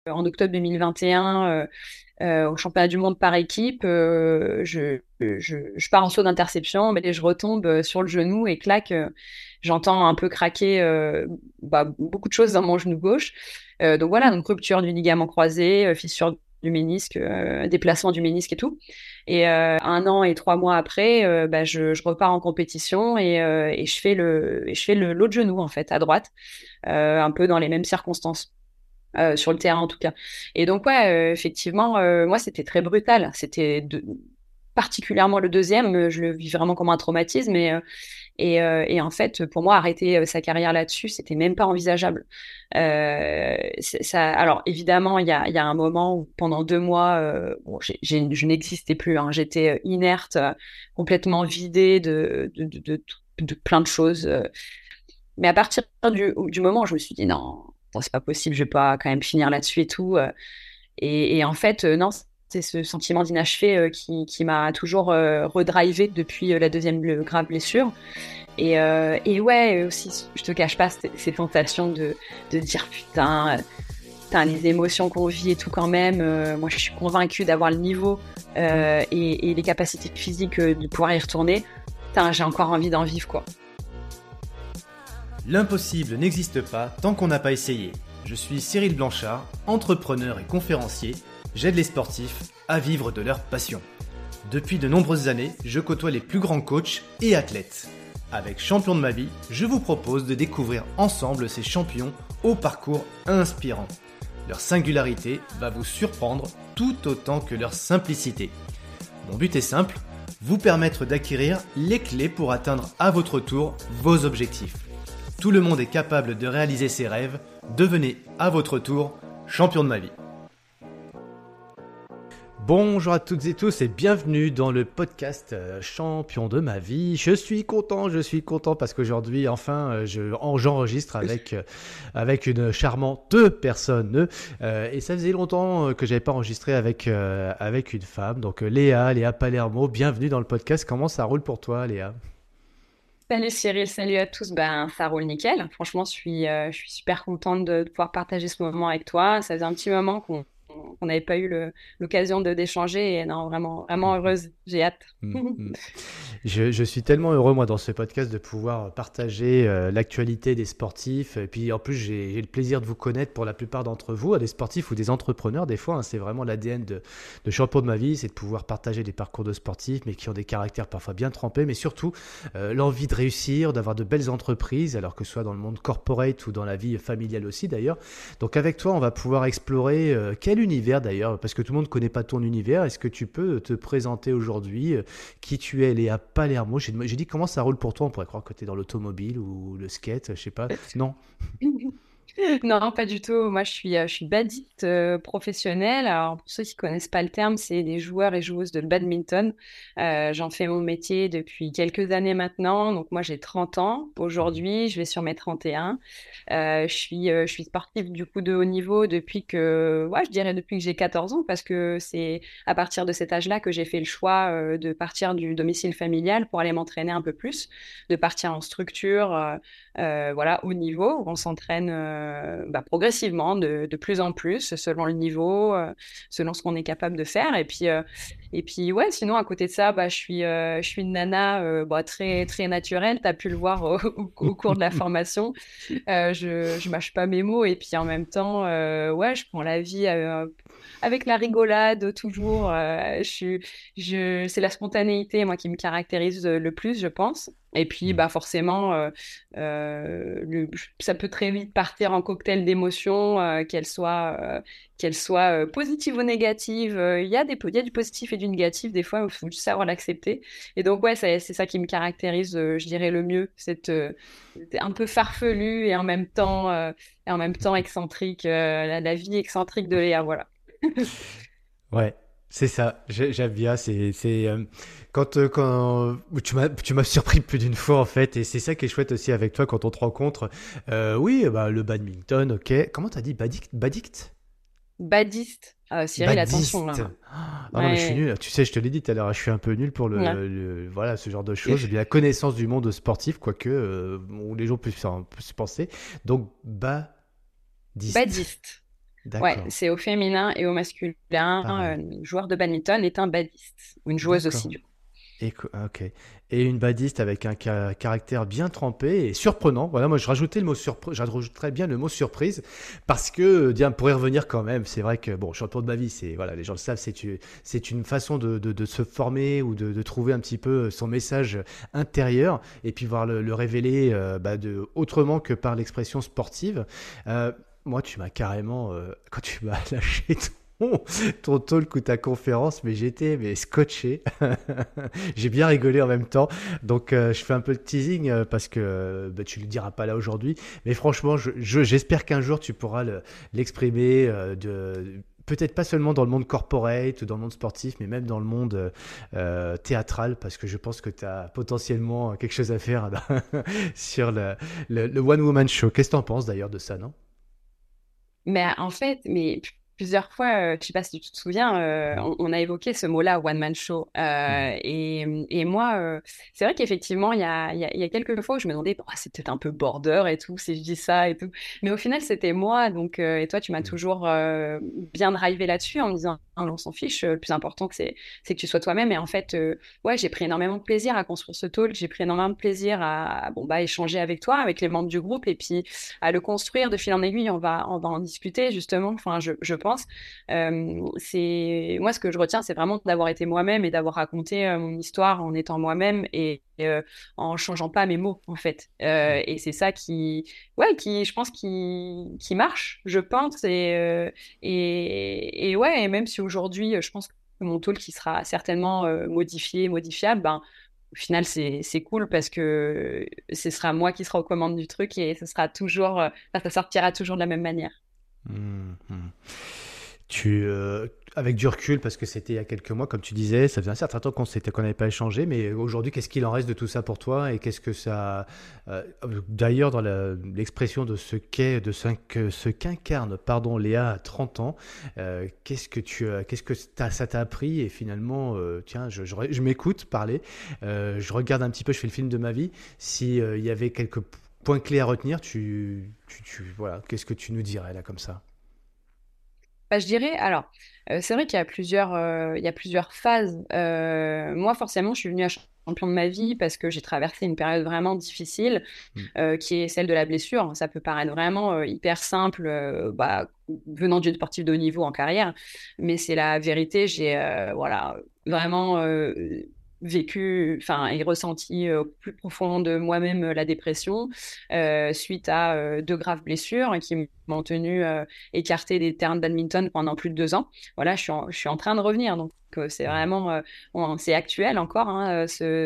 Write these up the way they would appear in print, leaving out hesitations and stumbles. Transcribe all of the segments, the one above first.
en octobre 2021 au championnat du monde par équipe. Je pars en saut d'interception, mais je retombe sur le genou et clac, j'entends un peu craquer beaucoup de choses dans mon genou gauche. Donc voilà, donc rupture du ligament croisé, fissure du ménisque, déplacement du ménisque et tout. Et 1 an et 3 mois après, je repars en compétition et je fais l'autre genou en fait à droite, un peu dans les mêmes circonstances. Sur le terrain en tout cas. Et donc ouais, effectivement, moi c'était très brutal. Particulièrement le deuxième, je le vis vraiment comme un traumatisme. Et en fait, pour moi, arrêter sa carrière là-dessus, c'était même pas envisageable. Alors évidemment, il y a un moment où pendant 2 mois, bon, je n'existais plus. Hein. J'étais inerte, complètement vidée de plein de choses. Mais à partir du moment où je me suis dit non, non, c'est pas possible, je vais pas quand même finir là-dessus et tout. Et en fait, non, c'est ce sentiment d'inachevé qui m'a toujours redrivé depuis la deuxième grave blessure. Et ouais, aussi, je te cache pas, ces tentations de dire putain, les émotions qu'on vit et tout quand même. Moi, je suis convaincue d'avoir le niveau et les capacités physiques de pouvoir y retourner. Putain, j'ai encore envie d'en vivre, quoi. L'impossible n'existe pas tant qu'on n'a pas essayé. Je suis Cyril Blanchard, entrepreneur et conférencier. J'aide les sportifs à vivre de leur passion. Depuis de nombreuses années, je côtoie les plus grands coachs et athlètes. Avec Champion de ma vie, je vous propose de découvrir ensemble ces champions au parcours inspirant. Leur singularité va vous surprendre tout autant que leur simplicité. Mon but est simple, vous permettre d'acquérir les clés pour atteindre à votre tour vos objectifs. Tout le monde est capable de réaliser ses rêves. Devenez à votre tour champion de ma vie. Bonjour à toutes et tous et bienvenue dans le podcast Champion de ma vie. Je suis content parce qu'aujourd'hui, enfin, j'enregistre avec une charmante personne. Et ça faisait longtemps que j'avais pas enregistré avec une femme. Donc Léa Palermo, bienvenue dans le podcast. Comment ça roule pour toi, Léa ? Salut Cyril, salut à tous. Ben, ça roule nickel. Franchement, je suis super contente de pouvoir partager ce moment avec toi. Ça faisait un petit moment qu'on n'avait pas eu l'occasion d'échanger et non, vraiment, vraiment heureuse. J'ai hâte. Mm, mm. Je suis tellement heureux, moi, dans ce podcast, de pouvoir partager l'actualité des sportifs. Et puis, en plus, j'ai le plaisir de vous connaître pour la plupart d'entre vous, des sportifs ou des entrepreneurs, des fois. Hein, c'est vraiment l'ADN de champion de ma vie, c'est de pouvoir partager des parcours de sportifs, mais qui ont des caractères parfois bien trempés, mais surtout l'envie de réussir, d'avoir de belles entreprises, alors que ce soit dans le monde corporate ou dans la vie familiale aussi, d'ailleurs. Donc, avec toi, on va pouvoir explorer quel univers, d'ailleurs, parce que tout le monde ne connaît pas ton univers. Est-ce que tu peux te présenter aujourd'hui qui tu es, Léa Palermo? J'ai dit comment ça roule pour toi, on pourrait croire que tu es dans l'automobile ou le skate, je sais pas. Non. Non, pas du tout. Moi, je suis badiste professionnelle. Alors, pour ceux qui connaissent pas le terme, c'est des joueurs et joueuses de badminton. J'en fais mon métier depuis quelques années maintenant. Donc, moi, j'ai 30 ans. Aujourd'hui, je vais sur mes 31. Je suis sportive du coup de haut niveau ouais, je dirais depuis que j'ai 14 ans, parce que c'est à partir de cet âge-là que j'ai fait le choix de partir du domicile familial pour aller m'entraîner un peu plus, de partir en structure. Voilà, au niveau, où on s'entraîne progressivement, de plus en plus, selon le niveau, selon ce qu'on est capable de faire. Et puis ouais, sinon, à côté de ça, je suis une nana très, très naturelle. Tu as pu le voir au cours de la formation. Je mâche pas mes mots. Et puis en même temps, ouais, je prends la vie avec la rigolade toujours. C'est la spontanéité, moi, qui me caractérise le plus, je pense. Et puis, bah, forcément, ça peut très vite partir en cocktail d'émotions, qu'elles soient positives ou négatives. Il y a du positif et du négatif. Des fois, il faut juste savoir l'accepter. Et donc, ouais, c'est ça qui me caractérise, je dirais, le mieux. Un peu farfelu et en même temps excentrique, la vie excentrique de Léa, voilà. Ouais, c'est ça, j'aime bien. Quand tu m'as surpris plus d'une fois en fait, et c'est ça qui est chouette aussi avec toi quand on te rencontre. Oui, bah, le badminton, ok. Comment t'as dit badict? Badiste. Cyril, attention, Badiste. là. Ah non, mais je suis Ouais. nul. Tu sais, je te l'ai dit tout à l'heure, je suis un peu nul pour Ouais. voilà, ce genre de choses. J'ai bien la connaissance du monde sportif, quoique où les gens peuvent se penser. Donc, badiste. Badiste. Ouais, D'accord. c'est au féminin et au masculin. Pareil. Joueur de badminton est un badiste, ou une joueuse aussi, D'accord. du coup. Ok. Et une badiste avec un caractère bien trempé et surprenant. Voilà, moi je rajoutais le mot surprise, j'ajouterais bien le mot surprise parce que, tiens, pour y revenir quand même, c'est vrai que, bon, champion de ma vie, c'est, voilà, les gens le savent, c'est une façon de se former ou de trouver un petit peu son message intérieur et puis voir le révéler autrement que par l'expression sportive. Moi, tu m'as carrément, quand tu m'as lâché ton, ton talk ou ta conférence, mais j'étais scotché. J'ai bien rigolé en même temps. Donc, je fais un peu de teasing parce que tu ne le diras pas là aujourd'hui. Mais franchement, j'espère qu'un jour tu pourras l'exprimer peut-être pas seulement dans le monde corporate ou dans le monde sportif, mais même dans le monde théâtral, parce que je pense que tu as potentiellement quelque chose à faire sur le One Woman Show. Qu'est-ce que tu en penses d'ailleurs de ça, non? Mais en fait, plusieurs fois, je sais pas si tu te souviens, Mm. on a évoqué ce mot-là, one man show. Mhm. Et moi, c'est vrai qu'effectivement, il y a quelques fois où je me demandais, oh, c'est peut-être un peu border et tout, si je dis ça et tout. Mais au final, c'était moi. Donc, et toi, tu m'as Mm. toujours bien drivé là-dessus en me disant, ah, on s'en fiche. Le plus important, c'est que tu sois toi-même. Et en fait, ouais, j'ai pris énormément de plaisir à construire ce talk. J'ai pris énormément de plaisir à bon, bah, échanger avec toi, avec les membres du groupe. Et puis, à le construire de fil en aiguille. On va en discuter justement. Enfin, je pense. C'est moi ce que je retiens, c'est vraiment d'avoir été moi-même et d'avoir raconté mon histoire en étant moi-même et en changeant pas mes mots en fait. Mm. Et c'est ça ouais, qui, je pense, qui marche, je pense. Et ouais, et même si aujourd'hui, je pense que mon talk qui sera certainement modifié, modifiable, ben au final, c'est cool parce que ce sera moi qui sera aux commandes du truc et ce sera toujours, enfin, ça sortira toujours de la même manière. Mm. Mm. Tu, avec du recul, parce que c'était il y a quelques mois, comme tu disais, ça faisait un certain temps qu'on n'avait pas échangé, mais aujourd'hui, qu'est-ce qu'il en reste de tout ça pour toi et qu'est-ce que ça, d'ailleurs, dans l'expression de ce qu'incarne, pardon, Léa à 30 ans, qu'est-ce que ça t'a appris et finalement, tiens, je m'écoute parler, je regarde un petit peu, je fais le film de ma vie. Si il y avait quelques points clés à retenir, voilà, qu'est-ce que tu nous dirais là comme ça? Bah, je dirais, alors, c'est vrai il y a plusieurs phases. Moi, forcément, je suis venue à champion de ma vie parce que j'ai traversé une période vraiment difficile, Mm. qui est celle de la blessure. Ça peut paraître vraiment hyper simple, bah, venant d'une sportive de haut niveau en carrière, mais c'est la vérité. J'ai, voilà, vraiment vécu, enfin, et ressenti au plus profond de moi-même la dépression suite à deux graves blessures qui m'ont tenu écartée des terrains de badminton pendant plus de 2 ans. Voilà, je suis en train de revenir. Donc, c'est Mm. vraiment, c'est actuel encore, hein,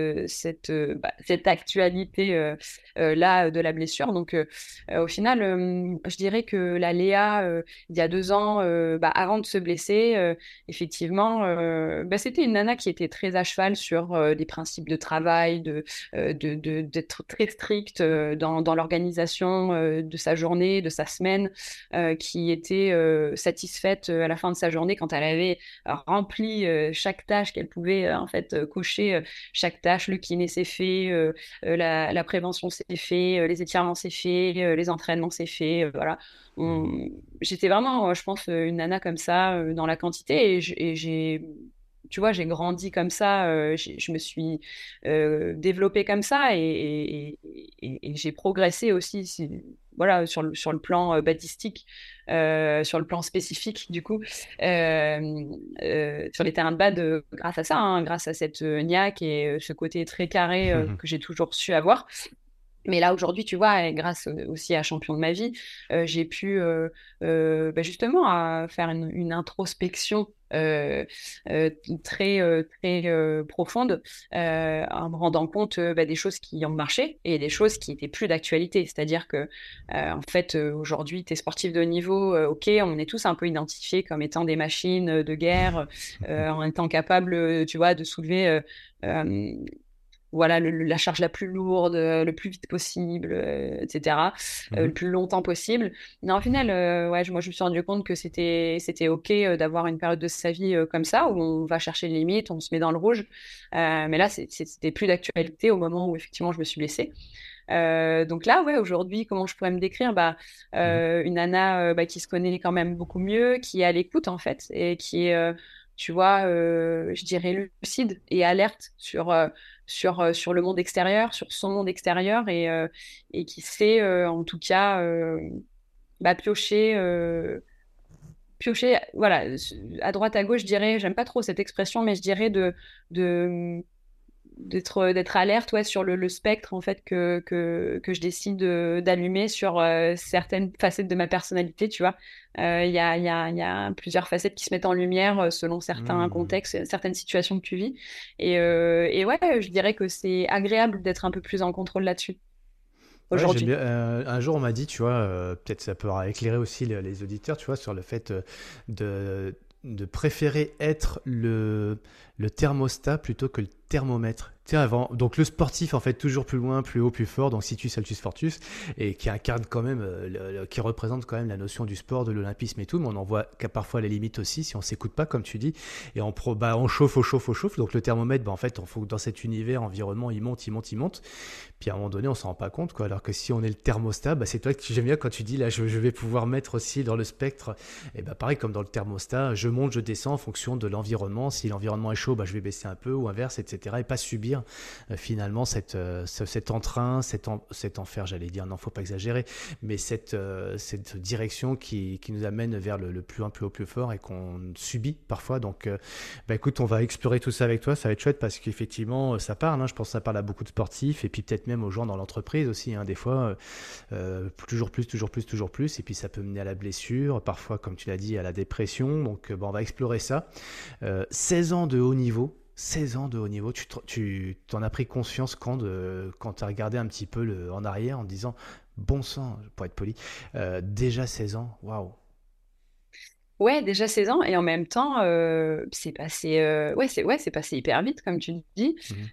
cette actualité là de la blessure. Donc, au final, je dirais que la Léa, il y a 2 ans, bah, avant de se blesser, effectivement, bah, c'était une nana qui était très à cheval sur des principes de travail, d'être très stricte dans l'organisation de sa journée, de sa semaine, qui était satisfaite à la fin de sa journée quand elle avait rempli chaque tâche qu'elle pouvait en fait cocher chaque tâche. Le kiné s'est fait, la prévention s'est fait, les étirements s'est fait, les entraînements s'est fait. Voilà. Mm. On- J'étais vraiment, je pense, une nana comme ça dans la quantité et j'ai tu vois, j'ai grandi comme ça, je me suis développée comme ça et j'ai progressé aussi, voilà, sur le plan badistique, sur le plan spécifique, du coup, sur les terrains de bad grâce à ça, hein, grâce à cette niaque et ce côté très carré que j'ai toujours su avoir. Mais là, aujourd'hui, tu vois, et grâce aussi à Champion de ma vie, j'ai pu bah, justement faire une introspection euh, très profonde en me rendant compte bah, des choses qui ont marché et des choses qui étaient plus d'actualité. C'est-à-dire que, en fait, aujourd'hui, tu es sportif de haut niveau, ok, on est tous un peu identifiés comme étant des machines de guerre, en étant capables, tu vois, de soulever euh, voilà, la charge la plus lourde, le plus vite possible, etc., le Mhm. plus longtemps possible. Mais au final, ouais, moi, je me suis rendu compte que c'était OK d'avoir une période de sa vie comme ça, où on va chercher les limites, on se met dans le rouge. Mais là, c'était plus d'actualité au moment où, effectivement, je me suis blessée. Donc là, ouais, aujourd'hui, comment je pourrais me décrire? Mhm. Une nana qui se connaît quand même beaucoup mieux, qui est à l'écoute en fait, et qui est, tu vois, je dirais lucide et alerte sur le monde extérieur, sur son monde extérieur, et qui sait en tout cas piocher. Piocher, voilà, à droite, à gauche, je dirais, j'aime pas trop cette expression, mais je dirais de, d'être alerte, ouais, sur le spectre, en fait, que je décide d'allumer sur certaines facettes de ma personnalité, tu vois. Il y a plusieurs facettes qui se mettent en lumière selon certains Hmm. contextes, certaines situations que tu vis. Et ouais, je dirais que c'est agréable d'être un peu plus en contrôle là-dessus, Ouais, j'aime aujourd'hui. bien. Un jour, on m'a dit, tu vois, peut-être ça pourra éclairer aussi les auditeurs, tu vois, sur le fait de, de préférer être le thermostat plutôt que le thermomètre. Tu sais, avant, donc le sportif, en fait, toujours plus loin, plus haut, plus fort, donc Situs, Altus, Fortus, et qui incarne quand même, qui représente quand même la notion du sport, de l'olympisme et tout, mais on en voit qu'à parfois les limites aussi, si on s'écoute pas, comme tu dis, et on chauffe, on chauffe, on chauffe, donc le thermomètre, en fait, dans cet univers, environnement, il monte, il monte, il monte, puis à un moment donné, on s'en rend pas compte, quoi. Alors que si on est le thermostat, c'est toi que j'aime bien quand tu dis là, je vais pouvoir mettre aussi dans le spectre. Et pareil comme dans le thermostat, je monte, je descends en fonction de l'environnement. Si l'environnement est chaud, je vais baisser un peu ou inverse, etc. Et pas subir finalement cet entrain, cet enfer, j'allais dire. Non, faut pas exagérer, mais cette direction qui nous amène vers le plus loin, plus haut, plus fort et qu'on subit parfois. Donc, écoute, on va explorer tout ça avec toi. Ça va être chouette parce qu'effectivement, ça parle. Hein, je pense que ça parle à beaucoup de sportifs et puis peut-être même aux gens dans l'entreprise aussi. Hein, des fois, toujours plus, toujours plus, toujours plus. Et puis ça peut mener à la blessure, parfois, comme tu l'as dit, à la dépression. Donc, on va explorer ça. 16 ans de haut niveau. 16 ans de haut niveau, tu t'en as pris conscience quand tu as regardé un petit peu en arrière en te disant, bon sang, pour être poli, déjà 16 ans, waouh. Ouais, déjà 16 ans, et en même temps, c'est passé, c'est passé hyper vite, comme tu dis. Mhm,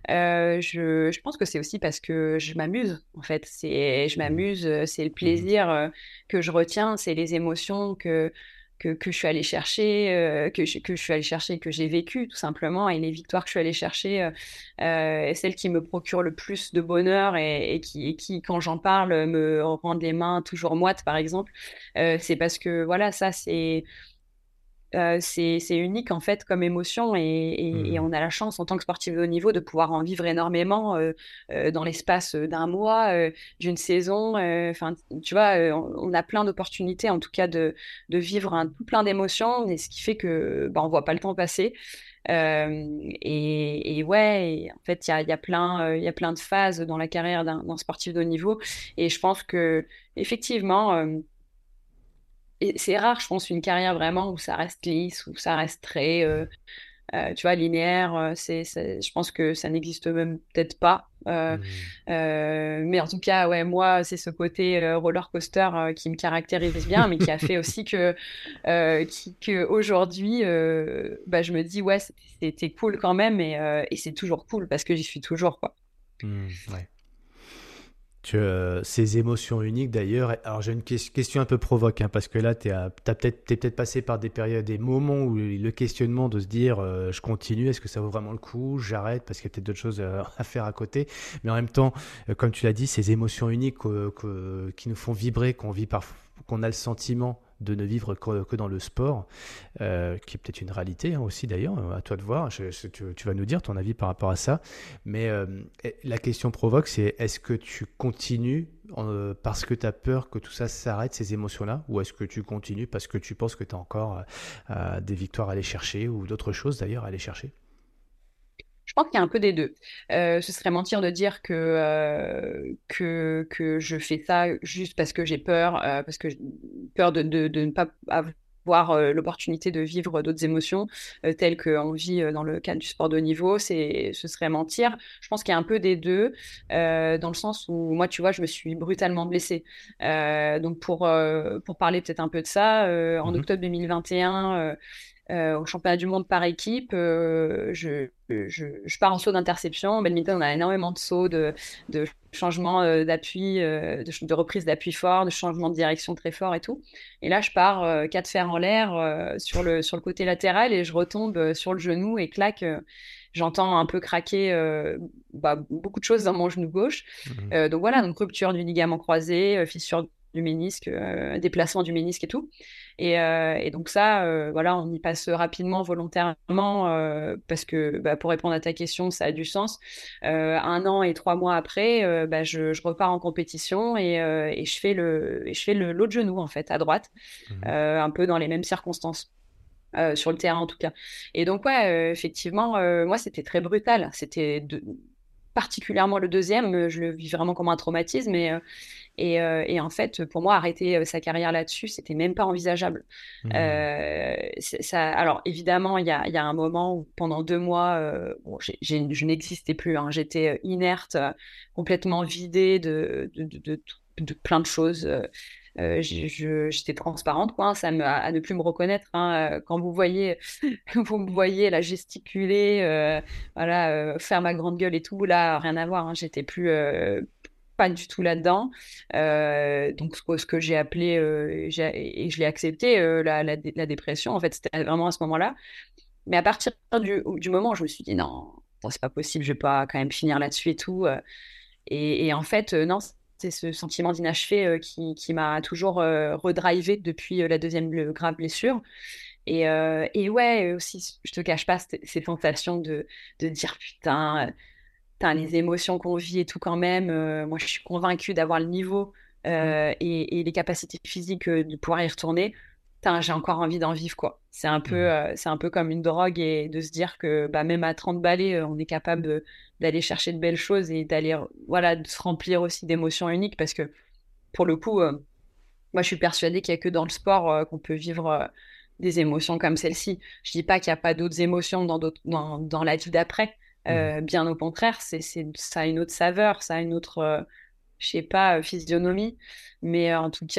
Je pense que c'est aussi parce que je m'amuse, en fait. Je mhm, m'amuse, c'est le mhm, plaisir que je retiens, c'est les émotions que je suis allée chercher, que je suis allée chercher, que j'ai vécues, tout simplement, et les victoires que je suis allée chercher, celles qui me procurent le plus de bonheur et qui, quand j'en parle, me rendent les mains toujours moites, par exemple. C'est parce que, voilà, ça, c'est unique en fait comme émotion, et mhm, on a la chance en tant que sportif de haut niveau de pouvoir en vivre énormément dans l'espace d'un mois, d'une saison. Enfin, tu vois, on a plein d'opportunités en tout cas de vivre un tout plein d'émotions, et ce qui fait que on voit pas le temps passer. Et ouais, en fait, il y a plein de phases dans la carrière d'un sportif de haut niveau, et je pense que effectivement. Et c'est rare, je pense, une carrière vraiment où ça reste lisse, où ça reste très, tu vois, linéaire. Je pense que ça n'existe même peut-être pas. mhm. Mais en tout cas, ouais, moi, c'est ce côté roller coaster qui me caractérise bien, mais qui a fait aussi que aujourd'hui, je me dis, ouais, c'était cool quand même, et c'est toujours cool parce que j'y suis toujours, quoi. Ouais. Ces émotions uniques d'ailleurs. Alors j'ai une question un peu provoque, hein, parce que là, t'es peut-être passé par des périodes, des moments où le questionnement de se dire je continue, est-ce que ça vaut vraiment le coup, j'arrête parce qu'il y a peut-être d'autres choses à faire à côté. Mais en même temps, comme tu l'as dit, ces émotions uniques qui nous font vibrer, qu'on a le sentiment de ne vivre que dans le sport, qui est peut-être une réalité hein, aussi d'ailleurs, à toi de voir. Tu vas nous dire ton avis par rapport à ça. Mais la question provoque, c'est est-ce que tu continues parce que tu as peur que tout ça s'arrête, ces émotions-là, ou est-ce que tu continues parce que tu penses que tu as encore des victoires à aller chercher, ou d'autres choses d'ailleurs à aller chercher? Je pense qu'il y a un peu des deux. Ce serait mentir de dire que je fais ça juste parce que j'ai peur, parce que peur de ne pas avoir l'opportunité de vivre d'autres émotions telles qu'on vit dans le cadre du sport de haut niveau. Ce serait mentir. Je pense qu'il y a un peu des deux, dans le sens où moi, tu vois, je me suis brutalement blessée. Donc pour parler peut-être un peu de ça, en Mhm. octobre 2021, au championnat du monde par équipe. Je pars en saut d'interception. Au badminton, on a énormément de sauts, de changement d'appui, de reprise d'appui fort, de changement de direction très fort et tout. Et là, je pars quatre fers en l'air sur le côté latéral et je retombe sur le genou et clac. J'entends un peu craquer beaucoup de choses dans mon genou gauche. Mhm. Donc voilà, donc rupture du ligament croisé, fissure du ménisque, déplacement du ménisque et tout. Et donc ça, voilà, on y passe rapidement, volontairement, parce que pour répondre à ta question, ça a du sens. 1 an et 3 mois après, je repars en compétition et je fais l'autre genou en fait, à droite, Mhm. un peu dans les mêmes circonstances. Sur le terrain en tout cas. Et donc ouais, effectivement, moi c'était très brutal. Particulièrement le deuxième, je le vis vraiment comme un traumatisme. Et en fait, pour moi, arrêter sa carrière là-dessus, c'était même pas envisageable. Mhm. Alors, évidemment, il y a un moment où, pendant 2 mois, bon, je n'existais plus. Hein. J'étais inerte, complètement vidée de plein de choses. J'étais transparente, quoi. Hein, à ne plus me reconnaître. Hein. Quand vous voyez, vous me voyez là gesticuler, voilà, faire ma grande gueule et tout, là, rien à voir. Hein. J'étais plus pas du tout là-dedans. Donc, ce que j'ai appelé, et je l'ai accepté, la dépression, en fait, c'était vraiment à ce moment-là. Mais à partir du moment où je me suis dit, non, bon, c'est pas possible, je vais pas quand même finir là-dessus et tout. Et en fait, non, c'est ce sentiment d'inachevé qui m'a toujours redrivé depuis la deuxième grave blessure. Et ouais, aussi, je te cache pas, ces sensations de dire, putain, putain, les émotions qu'on vit et tout quand même. Moi, je suis convaincue d'avoir le niveau et les capacités physiques de pouvoir y retourner. Putain, j'ai encore envie d'en vivre, quoi. Mhm. C'est un peu comme une drogue et de se dire que même à 30 balais, on est capable d'aller chercher de belles choses et d'aller, voilà, de se remplir aussi d'émotions uniques parce que pour le coup, moi, je suis persuadée qu'il n'y a que dans le sport qu'on peut vivre des émotions comme celle-ci. Je dis pas qu'il n'y a pas d'autres émotions dans la vie d'après. Mhm. Bien au contraire, ça a une autre saveur, ça a une autre, je sais pas, physionomie. Mais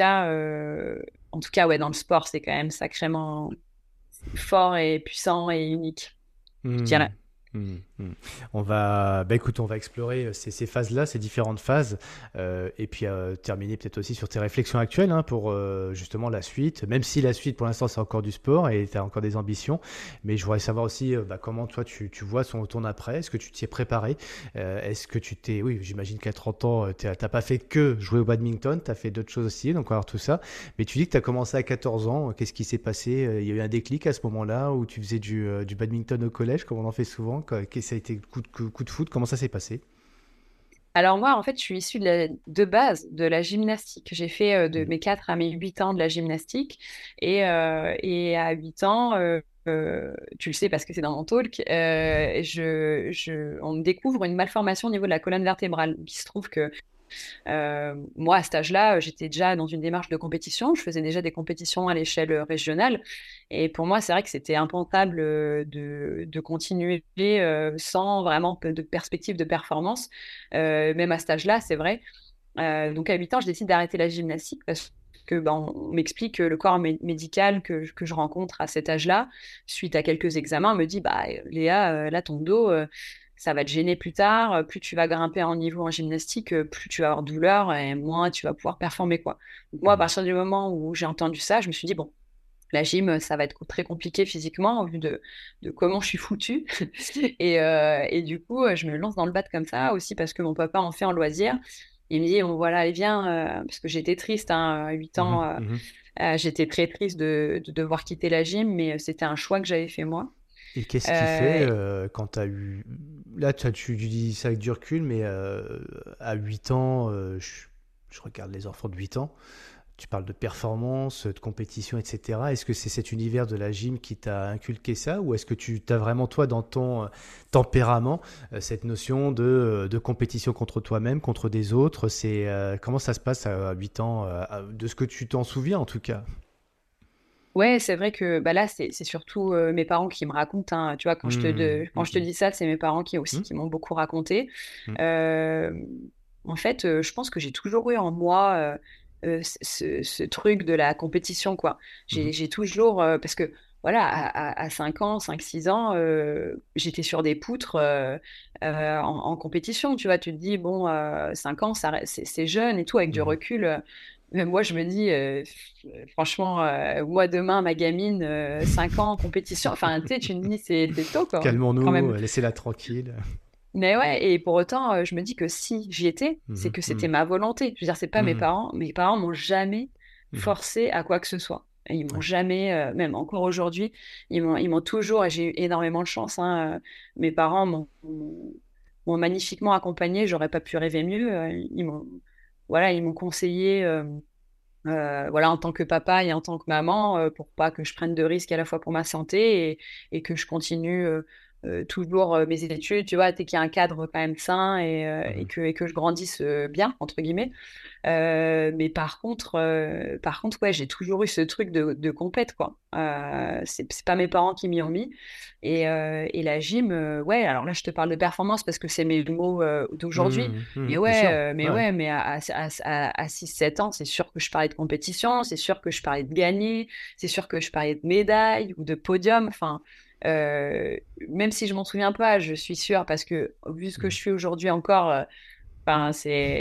en tout cas, ouais, dans le sport, c'est quand même sacrément fort et puissant et unique, je Hmm. dirais. Hmm. Hmm. Écoute, on va explorer ces phases-là, ces différentes phases, et puis terminer peut-être aussi sur tes réflexions actuelles hein, pour justement la suite. Même si la suite, pour l'instant, c'est encore du sport et tu as encore des ambitions, mais je voudrais savoir aussi comment toi tu vois ton après. Est-ce que tu t'y es préparé? Est-ce que tu t'es, oui, j'imagine qu'à 30 ans, t'as pas fait que jouer au badminton, tu as fait d'autres choses aussi, donc on va voir tout ça. Mais tu dis que tu as commencé à 14 ans. Qu'est-ce qui s'est passé? Il y a eu un déclic à ce moment-là où tu faisais du badminton au collège, comme on en fait souvent. Ça a été coup de foot. Comment ça s'est passé? Alors moi, en fait, je suis issue de base de la gymnastique. J'ai fait de Mhm. mes 4 à mes 8 ans de la gymnastique. Et à 8 ans, tu le sais parce que c'est dans mon talk, on me découvre une malformation au niveau de la colonne vertébrale. Il se trouve que moi, à cet âge-là, j'étais déjà dans une démarche de compétition. Je faisais déjà des compétitions à l'échelle régionale. Et pour moi, c'est vrai que c'était impensable de continuer sans vraiment de perspective de performance. Même à cet âge-là, c'est vrai. Donc à 8 ans, je décide d'arrêter la gymnastique parce que on m'explique que le corps médical que je rencontre à cet âge-là, suite à quelques examens, me dit bah Léa, là ton dos, ça va te gêner plus tard. Plus tu vas grimper en niveau en gymnastique, plus tu vas avoir douleur et moins tu vas pouvoir performer quoi. Donc moi, à Mhm. partir du moment où j'ai entendu ça, je me suis dit bon. La gym, ça va être très compliqué physiquement au vu de comment je suis foutue. Et du coup, je me lance dans le bat comme ça, aussi parce que mon papa en fait en loisir. Il me dit, bon voilà, allez, viens, parce que j'étais triste, hein, à 8 Mhm. ans, Mhm. j'étais très triste de devoir quitter la gym, mais c'était un choix que j'avais fait moi. Et qu'est-ce qui fait Euh, quand tu as eu... Là, tu dis ça avec du recul, mais à 8 ans, je regarde les enfants de 8 ans, tu parles de performance, de compétition, etc. Est-ce que c'est cet univers de la gym qui t'a inculqué ça ou est-ce que tu as vraiment, toi, dans ton tempérament, cette notion de compétition contre toi-même, contre des autres comment ça se passe à 8 ans, de ce que tu t'en souviens en tout cas? ouais, c'est vrai que bah là, c'est surtout mes parents qui me racontent. Hein. Tu vois, Hmm, quand hmm, je te dis ça, c'est mes parents hmm, qui m'ont beaucoup raconté. hmm, Euh, En fait, je pense que j'ai toujours eu en moi ce truc de la compétition, quoi. hmm, J'ai toujours, parce que voilà, à 5 ans, 5 6 ans, j'étais sur des poutres en compétition. Tu vois, tu te dis, bon, 5 ans, c'est jeune et tout, avec du Mhm. recul. Mais moi, je me dis, franchement, moi, demain, ma gamine, 5 ans en compétition, enfin, tu sais, tu me dis, c'est tôt, quand Calmons-nous, même. laissez-la tranquille. Mais ouais, et pour autant, je me dis que si j'y étais, c'est Mhm, que c'était mhm, ma volonté. Je veux dire, c'est pas mes mhm, parents. Mes parents m'ont jamais mhm. forcé à quoi que ce soit. Et ils m'ont Ouais. jamais, même encore aujourd'hui, ils m'ont toujours, et j'ai eu énormément de chance, hein, mes parents m'ont magnifiquement accompagnée. J'aurais pas pu rêver mieux. Voilà, ils m'ont conseillé, voilà, en tant que papa et en tant que maman, pour pas que je prenne de risques à la fois pour ma santé et que je continue toujours mes études, tu vois, dès qu'il y a un cadre quand même sain Mhm. et que je grandisse bien, entre guillemets. Mais par contre, ouais, j'ai toujours eu ce truc de compète, quoi. C'est pas mes parents qui m'y ont mis. Et la gym, ouais, alors là, je te parle de performance parce que c'est mes mots d'aujourd'hui. Mhm, mhm. Bien sûr. Ouais. Mais à 6 7 ans, c'est sûr que je parlais de compétition, c'est sûr que je parlais de gagner, c'est sûr que je parlais de médailles ou de podium. Enfin, euh, même si je m'en souviens pas, je suis sûre parce que vu ce que Mhm. je suis aujourd'hui encore, enfin,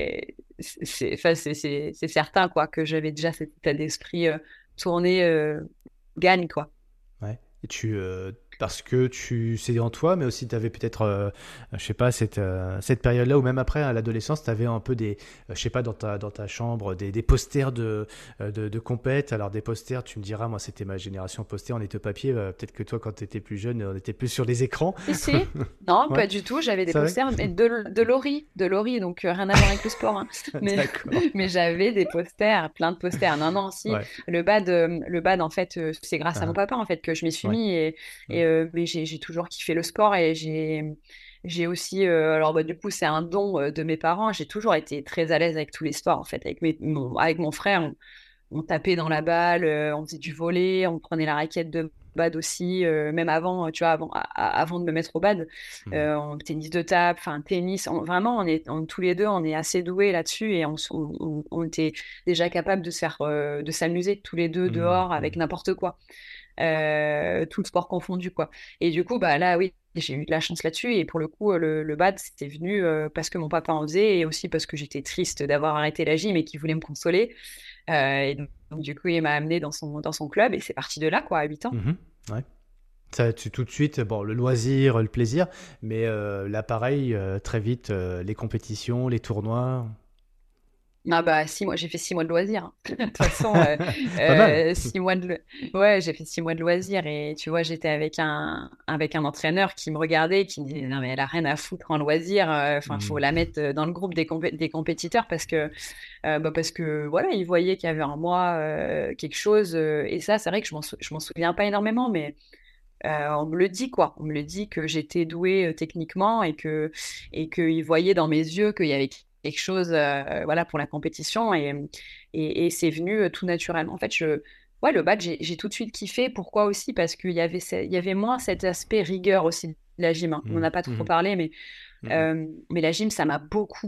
enfin, c'est certain quoi que j'avais déjà cet état d'esprit tourné gagne quoi. Ouais. Et parce que c'est en toi, mais aussi tu avais peut-être, je sais pas, cette période-là, ou même après, à l'adolescence, tu avais un peu je sais pas, dans ta chambre, des posters de compète. Alors, des posters, tu me diras, moi, c'était ma génération posters, on était au papier. Peut-être que toi, quand tu étais plus jeune, on était plus sur les écrans. Si, si. Non, Ouais, pas du tout. J'avais des ça va? posters mais de Laurie, donc rien à voir avec le sport, hein. Mais, D'accord. mais j'avais des posters, plein de posters. Non, non, si. Ouais. Le bad, en fait, c'est grâce à mon Ah, papa, en fait, que je m'y suis ouais. mis. Mm. Mais j'ai toujours kiffé le sport et j'ai aussi, alors bah, du coup, c'est un don de mes parents. J'ai toujours été très à l'aise avec tous les sports, en fait. Avec mon frère, on tapait dans la balle, on faisait du volley, on prenait la raquette de bad aussi, même avant, tu vois, avant de me mettre au bad, Mm. en tennis de table, enfin tennis, vraiment, tous les deux, on est assez doués là-dessus et on était déjà capable de se faire, de s'amuser tous les deux Mm. dehors avec Mm. n'importe quoi, tout sport confondu, quoi. Et du coup, bah là, oui. J'ai eu de la chance là-dessus et pour le coup, le bad, c'était venu parce que mon papa en faisait et aussi parce que j'étais triste d'avoir arrêté la gym et qu'il voulait me consoler. Et donc, du coup, il m'a amené dans son club et c'est parti de là, quoi, à 8 ans. Mhm. Ouais. Ça, tout de suite, bon, le loisir, le plaisir, mais là, pareil, très vite, les compétitions, les tournois. Ah bah si, moi j'ai fait 6 mois de loisirs, hein. De toute façon, Pas mal. 6 mois ouais, j'ai fait 6 mois de loisirs et tu vois, j'étais avec un entraîneur qui me regardait et qui me disait non mais elle a rien à foutre en loisirs, enfin faut Mm. la mettre dans le groupe des compétiteurs parce que voilà, il voyait qu'il y avait en moi quelque chose et ça c'est vrai que je m'en souviens pas énormément mais on me le dit, quoi. On me le dit que j'étais douée techniquement et qu'il voyait dans mes yeux qu'il y avait quelque chose voilà, pour la compétition et c'est venu tout naturellement. En fait, ouais, le badge, j'ai tout de suite kiffé. Pourquoi aussi? Parce il y avait moins cet aspect rigueur aussi de la gym, hein. On n'en Mm. a pas trop Mhm. parlé, Mhm. mais la gym, ça m'a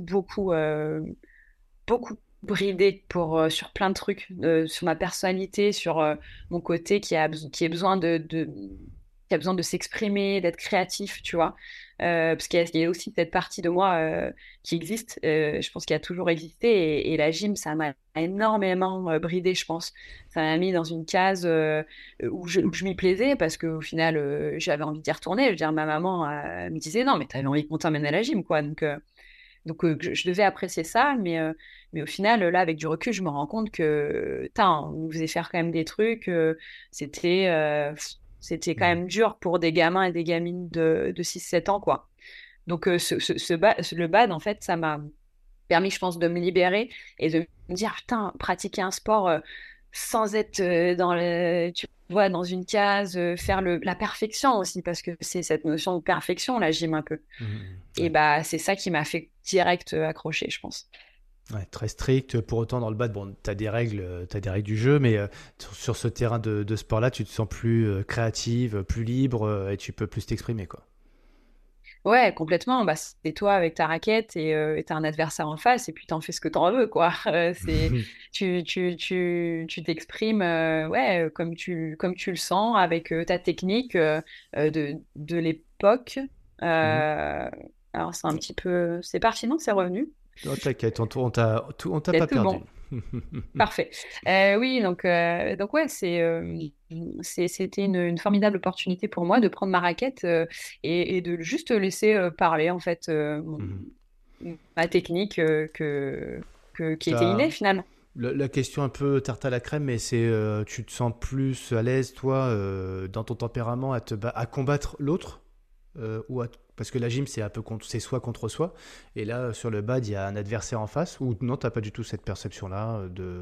beaucoup bridé sur plein de trucs, sur ma personnalité, sur mon côté qui a besoin qui a besoin de s'exprimer, d'être créatif, tu vois. Parce qu'il y a aussi cette partie de moi qui existe, je pense qu'il a toujours existé, et la gym, ça m'a énormément bridé, je pense. Ça m'a mis dans une case où je m'y plaisais, parce qu'au final, j'avais envie d'y retourner. Je veux dire, ma maman me disait, non, mais t'avais envie qu'on t'emmène à la gym, quoi. Donc, je devais apprécier ça, mais au final, là, avec du recul, je me rends compte que, on nous faisait faire quand même des trucs, c'était, c'était quand Mhm. même dur pour des gamins et des gamines de 6 7 ans, quoi. Donc, le bad, en fait, ça m'a permis, je pense, de me libérer et de me dire, putain, pratiquer un sport sans être tu vois, dans une case, faire la perfection aussi, parce que c'est cette notion de perfection, la gym, un peu. Mhm. Et Ouais. bah, c'est ça qui m'a fait direct accrocher, je pense. Ouais, très strict. Pour autant, dans le bad, bon, t'as des règles du jeu, mais sur ce terrain de sport-là, tu te sens plus créative, plus libre, et tu peux plus t'exprimer, quoi. Ouais, complètement. Bah, c'est toi avec ta raquette et t'as un adversaire en face et puis t'en fais ce que t'en veux, quoi. Tu t'exprimes, ouais, comme tu le sens avec ta technique de l'époque. Mhm. Euh, alors c'est un petit peu, c'est parti, non? C'est revenu. Oh, t'inquiète, on t'a C'est pas tout perdu. bon. Parfait. Oui, donc ouais, c'était une formidable opportunité pour moi de prendre ma raquette et de juste laisser parler en fait Mhm. ma technique qui était T'as- innée finalement. la question un peu tarte à la crème, mais c'est tu te sens plus à l'aise, toi, dans ton tempérament, à combattre l'autre parce que la gym, c'est un peu c'est soi contre soi. Et là, sur le bad, il y a un adversaire en face. Ou non, t'as pas du tout cette perception-là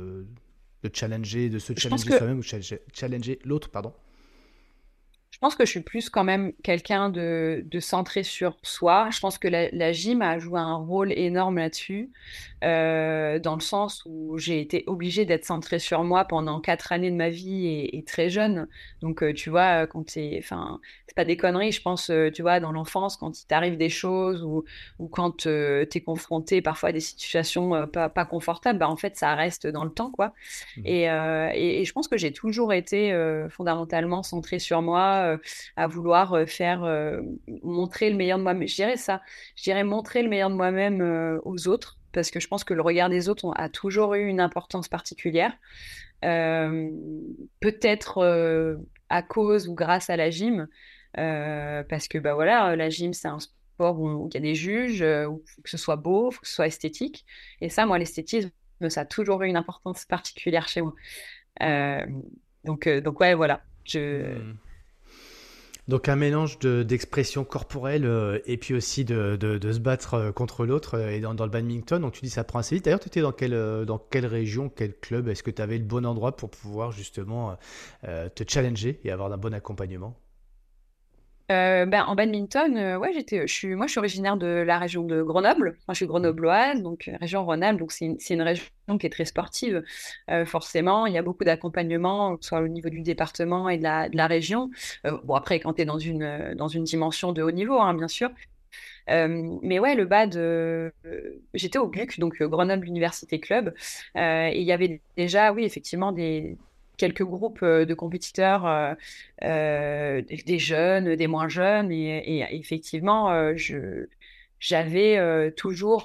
de se Je pense challenger que soi-même ou challenger l'autre, pardon. Je pense que je suis plus quand même quelqu'un de centré sur soi. Je pense que la gym a joué un rôle énorme là-dessus, dans le sens où j'ai été obligée d'être centrée sur moi pendant 4 années de ma vie et très jeune. Donc, tu vois, enfin, c'est pas des conneries. Je pense, tu vois, dans l'enfance, quand il t'arrive des choses ou quand tu es confronté parfois à des situations pas confortables, bah, en fait, ça reste dans le temps, quoi. Mhm. Et je pense que j'ai toujours été fondamentalement centrée sur moi, à vouloir montrer le meilleur de moi-même. Je dirais ça. Je dirais montrer le meilleur de moi-même aux autres, parce que je pense que le regard des autres a toujours eu une importance particulière. Euh, Peut-être à cause ou grâce à la gym, parce que bah voilà, la gym c'est un sport où il y a des juges, où faut que ce soit beau, faut que ce soit esthétique. Et ça, moi, l'esthétisme, ça a toujours eu une importance particulière chez moi. Euh, donc ouais, voilà. Mhm. Donc un mélange d'expression corporelle et puis aussi de se battre contre l'autre et dans le badminton. Donc tu dis ça prend assez vite. D'ailleurs, tu étais dans quelle région, quel club? Est-ce que tu avais le bon endroit pour pouvoir justement te challenger et avoir un bon accompagnement? Ben, en badminton, ouais, moi, je suis originaire de la région de Grenoble. Enfin, je suis grenobloise, donc région Rhône-Alpes. Donc, c'est une région qui est très sportive. Forcément, il y a beaucoup d'accompagnement, que ce soit au niveau du département et de la région. Bon, après, quand tu es dans une dimension de haut niveau, hein, bien sûr. Mais ouais, le bad, j'étais au GUC, donc Grenoble Université Club, et il y avait déjà, oui, effectivement, quelques groupes de compétiteurs, des jeunes, des moins jeunes, et effectivement, j'avais toujours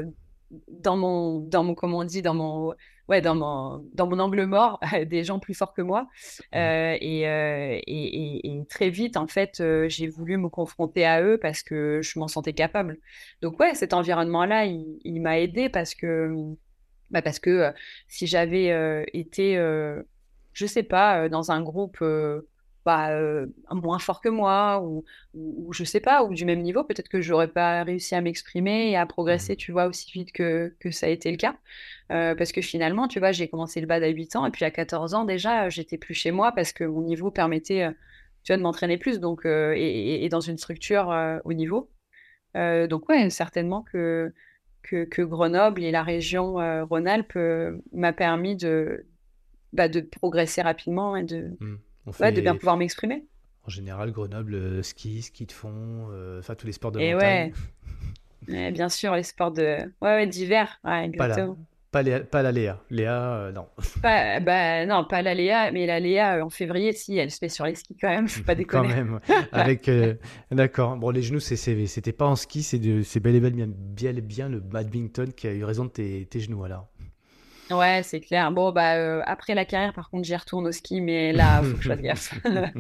comment on dit, ouais, dans mon angle mort, des gens plus forts que moi. Mhm. Et très vite, en fait, j'ai voulu me confronter à eux parce que je m'en sentais capable. Donc ouais, cet environnement-là, il m'a aidé parce que si j'avais été, je sais pas, dans un groupe moins fort que moi ou je sais pas, ou du même niveau, peut-être que j'aurais pas réussi à m'exprimer et à Mhm. progresser, tu vois, aussi vite que ça a été le cas. Parce que finalement, tu vois, j'ai commencé le bad à 8 ans et puis à 14 ans déjà, j'étais plus chez moi parce que mon niveau permettait, tu vois, de m'entraîner plus donc, et dans une structure au niveau. Donc ouais, certainement que Grenoble et la région Rhône-Alpes m'a permis de progresser rapidement et Mhm. On ouais, de bien fait pouvoir m'exprimer. en général Grenoble ski de fond, enfin tous les sports de Et montagne. ouais, bien sûr, les sports ouais, d'hiver, ouais, Pas la, exactement. pas la Léa. Léa, non. Bah, non, pas la Léa, mais la Léa en février, si, elle se fait sur les skis quand même, faut pas Quand déconner. même. Avec, d'accord. Bon, les genoux, c'était pas en ski, c'est bel et bien, bien le badminton qui a eu raison de tes genoux alors. Ouais, c'est clair. Bon, bah, après la carrière, par contre, j'y retourne au ski, mais là, faut que je fasse gaffe.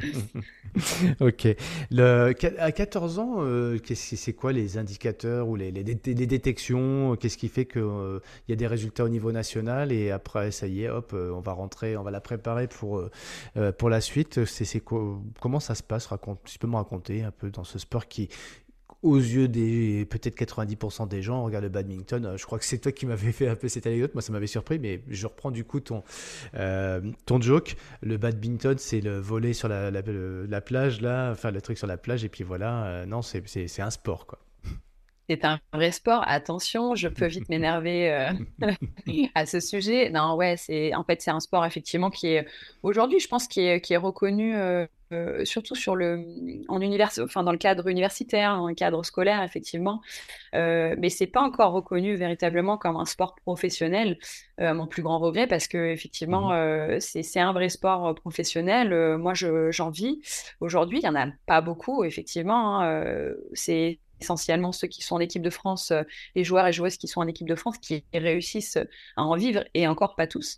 Ok. À 14 ans, c'est quoi les indicateurs ou les détections? Qu'est-ce qui fait qu'il y a des résultats au niveau national et après, ça y est, hop, on va rentrer, on va la préparer pour la suite. Comment ça se passe? Tu peux me raconter un peu dans ce sport qui, aux yeux des peut-être 90% des gens, regarde le badminton. Je crois que c'est toi qui m'avais fait un peu cette anecdote. Moi, ça m'avait surpris, mais je reprends du coup ton joke. Le badminton, c'est le volley sur la plage, là, enfin le truc sur la plage, et puis voilà. Non, c'est un sport, quoi. C'est un vrai sport. Attention, je peux vite m'énerver à ce sujet. Non, ouais, en fait, c'est un sport effectivement qui est aujourd'hui, je pense, qui est reconnu. surtout enfin, dans le cadre universitaire, dans le cadre scolaire, effectivement. Mais c'est pas encore reconnu véritablement comme un sport professionnel, à mon plus grand regret, parce que effectivement, Mhm. c'est un vrai sport professionnel. Moi, j'en vis. Aujourd'hui, il y en a pas beaucoup, effectivement, hein. C'est essentiellement ceux qui sont en équipe de France, les joueurs et joueuses qui sont en équipe de France, qui réussissent à en vivre, et encore pas tous.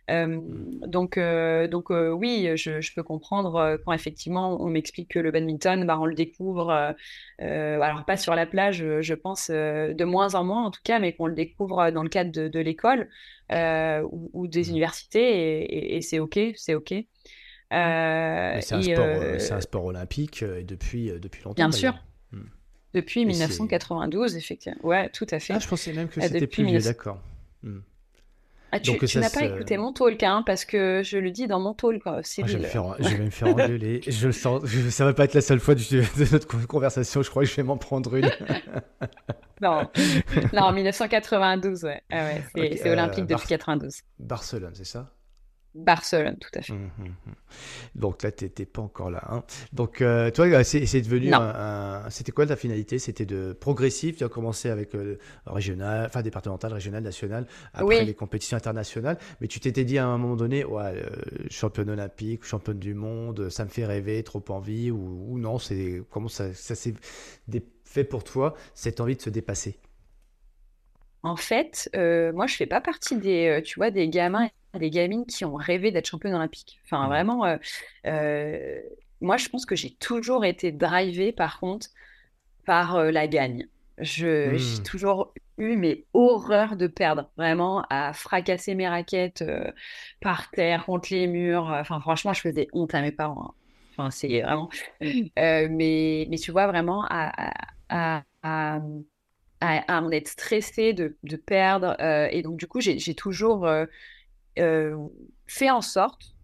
Donc, oui, je peux comprendre quand effectivement on m'explique que le badminton, bah, on le découvre. Alors pas sur la plage, je pense, de moins en moins en tout cas, mais qu'on le découvre dans le cadre de l'école, ou des Mhm. universités, et c'est OK, c'est OK. Mais c'est un Et sport, olympique et depuis longtemps bien sûr, d'ailleurs. Mhm. depuis Et c'est 1992, effectivement. Ouais, tout à Ah, fait. je pensais même que c'était Depuis plus vieux, 1900. d'accord. Hmm. Ah, Donc tu ça n'as pas se... écouté mon talk, hein, parce que je le dis dans mon talk, quoi, Ah, Cyril. je vais me faire engueuler. Je le sens. Ça va pas être la seule fois de notre conversation. Je crois que je vais m'en prendre une. Non, non, 1992, ouais. Ah ouais, Ok, c'est olympique depuis 92. Barcelone, c'est ça? Barcelone, tout à fait. Mhm, mhm. Donc là, t'étais pas encore là, hein. Donc toi, c'est devenu Non. C'était quoi ta finalité? C'était de progressif. Tu as commencé avec régional, enfin départemental, régional, national. Après les Oui, compétitions internationales. Mais tu t'étais dit à un moment donné, ouais, championne olympique, championne du monde, ça me fait rêver, trop envie, ou non? C'est comment ça s'est fait pour toi cette envie de se dépasser? en fait, moi, je fais pas partie tu vois, des gamins et des gamines qui ont rêvé d'être championne olympique. Enfin, Hmm. vraiment, euh, moi, je pense que j'ai toujours été drivée, par contre, par la gagne. J'ai Hmm. toujours eu mes horreurs de perdre, vraiment, à fracasser mes raquettes par terre, contre les murs. Enfin, franchement, je faisais honte à mes parents, hein. Enfin, c'est vraiment. Mais tu vois, vraiment, à en être stressée de perdre. Et donc, du coup, j'ai toujours euh, fait en sorte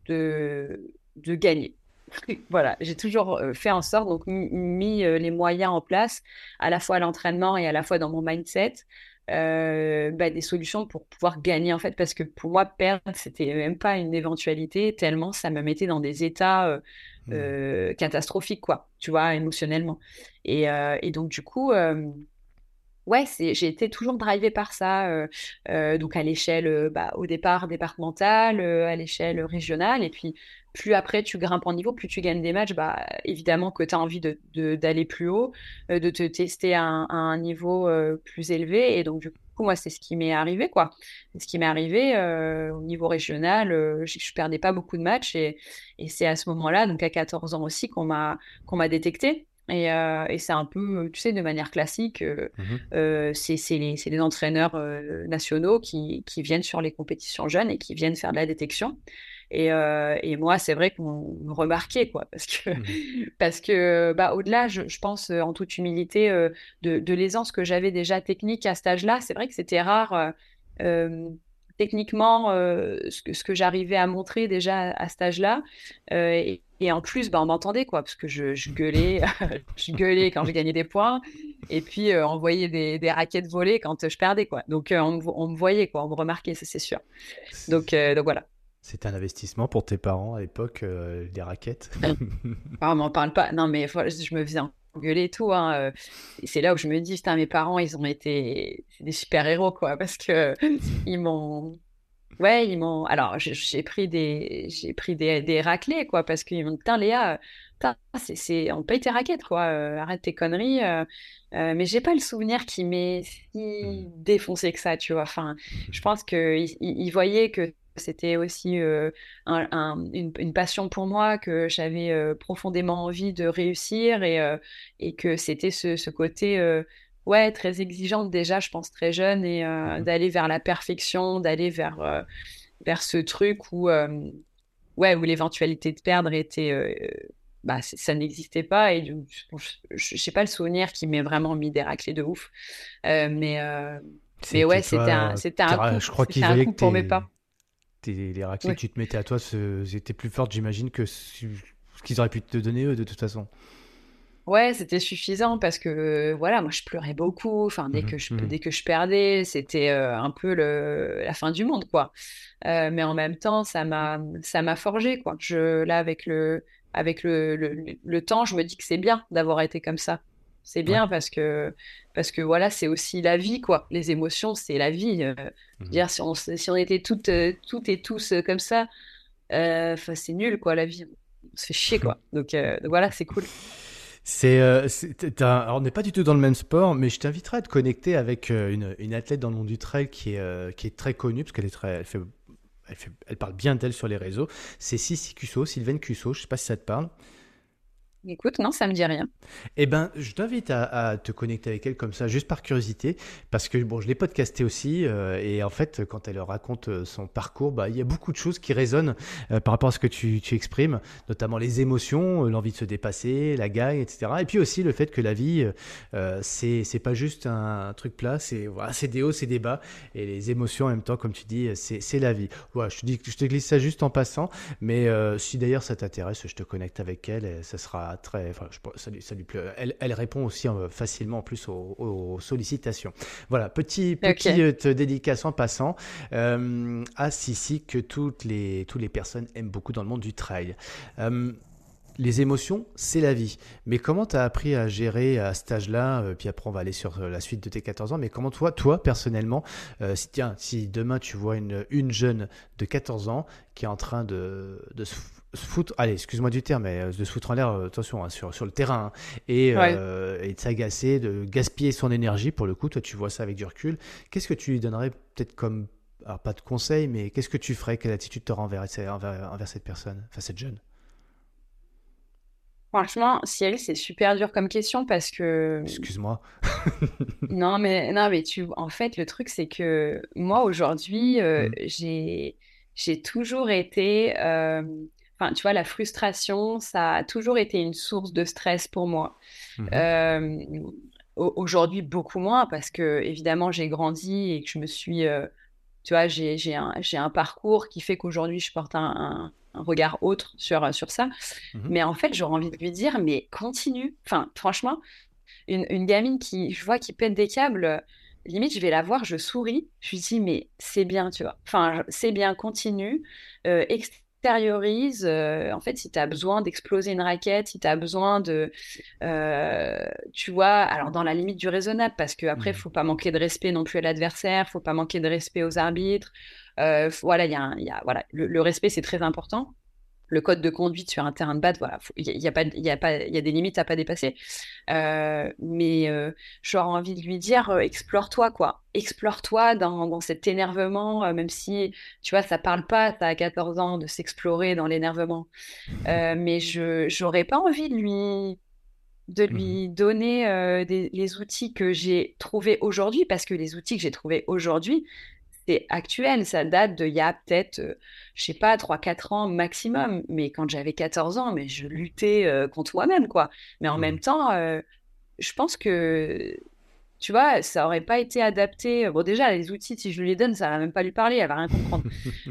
de gagner. Voilà, j'ai toujours fait en sorte, donc mis les moyens en place, à la fois à l'entraînement et à la fois dans mon mindset, bah, des solutions pour pouvoir gagner, en fait, parce que pour moi, perdre, c'était même pas une éventualité, tellement ça me mettait dans des états Hmm. catastrophiques, quoi, tu vois, émotionnellement. Et donc, du coup, ouais, j'ai été toujours drivée par ça, donc à l'échelle, bah, au départ départementale, à l'échelle régionale, et puis plus après tu grimpes en niveau, plus tu gagnes des matchs, bah, évidemment que tu as envie d'aller plus haut, de te tester à un niveau plus élevé, et donc du coup, moi, c'est ce qui m'est arrivé, quoi. C'est ce qui m'est arrivé au niveau régional, je perdais pas beaucoup de matchs, et c'est à ce moment-là, donc à 14 ans aussi, qu'on m'a détecté. Et c'est un peu, tu sais, de manière classique, Mhm. c'est les entraîneurs nationaux qui viennent sur les compétitions jeunes et qui viennent faire de la détection. Et moi, c'est vrai qu'on me remarquait, quoi, parce que, Mhm. parce que bah, au-delà, je pense, en toute humilité, de l'aisance que j'avais déjà technique à cet âge-là, c'est vrai que c'était rare. Euh, Techniquement, ce que j'arrivais à montrer déjà à cet âge-là. Et en plus, bah, on m'entendait, quoi, parce que je gueulais, je gueulais quand je gagnais des points, et puis on voyait des raquettes voler quand je perdais, quoi. Donc on me voyait, quoi, on me remarquait, ça c'est sûr. Donc voilà. C'était un investissement pour tes parents à l'époque, des raquettes. Ah, on m'en parle pas. Non, mais je me faisais engueuler et tout, hein. Et c'est là où je me dis, putain, mes parents, ils ont été des super-héros, quoi, parce que ils m'ont. Ouais, ils m'ont. Alors, j'ai pris des raclés, quoi, parce qu'ils m'ont dit, putain, Léa, putain, on paye tes raquettes, quoi. Arrête tes conneries. Mais j'ai pas le souvenir qui m'ait si Mhm. défoncé que ça, tu vois. Enfin, je pense qu'ils voyaient que c'était aussi une passion pour moi, que j'avais profondément envie de réussir, et que c'était ce côté. Ouais, très exigeante déjà, je pense très jeune, et Mhm. d'aller vers la perfection, d'aller vers ce truc où, ouais, où l'éventualité de perdre était, bah, ça n'existait pas, et bon, je sais pas le souvenir qui m'ait vraiment mis des raclés de ouf. Euh, mais, euh, mais C'était ouais, toi, je crois qu'ils c'était un voyaient coup que pour mes pas. les raclés que Ouais. tu te mettais à toi, étaient plus fortes, j'imagine, que ce qu'ils auraient pu te donner eux, de toute façon. Ouais, c'était suffisant parce que voilà, moi je pleurais beaucoup. Enfin, Mhm. Mhm. dès que je perdais, c'était un peu la fin du monde, quoi. Mais en même temps, ça m'a forgé, quoi. Là, avec avec le temps, je me dis que c'est bien d'avoir été comme ça. C'est Ouais. bien parce que voilà, c'est aussi la vie, quoi. Les émotions, c'est la vie. Je veux Mhm. dire, si on était toutes et tous comme ça, 'fin, c'est nul, quoi, la vie. On se fait chier, quoi. Donc voilà, c'est cool. Alors, on n'est pas du tout dans le même sport, mais je t'inviterai à te connecter avec une athlète dans le monde du trail qui est très connue, parce qu'elle est très, elle parle bien d'elle sur les réseaux. C'est Sissi Cusso, Sylvaine Cusso, je sais pas si ça te parle. Écoute, non, ça me dit rien. Eh ben, je t'invite à te connecter avec elle comme ça, juste par curiosité, parce que bon, je l'ai podcasté aussi, et en fait, quand elle raconte son parcours, bah, il y a beaucoup de choses qui résonnent par rapport à ce que tu exprimes, notamment les émotions, l'envie de se dépasser, la gagne, etc. Et puis aussi le fait que la vie, c'est pas juste un truc plat, c'est voilà, c'est des hauts, c'est des bas, et les émotions en même temps, comme tu dis, c'est la vie. Voilà, je te glisse ça juste en passant, mais si d'ailleurs ça t'intéresse, je te connecte avec elle, et ça sera très, enfin, ça lui plaît. Elle répond aussi facilement en plus aux sollicitations. Voilà, Ok. petite dédicace en passant à Sissi que toutes les personnes aiment beaucoup dans le monde du trail. Euh, les émotions, c'est la vie. Mais comment tu as appris à gérer à cet âge-là, puis après on va aller sur la suite de tes 14 ans, mais comment toi personnellement, si demain tu vois une jeune de 14 ans qui est en train de se foutre, allez, excuse-moi du terme, mais de se foutre en l'air, attention, hein, sur le terrain, hein, Ouais. et de s'agacer, de gaspiller son énergie, pour le coup, toi tu vois ça avec du recul, qu'est-ce que tu lui donnerais peut-être comme, alors pas de conseil, mais qu'est-ce que tu ferais, quelle attitude tu auras envers cette personne, enfin cette jeune? Franchement, Cyril, c'est super dur comme question parce que Excuse-moi. non, mais en fait, le truc, c'est que moi, aujourd'hui, Hmm. j'ai toujours été, enfin, tu vois, la frustration, ça a toujours été une source de stress pour moi. Mhm. Euh, Aujourd'hui, beaucoup moins parce que, évidemment, j'ai grandi et que je me suis, tu vois, j'ai un parcours qui fait qu'aujourd'hui, je porte un regard autre sur ça. Mhm. Mais en fait, j'aurais envie de lui dire, mais continue. Enfin, franchement, une gamine qui, je vois, qui pète des câbles, limite, je vais la voir, je souris, je lui dis, mais c'est bien, tu vois. Enfin, c'est bien, continue, extériorise. En fait, si tu as besoin d'exploser une raquette, si tu as besoin tu vois, alors dans la limite du raisonnable, parce qu'après, il Mhm. faut pas manquer de respect non plus à l'adversaire, faut pas manquer de respect aux arbitres. Voilà, voilà, le respect, c'est très important. Le code de conduite sur un terrain de batte, voilà, il y a pas, il y a pas, il y a des limites à pas dépasser. Mais j'aurais envie de lui dire, explore-toi, quoi. Explore-toi dans cet énervement, même si, tu vois, ça parle pas, t'as 14 ans, de s'explorer dans l'énervement. Mais j'aurais pas envie de lui donner les outils que j'ai trouvés aujourd'hui, parce que les outils que j'ai trouvés aujourd'hui, c'est actuel, ça date d'il y a peut-être, je sais pas, 3 4 ans maximum. Mais quand j'avais 14 ans, mais je luttais contre moi-même, quoi. Mais en même Mhm. temps, je pense que, tu vois, ça aurait pas été adapté. Bon, déjà, les outils, si je lui les donne, ça va même pas lui parler, elle va rien comprendre.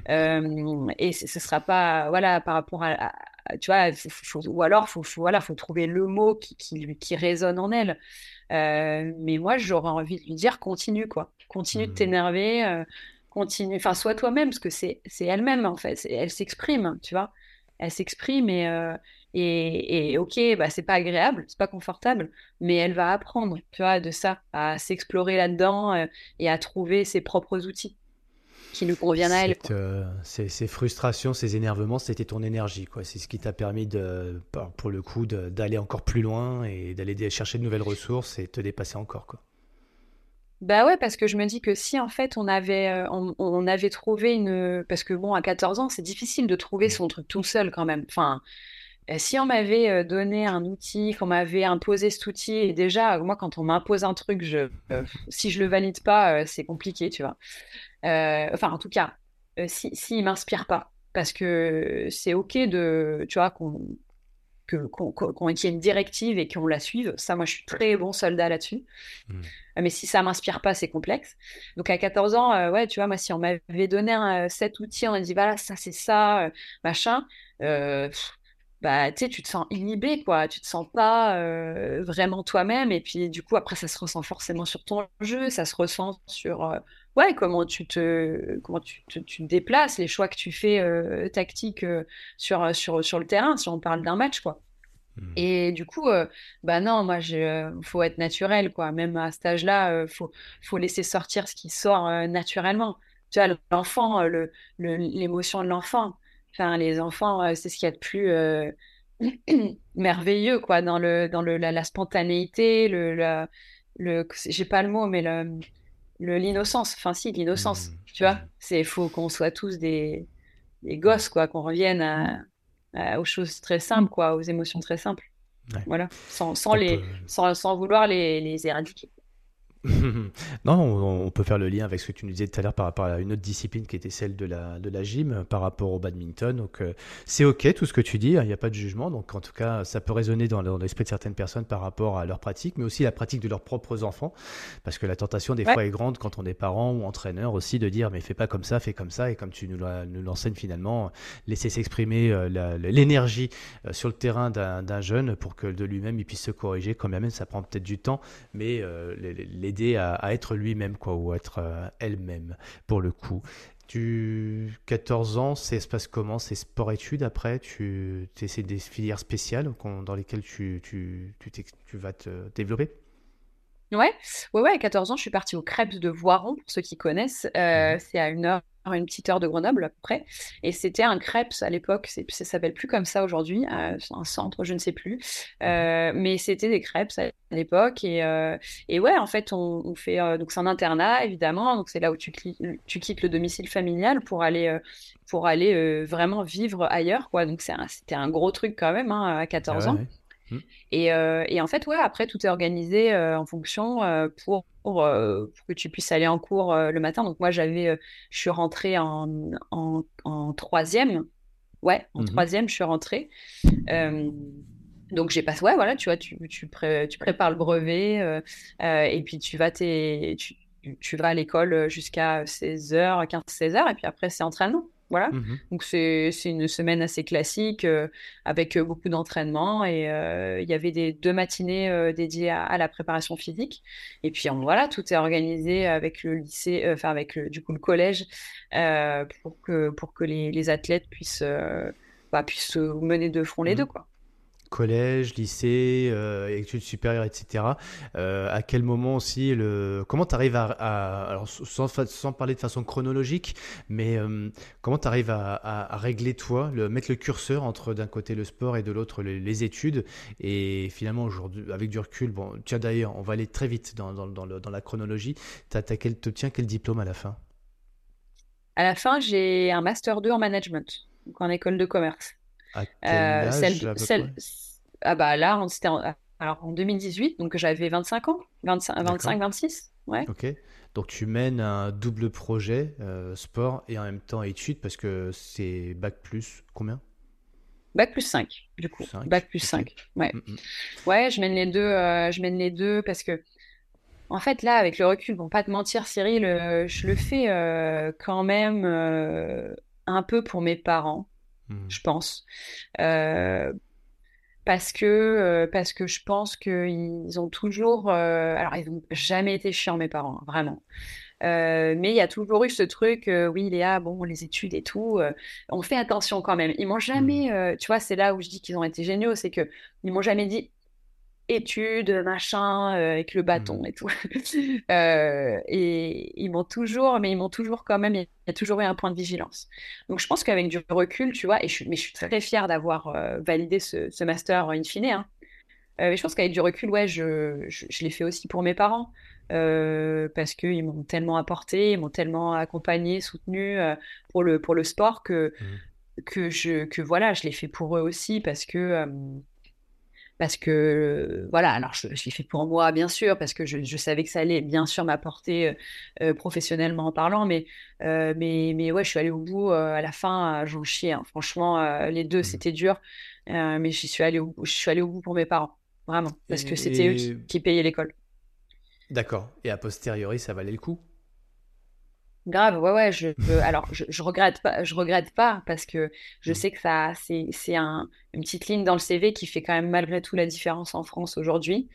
Et ce sera pas, voilà, par rapport tu vois, ou alors, voilà, faut trouver le mot qui résonne en elle. Mais moi, j'aurais envie de lui dire, continue, quoi. Continue de Mhm. t'énerver, continue, enfin, sois toi-même, parce que c'est elle-même, en fait. Elle s'exprime, tu vois. Elle s'exprime et ok, bah, c'est pas agréable, c'est pas confortable, mais elle va apprendre, tu vois, de ça, à s'explorer là-dedans, et à trouver ses propres outils qui lui conviennent à elle, quoi. Ces frustrations, ces énervements, c'était ton énergie, quoi. C'est ce qui t'a permis pour le coup, d'aller encore plus loin et d'aller chercher de nouvelles ressources et te dépasser encore, quoi. Bah ouais, parce que je me dis que si en fait on avait trouvé une... Parce que bon, à 14 ans, c'est difficile de trouver Mm. son truc tout seul quand même. Enfin, si on m'avait donné un outil, qu'on m'avait imposé cet outil, et déjà, moi, quand on m'impose un truc, si je le valide pas, c'est compliqué, tu vois. Enfin, en tout cas, s'il m'inspire pas. Parce que c'est OK tu vois, qu'il y ait une directive et qu'on la suive. Ça, moi, je suis très bon soldat là-dessus. Mm. Mais si ça m'inspire pas, c'est complexe. Donc à 14 ans, ouais, tu vois, moi, si on m'avait donné cet outil, on m'a dit, voilà, ça, c'est ça, machin, bah, tu sais, tu te sens inhibé, quoi. Tu te sens pas vraiment toi-même. Et puis, du coup, après, ça se ressent forcément sur ton jeu, ça se ressent sur, ouais, tu te déplaces, les choix que tu fais tactiques sur le terrain, si on parle d'un match, quoi. Hmm. Et du coup, bah non, moi, faut être naturel, quoi. Même à cet âge-là, faut laisser sortir ce qui sort naturellement. Tu vois, l'enfant, l'émotion de l'enfant. Enfin, les enfants, c'est ce qu'il y a de plus merveilleux, quoi, la spontanéité, j'ai pas le mot, mais l'innocence. Enfin, si, l'innocence. Hmm. Tu vois, faut qu'on soit tous des Hmm. gosses, quoi, qu'on revienne aux choses très simples, quoi, aux émotions très simples. Ouais. Voilà, On peut. sans vouloir les éradiquer. Non, on peut faire le lien avec ce que tu nous disais tout à l'heure par rapport à une autre discipline qui était celle de la gym par rapport au badminton. Donc, c'est OK tout ce que tu dis, hein, il n'y a pas de jugement. Donc, en tout cas, ça peut résonner dans l'esprit de certaines personnes par rapport à leur pratique, mais aussi la pratique de leurs propres enfants. Parce que la tentation, des Ouais, fois, est grande quand on est parent ou entraîneur aussi de dire, mais fais pas comme ça, fais comme ça. Et comme tu nous l'enseignes finalement, laisser s'exprimer l'énergie sur le terrain d'un jeune pour que de lui-même il puisse se corriger, quand bien même ça prend peut-être du temps, mais l'aider à être lui-même, quoi, ou à être elle-même, pour le coup. 14 ans, ça se passe comment? C'est sport-études après? Tu essaies des filières spéciales dans lesquelles tu vas te développer? ouais, ouais, à 14 ans, je suis partie au Crêpes de Voiron, pour ceux qui connaissent. Mhm, C'est à une petite heure de Grenoble, à peu près. Et c'était un Crêpes à l'époque, ça s'appelle plus comme ça aujourd'hui, c'est un centre, je ne sais plus. mhm, Mais c'était des Crêpes à l'époque. Et ouais, en fait, on fait. Donc, c'est un internat, évidemment. Donc, c'est là où tu quittes le domicile familial pour aller vraiment vivre ailleurs, quoi. Donc, c'était un gros truc quand même, hein, à ah 14 ouais, ans. ouais. Mhm, Et en fait, ouais, après, tout est organisé en fonction pour que tu puisses aller en cours le matin. Donc, moi, je suis rentrée en troisième. Ouais, en mhm. troisième, je suis rentrée. Euh, donc, j'ai passé, ouais, voilà, tu vois, tu prépares le brevet et puis tu vas à l'école jusqu'à 16 h 15 16 h et puis après, c'est entraînement. Voilà. Mhm. Donc, c'est une semaine assez classique avec beaucoup d'entraînement et il y avait des 2 matinées dédiées à la préparation physique. Et puis, voilà, tout est organisé avec le lycée, enfin, avec du coup le collège pour que les athlètes puissent mener de front les deux, Mhm. quoi. Collège, lycée, études supérieures, etc. À quel moment aussi comment tu arrives alors sans parler de façon chronologique, mais comment tu arrives à régler toi, mettre le curseur entre d'un côté le sport et de l'autre les études, et finalement aujourd'hui avec du recul, bon, tiens d'ailleurs, on va aller très vite dans la chronologie. T'obtiens quel diplôme à la fin? À la fin, j'ai un master 2 en management, donc en école de commerce. À quel âge à peu près? Ah bah là, alors en 2018, donc j'avais 25 ans, 25, D'accord. 26, ouais. Ok. Donc tu mènes un double projet, sport et en même temps études, parce que c'est bac plus combien? Bac plus 5, du coup. 5. Bac plus Ok. 5, ouais. Mm, mm. Ouais, je mène les deux parce que, en fait, là, avec le recul, bon, pas te mentir, Cyril, je le fais quand même un peu pour mes parents, Mm. je pense. Euh, parce que je pense qu'ils ont toujours. Alors, ils n'ont jamais été chiants, mes parents, hein, vraiment. Mais il y a toujours eu ce truc, oui, Léa, bon, les études et tout, on fait attention quand même. Ils m'ont Mm. jamais. Tu vois, c'est là où je dis qu'ils ont été géniaux, c'est que ils m'ont jamais dit études, machin, avec le Mm. bâton et tout. Et ils m'ont toujours quand même, il y a toujours eu un point de vigilance. Donc je pense qu'avec du recul, tu vois, mais je suis très fière d'avoir validé ce master in fine, hein. Mais je pense qu'avec du recul, ouais, je l'ai fait aussi pour mes parents. Parce qu'ils m'ont tellement apporté, ils m'ont tellement accompagné, soutenu pour le sport Mm. que voilà, je l'ai fait pour eux aussi parce que voilà, alors je l'ai fait pour moi, bien sûr, parce que je savais que ça allait bien sûr m'apporter professionnellement en parlant, mais ouais, je suis allée au bout à la fin, j'en chiais, hein. Franchement, les deux, Mm. c'était dur, mais je suis allée au bout pour mes parents, vraiment, parce que c'était eux qui payaient l'école. D'accord. Et a posteriori, ça valait le coup? Grave, ouais, ouais. Alors, je regrette pas parce que je Mm. sais que une petite ligne dans le CV qui fait quand même malgré tout la différence en France aujourd'hui.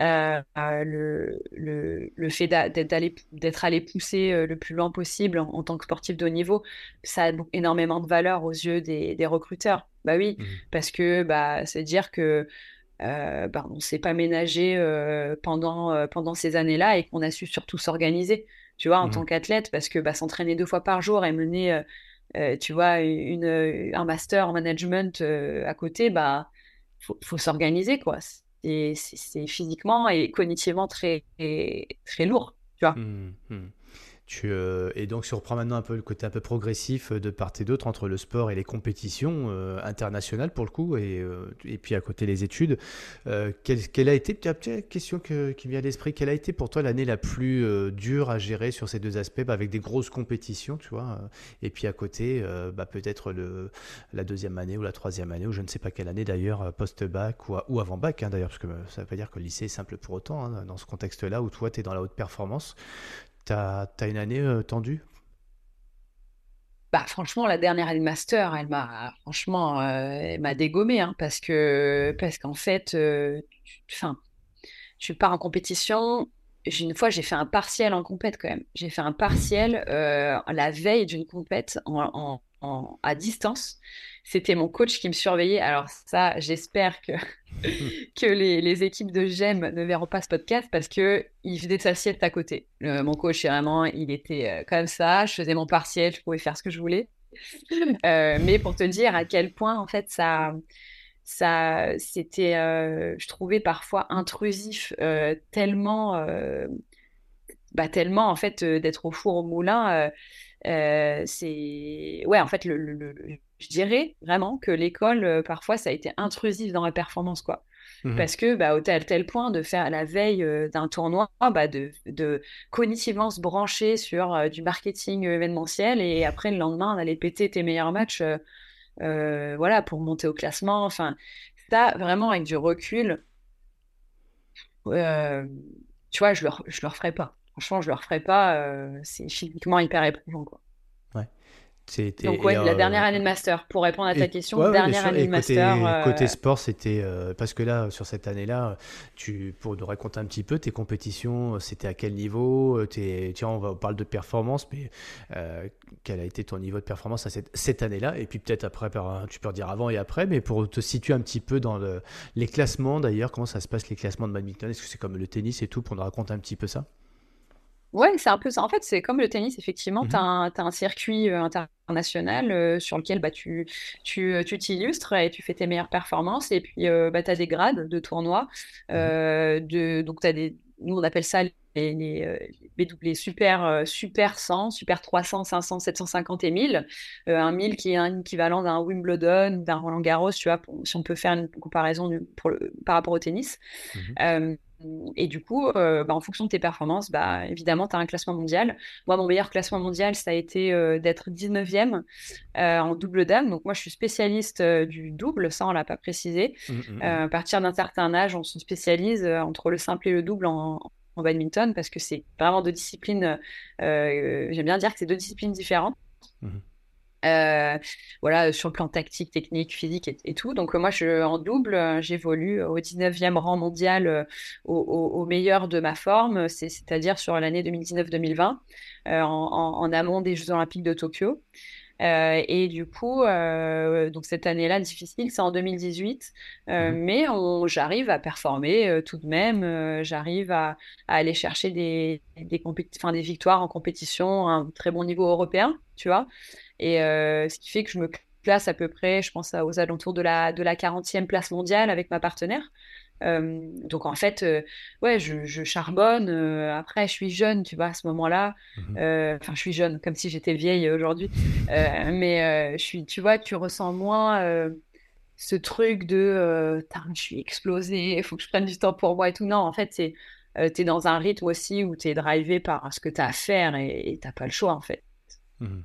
Le fait d'être allé pousser le plus loin possible en tant que sportif de haut niveau, ça a énormément de valeur aux yeux des recruteurs. Bah oui, Mm. parce que bah, c'est dire que bah, on ne s'est pas ménagé pendant ces années-là et qu'on a su surtout s'organiser, tu vois, en Mm. tant qu'athlète, parce que bah, s'entraîner 2 fois par jour et mener, tu vois, un master en management à côté, bah, faut s'organiser, quoi. C'est physiquement et cognitivement très lourd, tu vois. Mm. Mm. Et donc, si on reprend maintenant un peu le côté un peu progressif de part et d'autre entre le sport et les compétitions internationales pour le coup, et puis à côté les études, quelle a été, petite question qui me vient à l'esprit, quelle a été pour toi l'année la plus dure à gérer sur ces deux aspects, bah, avec des grosses compétitions, tu vois, et puis à côté, bah, peut-être la deuxième année ou la troisième année, ou je ne sais pas quelle année d'ailleurs, post-bac ou avant-bac, hein, d'ailleurs, parce que ça ne veut pas dire que le lycée est simple pour autant, hein, dans ce contexte-là où toi, tu es dans la haute performance. T'as une année tendue? Bah, franchement, la dernière année de master, elle m'a dégommé, hein, parce qu'en fait, enfin, tu pars en compétition. Une fois, j'ai fait un partiel en compète quand même. J'ai fait un partiel la veille d'une compète à distance. C'était mon coach qui me surveillait. Alors ça, j'espère que, que les équipes de GEM ne verront pas ce podcast parce que il faisait sa sieste à côté. Mon coach, vraiment, il était comme ça. Je faisais mon partiel, je pouvais faire ce que je voulais. Mais pour te dire à quel point, en fait, c'était, je trouvais parfois intrusif, tellement en fait d'être au four au moulin. Ouais, en fait, je dirais vraiment que l'école, parfois, ça a été intrusif dans ma performance, quoi. Mhm. Parce que, bah, au tel point de faire la veille d'un tournoi, bah, de cognitivement se brancher sur du marketing événementiel et après, le lendemain, d'aller péter tes meilleurs matchs, voilà, pour monter au classement. Enfin, ça, vraiment, avec du recul, euh, tu vois, je le referai pas. Franchement, je le referai pas. C'est physiquement hyper éprouvant, quoi. Ouais. Donc, Et ouais, la dernière année de master, pour répondre à ta question, ouais, ouais, bien dernière sûr. année Et de master. côté sport, c'était parce que là, sur cette année-là, pour nous raconter un petit peu tes compétitions, c'était à quel niveau? Tiens, on parle de performance, mais quel a été ton niveau de performance à cette année-là? Et puis peut-être après, tu peux dire avant et après, mais pour te situer un petit peu dans les classements d'ailleurs, comment ça se passe les classements de badminton? Est-ce que c'est comme le tennis et tout pour nous raconter un petit peu ça? Ouais, c'est un peu ça. En fait, c'est comme le tennis, effectivement. Tu Mhm. as, un circuit international sur lequel bah, tu t'illustres et tu fais tes meilleures performances. Et puis, bah, tu as des grades de tournois. Mhm. Donc, nous, on appelle ça les super 100, super 300, 500, 750 et 1000. Un 1000 qui est un équivalent d'un Wimbledon, d'un Roland-Garros, tu vois, si on peut faire une comparaison par rapport au tennis. Mhm. Euh, et du coup, bah, en fonction de tes performances, bah, évidemment, tu as un classement mondial. Moi, mon meilleur classement mondial, ça a été d'être 19e en double dame. Donc, moi, je suis spécialiste du double, ça, on l'a pas précisé. Mhm. Mhm. À partir d'un certain âge, on se spécialise entre le simple et le double en badminton parce que c'est vraiment deux disciplines. J'aime bien dire que c'est deux disciplines différentes. Mhm. Euh, voilà, sur le plan tactique, technique, physique et tout. Donc, moi, en double, j'évolue au 19e rang mondial au meilleur de ma forme, c'est-à-dire sur l'année 2019-2020, en amont des Jeux Olympiques de Tokyo. Et du coup, donc cette année-là difficile, c'est en 2018, Mhm. mais j'arrive à performer tout de même. J'arrive à aller chercher des victoires en compétition à un très bon niveau européen, tu vois. Et ce qui fait que je me classe à peu près, je pense, aux alentours de la 40e place mondiale avec ma partenaire. Donc en fait, ouais, je charbonne. Après, je suis jeune, tu vois, à ce moment-là. Mhm. Enfin, je suis jeune, comme si j'étais vieille aujourd'hui. Mais tu vois, tu ressens moins ce truc de tain, je suis explosée, il faut que je prenne du temps pour moi et tout. Non, en fait, t'es dans un rythme aussi où t'es drivé par ce que t'as à faire et t'as pas le choix, en fait. Mhm.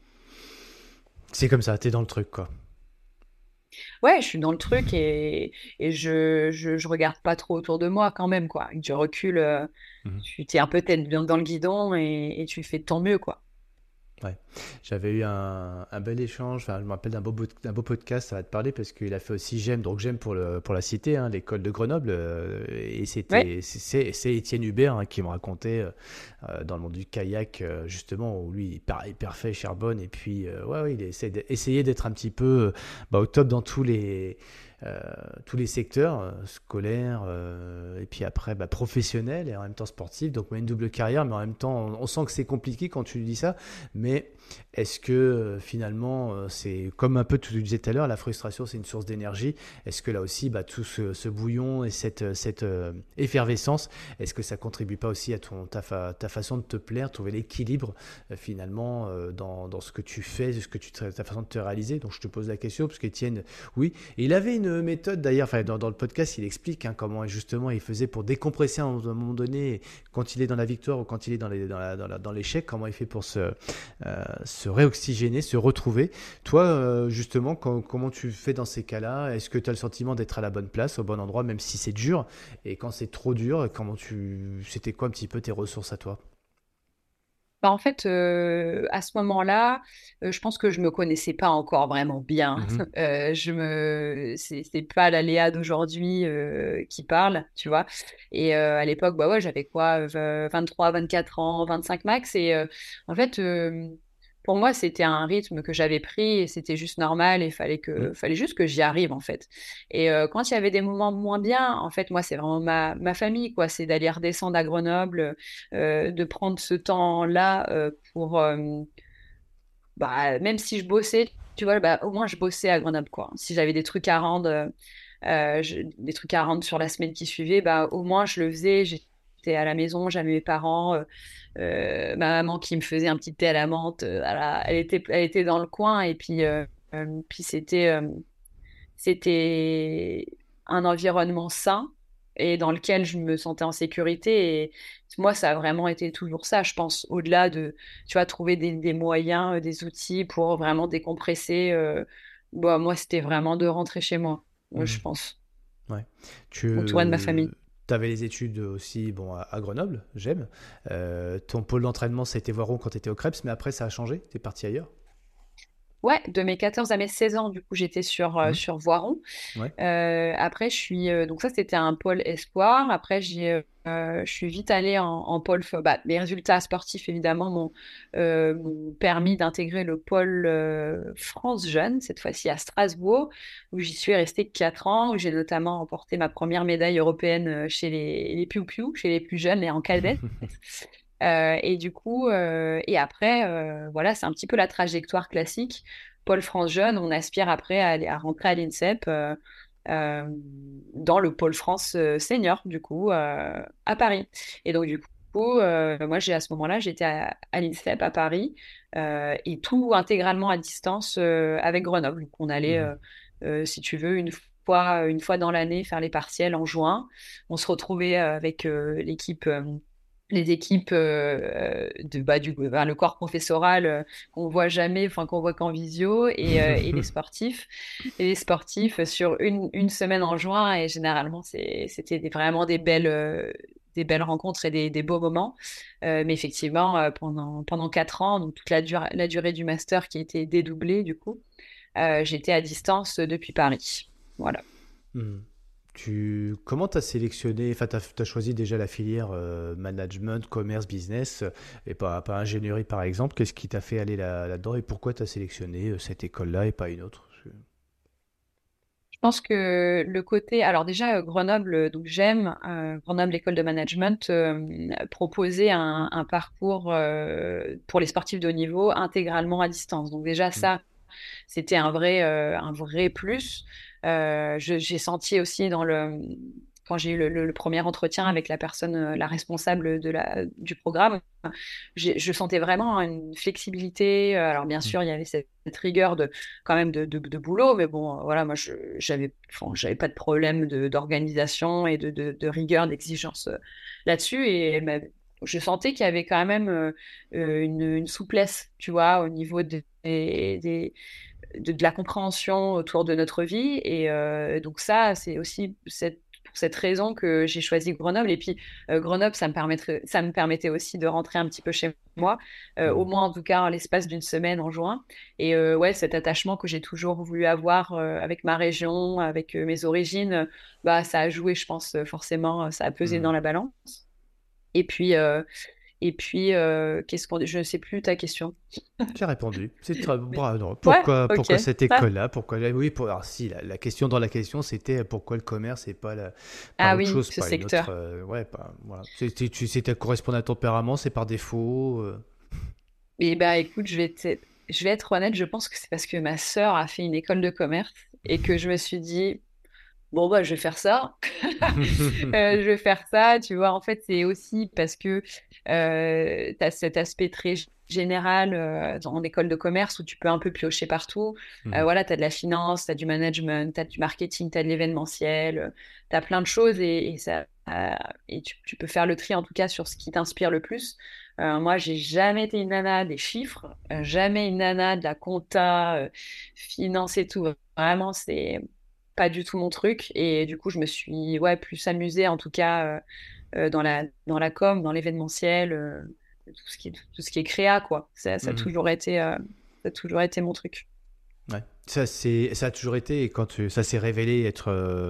C'est comme ça, t'es dans le truc, quoi. Ouais, je suis dans le truc et je regarde pas trop autour de moi quand même, quoi. Avec du recul, Mhm. tu t'es un peu tête dans le guidon et tu fais de ton mieux, quoi. Ouais. J'avais eu un bel échange, enfin, je me rappelle d'un beau podcast, ça va te parler, parce qu'il a fait aussi GEM, donc GEM pour la cité, hein, l'école de Grenoble, et Ouais. c'est Étienne Hubert, hein, qui me racontait dans le monde du kayak, justement, où lui, il parfait Charbonne, et puis, ouais, ouais, essayé d'être un petit peu au top dans tous les secteurs, scolaires, et puis après professionnels, et en même temps sportifs, donc une double carrière, mais en même temps, on sent que c'est compliqué quand tu lui dis ça, mais est-ce que finalement, c'est comme un peu tu disais tout à l'heure, la frustration c'est une source d'énergie. Est-ce que là aussi, tout ce bouillon et cette effervescence, est-ce que ça contribue pas aussi à ta façon de te plaire, trouver l'équilibre finalement dans ce que tu fais, ta façon de te réaliser? Donc je te pose la question, parce qu'Étienne, oui, et il avait une méthode d'ailleurs, enfin, dans le podcast, il explique, hein, comment justement il faisait pour décompresser à un moment donné, quand il est dans la victoire ou quand il est dans l'échec, comment il fait pour se réoxygéner, se retrouver. Toi, justement, comment tu fais dans ces cas-là? Est-ce que tu as le sentiment d'être à la bonne place, au bon endroit, même si c'est dur? Et quand c'est trop dur, c'était quoi un petit peu tes ressources à toi? Bah, en fait, à ce moment-là, je pense que je me connaissais pas encore vraiment bien. Mhm. C'est pas l'aléa d'aujourd'hui qui parle, tu vois. Et à l'époque, bah ouais, j'avais quoi, 23, 24 ans, 25 max. Et en fait, pour moi, c'était un rythme que j'avais pris et c'était juste normal. Et Mhm. fallait juste que j'y arrive, en fait. Et quand il y avait des moments moins bien, en fait, moi, c'est vraiment ma famille, quoi. C'est d'aller redescendre à Grenoble, de prendre ce temps-là pour, même si je bossais, tu vois, au moins je bossais à Grenoble, quoi. Si j'avais des trucs à rendre, des trucs à rendre sur la semaine qui suivait, au moins je le faisais. J'étais à la maison, j'avais mes parents, ma maman qui me faisait un petit thé à la menthe. Voilà, elle était dans le coin et puis c'était un environnement sain et dans lequel je me sentais en sécurité. Et moi, ça a vraiment été toujours ça, je pense, au-delà de, tu vois, trouver des moyens, des outils pour vraiment décompresser. Moi, c'était vraiment de rentrer chez moi, je Mhm. pense, Ouais. entouré de ma Tu famille. avais les études aussi, bon, à Grenoble, j'aime. Ton pôle d'entraînement, c'était Voiron quand tu étais au Krebs, mais après ça a changé, tu es parti ailleurs? Ouais, de mes 14 à mes 16 ans, du coup, j'étais Mhm. sur Voiron. Ouais. Après, donc ça, c'était un pôle espoir. Après, je suis vite allée en pôle. Les résultats sportifs, évidemment, m'ont permis d'intégrer le pôle France Jeune, cette fois-ci à Strasbourg, où j'y suis restée 4 ans, où j'ai notamment remporté ma première médaille européenne chez les Piou-Piou, chez les plus jeunes et en cadette. Et du coup, et après, voilà, c'est un petit peu la trajectoire classique. Pôle France Jeune, on aspire après à rentrer à l'INSEP. Euh, dans le pôle France senior, du coup, à Paris. Et donc, du coup, moi, à ce moment-là, j'étais à l'INSEP à Paris et tout intégralement à distance avec Grenoble. Donc, on allait, Mhm. si tu veux, une fois dans l'année faire les partiels en juin. On se retrouvait avec les équipes le corps professoral qu'on voit jamais, enfin qu'on voit qu'en visio, et les sportifs sur une semaine en juin. Et généralement, c'était vraiment des belles rencontres et des beaux moments. Mais effectivement, pendant 4 ans, donc toute la durée du master qui était dédoublée, du coup, j'étais à distance depuis Paris. Voilà. Mhm. Comment tu as sélectionné, enfin, tu as choisi déjà la filière management, commerce, business, et pas ingénierie par exemple. Qu'est-ce qui t'a fait aller là-dedans, et pourquoi tu as sélectionné cette école-là et pas une autre? Je pense que le côté, alors déjà Grenoble, donc j'aime Grenoble École de Management proposer un parcours pour les sportifs de haut niveau intégralement à distance. Donc déjà Mhm. ça, c'était un vrai plus. J'ai senti aussi quand j'ai eu le premier entretien avec la personne, la responsable du programme, je sentais vraiment une flexibilité. Alors bien sûr, il y avait cette rigueur quand même de boulot, mais bon, voilà, moi, j'avais pas de problème d'organisation et de rigueur, d'exigence là-dessus. Et je sentais qu'il y avait quand même une souplesse, tu vois, au niveau de la compréhension autour de notre vie. Et donc ça, c'est aussi pour cette raison que j'ai choisi Grenoble. Et puis, Grenoble, ça me permettait aussi de rentrer un petit peu chez moi, au Mhm. moins en tout cas, en l'espace d'une semaine en juin. Et ouais, cet attachement que j'ai toujours voulu avoir avec ma région, avec mes origines, bah, ça a joué, je pense, forcément, ça a pesé dans Mhm. la balance. Et puis, qu'est-ce qu'on dit? Je ne sais plus ta question. J'ai répondu. C'est très Mais... bravo. Ouais, ok. Pourquoi cette Ça. école-là? Pourquoi oui, alors si la question dans la question c'était pourquoi le commerce et pas Ah autre oui, chose, ce pas une autre secteur. ouais, pas voilà. C'était correspond à ton tempérament, c'est par défaut. Et bah écoute, je vais être honnête, je pense que c'est parce que ma sœur a fait une école de commerce et que je me suis dit, bon, bah, je vais faire ça. Je vais faire ça, tu vois. En fait, c'est aussi parce que tu as cet aspect très général en école de commerce où tu peux un peu piocher partout. Mhm. Voilà, tu as de la finance, tu as du management, tu as du marketing, tu as de l'événementiel, tu as plein de choses et tu peux faire le tri en tout cas sur ce qui t'inspire le plus. Moi, j'ai jamais été une nana des chiffres, jamais une nana de la compta, finance et tout. Vraiment, c'est pas du tout mon truc. Et du coup, je me suis ouais, plus amusée, en tout cas, dans la com, dans l'événementiel, tout ce qui est créa, quoi. Ça a Mhm. toujours été, ça a toujours été mon truc. Ouais. Ça a toujours été, et ça s'est révélé être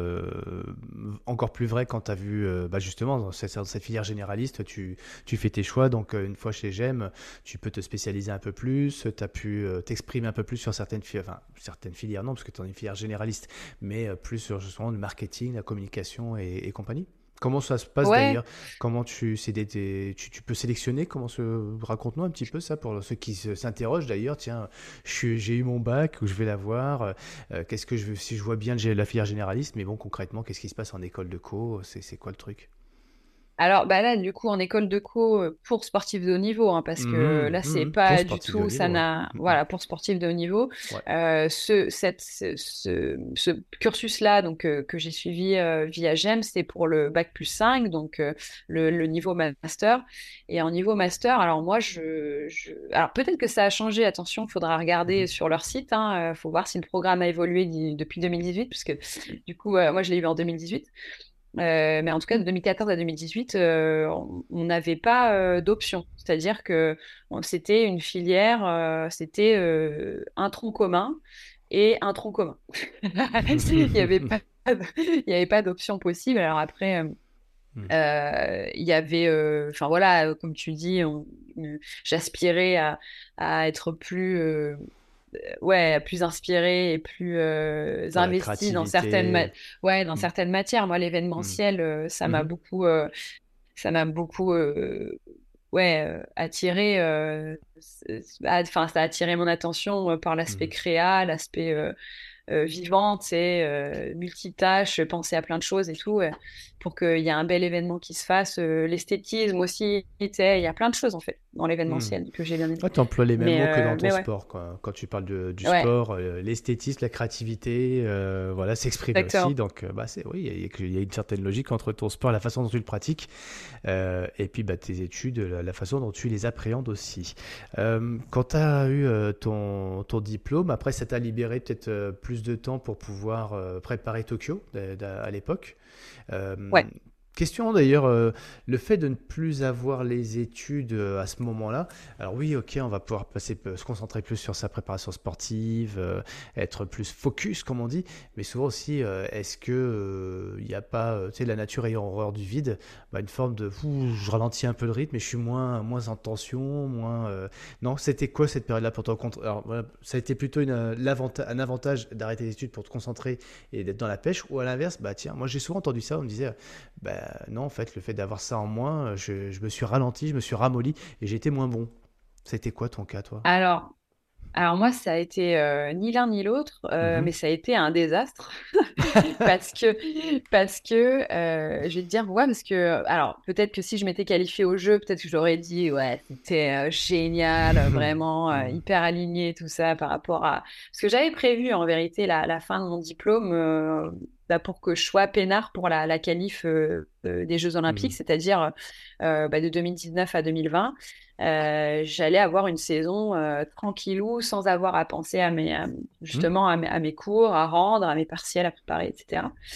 encore plus vrai quand tu as vu, bah justement, dans cette filière généraliste, tu fais tes choix. Donc, une fois chez GEM, tu peux te spécialiser un peu plus, tu as pu t'exprimer un peu plus sur certaines filières, non, parce que tu es dans une filière généraliste, mais plus sur justement le marketing, la communication et compagnie. Comment ça se passe Ouais, d'ailleurs? Comment tu peux sélectionner? Raconte-nous un petit peu ça pour ceux qui s'interrogent d'ailleurs. Tiens, j'ai eu mon bac ou je vais l'avoir. Qu'est-ce que je veux, si je vois bien la filière généraliste, mais bon, concrètement, qu'est-ce qui se passe en école de co? C'est quoi le truc? alors bah là, du coup, en école de co pour sportifs de haut niveau, hein, parce que Mhm, là, c'est mhm. Pour pas du sportif de haut tout, ça niveau, ouais. n'a, Mhm. voilà, pour sportifs de haut niveau, Ouais. ce cursus-là, donc que j'ai suivi via GEM, c'est pour le bac plus 5, donc le niveau master. Et en niveau master, alors moi, alors peut-être que ça a changé. Attention, il faudra regarder Mhm. sur leur site. Faut voir si le programme a évolué depuis 2018, puisque du coup, moi, je l'ai eu en 2018. Mais en tout cas, de 2014 à 2018, on n'avait pas d'option. C'est-à-dire que c'était une filière, c'était un tronc commun et un tronc commun. Il n'y avait pas, il y avait pas d'option possible. Alors après, Mhm. il y avait, enfin voilà, comme tu dis, j'aspirais à être plus ouais, plus inspiré et plus Dans la investi créativité. ouais, dans Mhm. certaines matières. Moi, Mhm. l'événementiel, Mhm. ça m'a beaucoup ouais, attiré. Enfin, ça a attiré mon attention par l'aspect Mhm. créa, l'aspect vivante, c'est multitâche, penser à plein de choses et tout, pour qu'il y ait un bel événement qui se fasse. L'esthétisme aussi, tu sais, il y a plein de choses en fait dans Mhm. l'événementiel que j'ai bien aimé. Ouais, tu emploies les mêmes mots que dans ton Mais ouais, sport, quoi. Quand tu parles du ouais, sport, l'esthétisme, la créativité, voilà, s'exprimer aussi. exactement. Donc, bah, oui, il y a une certaine logique entre ton sport et la façon dont tu le pratiques, et puis bah, tes études, la façon dont tu les appréhendes aussi. Quand tu as eu ton diplôme, après, ça t'a libéré peut-être plus de temps pour pouvoir préparer Tokyo à l'époque. Euh, Ouais. Question d'ailleurs, le fait de ne plus avoir les études à ce moment-là, alors oui, ok, on va pouvoir se concentrer plus sur sa préparation sportive, être plus focus, comme on dit, mais souvent aussi, est-ce que il n'y a pas, tu sais, la nature ayant horreur du vide, bah, une forme de, je ralentis un peu le rythme, et je suis moins en tension, moins. Non, c'était quoi cette période-là pour toi? Alors, voilà, ça a été plutôt un avantage d'arrêter les études pour te concentrer et d'être dans la pêche, ou à l'inverse, bah tiens, moi j'ai souvent entendu ça, on me disait. Ben non, en fait, le fait d'avoir ça en moins, je me suis ralenti, je me suis ramolli et j'ai été moins bon. C'était quoi ton cas, toi? Alors, alors moi, ça a été ni l'un ni l'autre, Mhm. mais ça a été un désastre parce que je vais te dire ouais parce que alors peut-être que si je m'étais qualifiée au jeu, peut-être que j'aurais dit ouais c'était génial, vraiment Mhm. hyper aligné tout ça par rapport à parce que j'avais prévu en vérité la fin de mon diplôme bah, pour que je sois peinard pour la qualif des Jeux Olympiques, Mhm. c'est-à-dire bah, de 2019 à 2020. J'allais avoir une saison tranquillou sans avoir à penser Mhm. justement à mes cours, à rendre, à mes partiels à préparer, etc.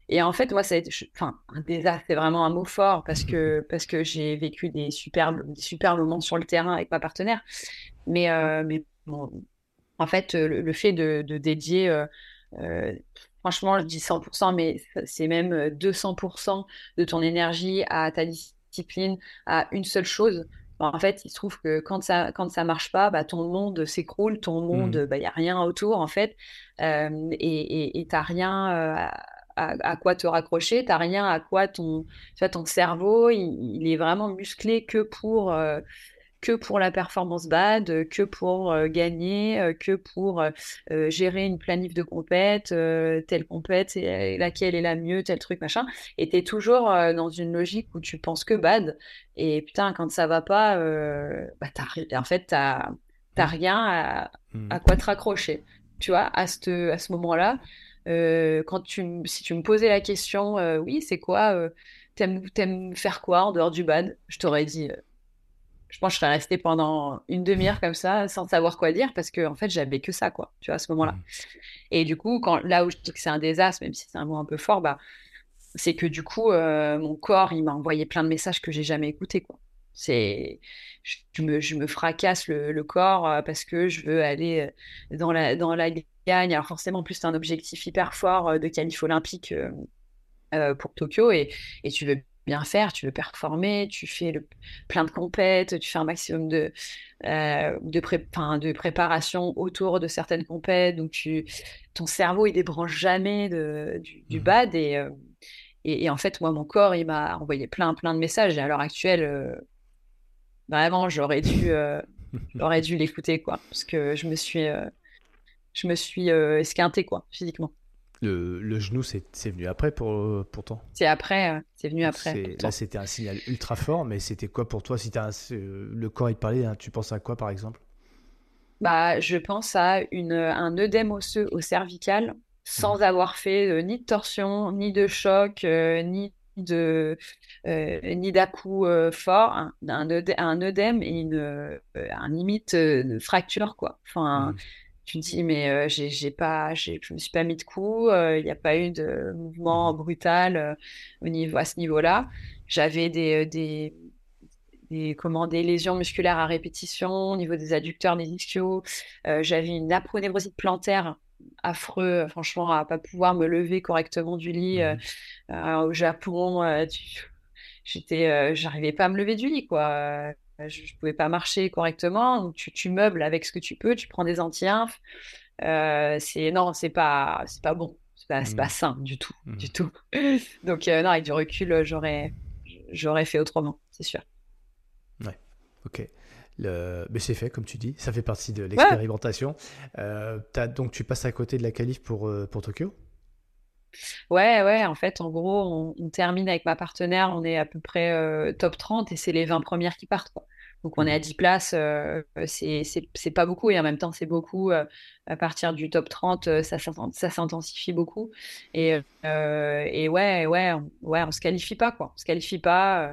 Et en fait, moi, ça a été, enfin, un désastre, c'est vraiment un mot fort parce que j'ai vécu des super moments sur le terrain avec ma partenaire. Mais bon, en fait, le fait de dédier, euh, franchement, je dis 100%, mais c'est même 200% de ton énergie à ta discipline, à une seule chose. Bah, en fait, il se trouve que quand ça marche pas, bah, ton monde s'écroule, ton monde, Mhm. bah, il y a rien autour, en fait, et t'as rien à quoi te raccrocher, t'as rien à quoi tu vois, ton cerveau, il est vraiment musclé que pour la performance bad, que pour gagner, que pour gérer une planif de compète, telle compète, c'est laquelle est la mieux, tel truc, machin. Et t'es toujours dans une logique où tu penses que bad. Et putain, quand ça va pas, bah, en fait, t'as Ouais. rien Mhm. à quoi te raccrocher. Tu vois, à ce moment-là, si tu me posais la question, oui, c'est quoi, t'aimes faire quoi en dehors du bad? Je t'aurais dit, je pense que je serais restée pendant une demi-heure comme ça, sans savoir quoi dire, parce que en fait, j'avais que ça, quoi, tu vois, à ce moment-là. Mhm. Et du coup, là où je dis que c'est un désastre, même si c'est un mot un peu fort, bah, c'est que du coup, mon corps, il m'a envoyé plein de messages que j'ai jamais écoutés, quoi. C'est, je me fracasse le corps parce que je veux aller dans la gagne. Alors forcément, en plus, c'est un objectif hyper fort de qualif olympique pour Tokyo et tu veux bien faire, tu veux performer, tu fais plein de compètes, tu fais un maximum de préparation autour de certaines compètes, donc ton cerveau il débranche jamais du Mhm. bad et en fait moi mon corps il m'a envoyé plein de messages et à l'heure actuelle vraiment j'aurais dû l'écouter quoi parce que je me suis esquintée quoi physiquement. Le genou, c'est venu après pourtant. C'est venu Donc après là, pourtant. c'était un signal ultra fort, mais c'était quoi pour toi si le corps il te parlait, hein, tu penses à quoi par exemple? Bah, je pense à un œdème osseux au cervical Mhm. sans avoir fait ni de torsion, ni de choc, ni d'à-coup fort, un œdème et un limite de fracture, quoi. Enfin, Mhm. tu te dis, mais je me suis pas mis de coup, il n'y a pas eu de mouvement Mhm. brutal à ce niveau-là. J'avais des lésions musculaires à répétition au niveau des adducteurs, des ischios. J'avais une aponevrosite plantaire affreux, franchement, à pas pouvoir me lever correctement du lit. Mhm. Au Japon, j'arrivais pas à me lever du lit, quoi. Je pouvais pas marcher correctement. Donc tu meubles avec ce que tu peux, tu prends des anti-inf. Non, c'est pas bon. C'est pas Mhm. sain du tout, du Mhm. tout. Donc non, avec du recul, j'aurais fait autrement, c'est sûr. Ouais, ok. Mais c'est fait, comme tu dis, ça fait partie de Ouais, l'expérimentation. Donc tu passes à côté de la qualif pour Tokyo? ouais, en fait, en gros, on termine avec ma partenaire, on est à peu près top 30 et c'est les 20 premières qui partent, quoi. Donc on est à Mhm. 10 places, c'est pas beaucoup et en même temps c'est beaucoup. À partir du top 30, ça s'intensifie beaucoup. Et ouais, on se qualifie pas, quoi. On se qualifie pas.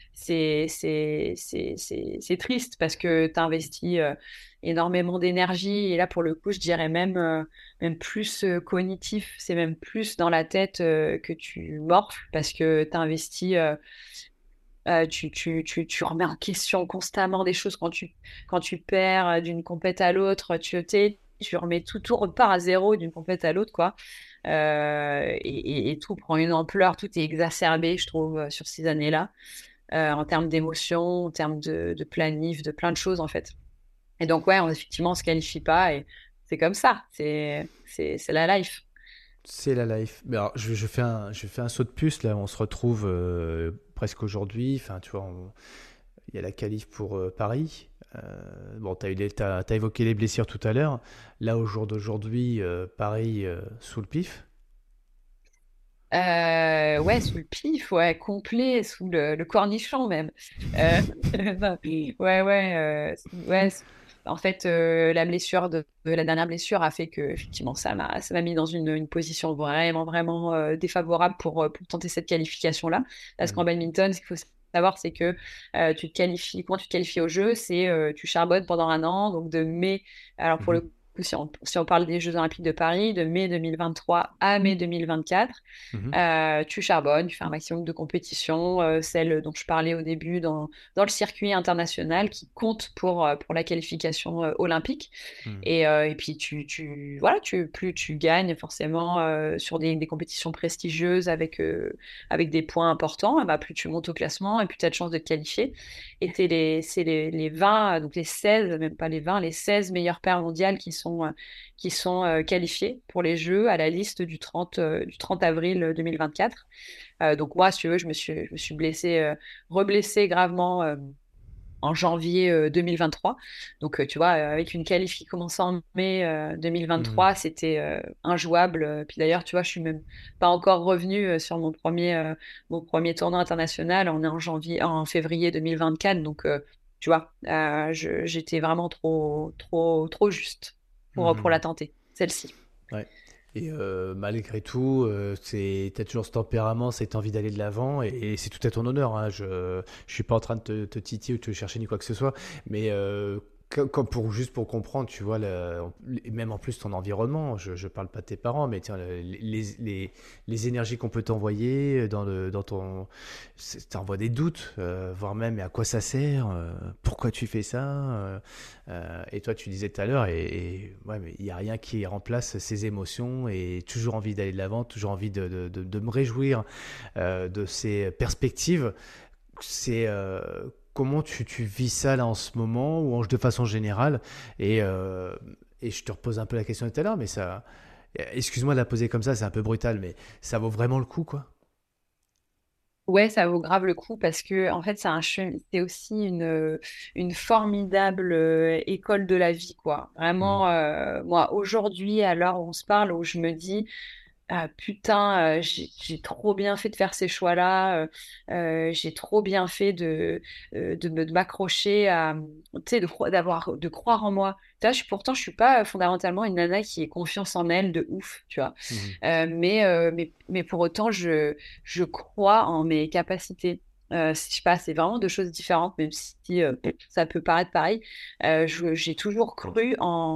C'est triste parce que tu investis énormément d'énergie. Et là, pour le coup, je dirais même plus cognitif, c'est même plus dans la tête que tu morfles parce que tu investis, tu remets en question constamment des choses quand tu perds d'une compète à l'autre, tu remets tout repart à zéro d'une compète à l'autre, quoi. Et tout prend une ampleur, tout est exacerbé, je trouve, sur ces années-là en termes d'émotion, en termes de planif, de plein de choses en fait. Et donc ouais, effectivement, on se qualifie pas et c'est comme ça, c'est la life. C'est la life. Mais alors, je fais un saut de puce là. On se retrouve presque aujourd'hui. Enfin, tu vois, il y a la qualif pour Paris. Bon, t'as évoqué les blessures tout à l'heure. Là, au jour d'aujourd'hui, Paris sous le pif. Ouais, sous le pif, ouais, complet, sous le cornichon même. Euh, non, ouais. En fait, la blessure de la dernière blessure a fait que effectivement ça m'a mis dans une position vraiment défavorable pour tenter cette qualification-là. Parce Mhm. qu'en badminton, ce qu'il faut savoir, c'est que tu te qualifies, comment tu te qualifies au jeu, c'est tu charbonnes pendant un an, donc de mai. Alors pour Mhm. le coup, si on parle des Jeux Olympiques de Paris, de mai 2023 à mai 2024, Mhm. tu charbonnes, tu fais un maximum de compétitions, celles dont je parlais au début dans le circuit international qui compte pour la qualification olympique. Mhm. Et puis, voilà, plus tu gagnes forcément sur des compétitions prestigieuses avec des points importants, bah, plus tu montes au classement et plus tu as de chances de te qualifier. Et c'est les 20, donc les 16, même pas les 20, les 16 meilleures paires mondiales qui sont qualifiées pour les Jeux à la liste du 30 avril 2024. Donc moi, si tu veux, je me suis blessée, reblessée gravement en janvier 2023. Donc, tu vois, avec une qualif qui commençait en mai Mhm. 2023, c'était injouable. Puis d'ailleurs, tu vois, je suis même pas encore revenue sur mon premier tournoi international. On est en février 2024. Donc, tu vois, j'étais vraiment trop, trop, trop juste pour la Mhm. tenter, celle-ci. Ouais. Et malgré tout, t'as toujours ce tempérament, cette envie d'aller de l'avant, et c'est tout à ton honneur, hein. Je suis pas en train de te titiller ou de te chercher ni quoi que ce soit, mais comme juste pour comprendre, tu vois, et même en plus ton environnement, je parle pas de tes parents, mais tiens, les énergies qu'on peut t'envoyer dans ton, t'envoies des doutes, voire même, mais à quoi ça sert, pourquoi tu fais ça, et toi, tu disais tout à l'heure, ouais, mais il n'y a rien qui remplace ces émotions et toujours envie d'aller de l'avant, toujours envie de me réjouir de ces perspectives. Comment tu vis ça là en ce moment ou de façon générale et, euh, et je te repose un peu la question de tout à l'heure, mais ça, excuse-moi de la poser comme ça, c'est un peu brutal, mais ça vaut vraiment le coup, quoi. Ouais, ça vaut grave le coup parce que en fait, c'est aussi une formidable école de la vie, quoi. Mhm. Vraiment, moi, aujourd'hui, à l'heure où on se parle, où je me dis, ah, putain, j'ai trop bien fait de faire ces choix-là. J'ai trop bien fait de m'accrocher à, tu sais, de croire en moi. Tu vois, pourtant, je suis pas fondamentalement une nana qui ait confiance en elle de ouf, tu vois. Mhm. Mais pour autant, je crois en mes capacités. Je sais pas, c'est vraiment deux choses différentes, même si ça peut paraître pareil. J'ai toujours cru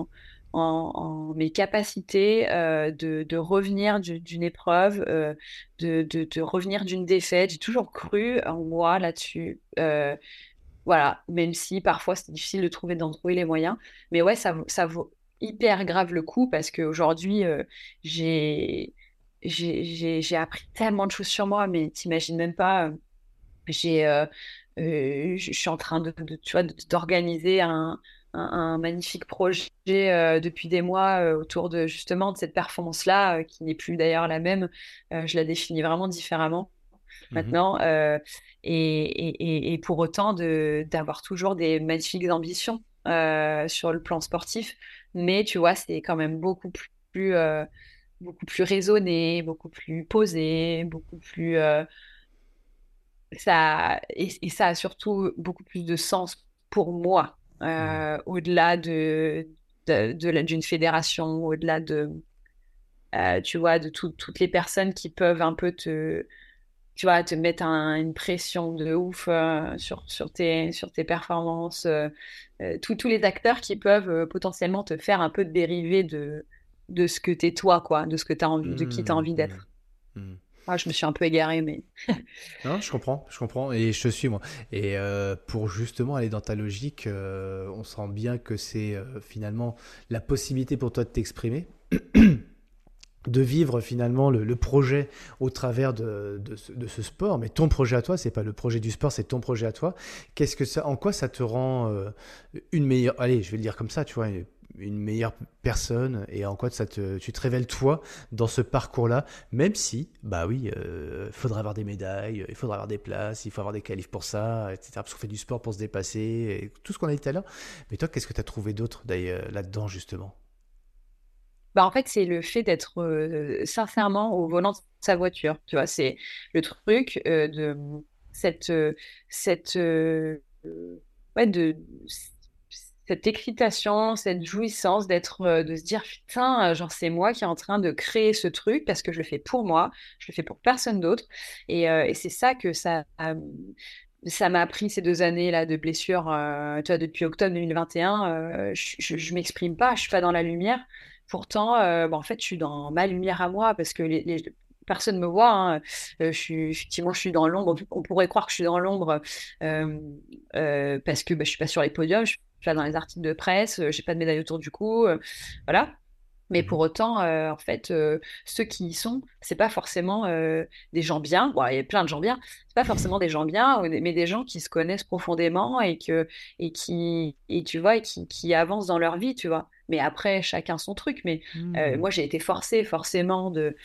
en mes capacités de revenir d'une épreuve, de revenir d'une défaite. J'ai toujours cru en moi là-dessus. Voilà, même si parfois c'est difficile de d'en trouver les moyens. Mais ouais, ça vaut hyper grave le coup parce qu'aujourd'hui, j'ai, j'ai appris tellement de choses sur moi, mais t'imagines même pas. J'ai, je suis en train tu vois, d'organiser un magnifique projet depuis des mois autour de justement de cette performance-là, qui n'est plus d'ailleurs la même. Je la définis vraiment différemment Mhm. maintenant. Et pour autant, d'avoir toujours des magnifiques ambitions sur le plan sportif. Mais tu vois, c'est quand même beaucoup plus raisonné, beaucoup plus posé, beaucoup plus et ça a surtout beaucoup plus de sens pour moi, Mhm. au-delà d'une fédération, au-delà tu vois, de toutes les personnes qui peuvent un peu tu vois, te mettre une pression de ouf sur tes performances, tous les acteurs qui peuvent potentiellement te faire un peu dériver de ce que t'es toi, quoi, de ce que t'as envie, de qui t'as Mhm. envie Mhm. d'être. Mhm. Ah, je me suis un peu égarée, mais Non, je comprends, et je te suis moi. Et pour justement aller dans ta logique, on sent bien que c'est finalement la possibilité pour toi de t'exprimer, de vivre finalement le projet au travers de ce sport. Mais ton projet à toi, c'est pas le projet du sport, c'est ton projet à toi. En quoi ça te rend une meilleure, allez, je vais le dire comme ça, tu vois, une meilleure personne, et en quoi tu te révèles toi dans ce parcours-là, même si, bah oui, il faudra avoir des médailles, il faudra avoir des places, il faut avoir des qualifs pour ça, etc. Parce qu'on fait du sport pour se dépasser, et tout ce qu'on a dit tout à l'heure. Mais toi, qu'est-ce que tu as trouvé d'autre d'ailleurs là-dedans, justement? bah, en fait, c'est le fait d'être sincèrement au volant de sa voiture. Tu vois, c'est le truc de cette, cette, ouais, cette excitation, cette jouissance de se dire, putain, genre, c'est moi qui est en train de créer ce truc parce que je le fais pour moi, je le fais pour personne d'autre. Et c'est ça que ça. ça m'a pris ces 2 années-là de blessure. Tu vois, depuis octobre 2021, je m'exprime pas, je suis pas dans la lumière. Pourtant, en fait, je suis dans ma lumière à moi parce que personne me voit. Hein. Effectivement, je suis dans l'ombre. On pourrait croire que je suis dans l'ombre euh, parce que je suis pas sur les podiums, je suis pas dans les articles de presse, j'ai pas de médaille autour du cou. Voilà. Mais pour Mhm. autant, en fait, ceux qui y sont, c'est pas forcément des gens bien. Bon, il y a plein de gens bien. C'est pas forcément des gens bien, mais des gens qui se connaissent profondément et tu vois, et qui avancent dans leur vie, tu vois. Mais après, chacun son truc. Mais Hmm. moi, j'ai été forcée forcément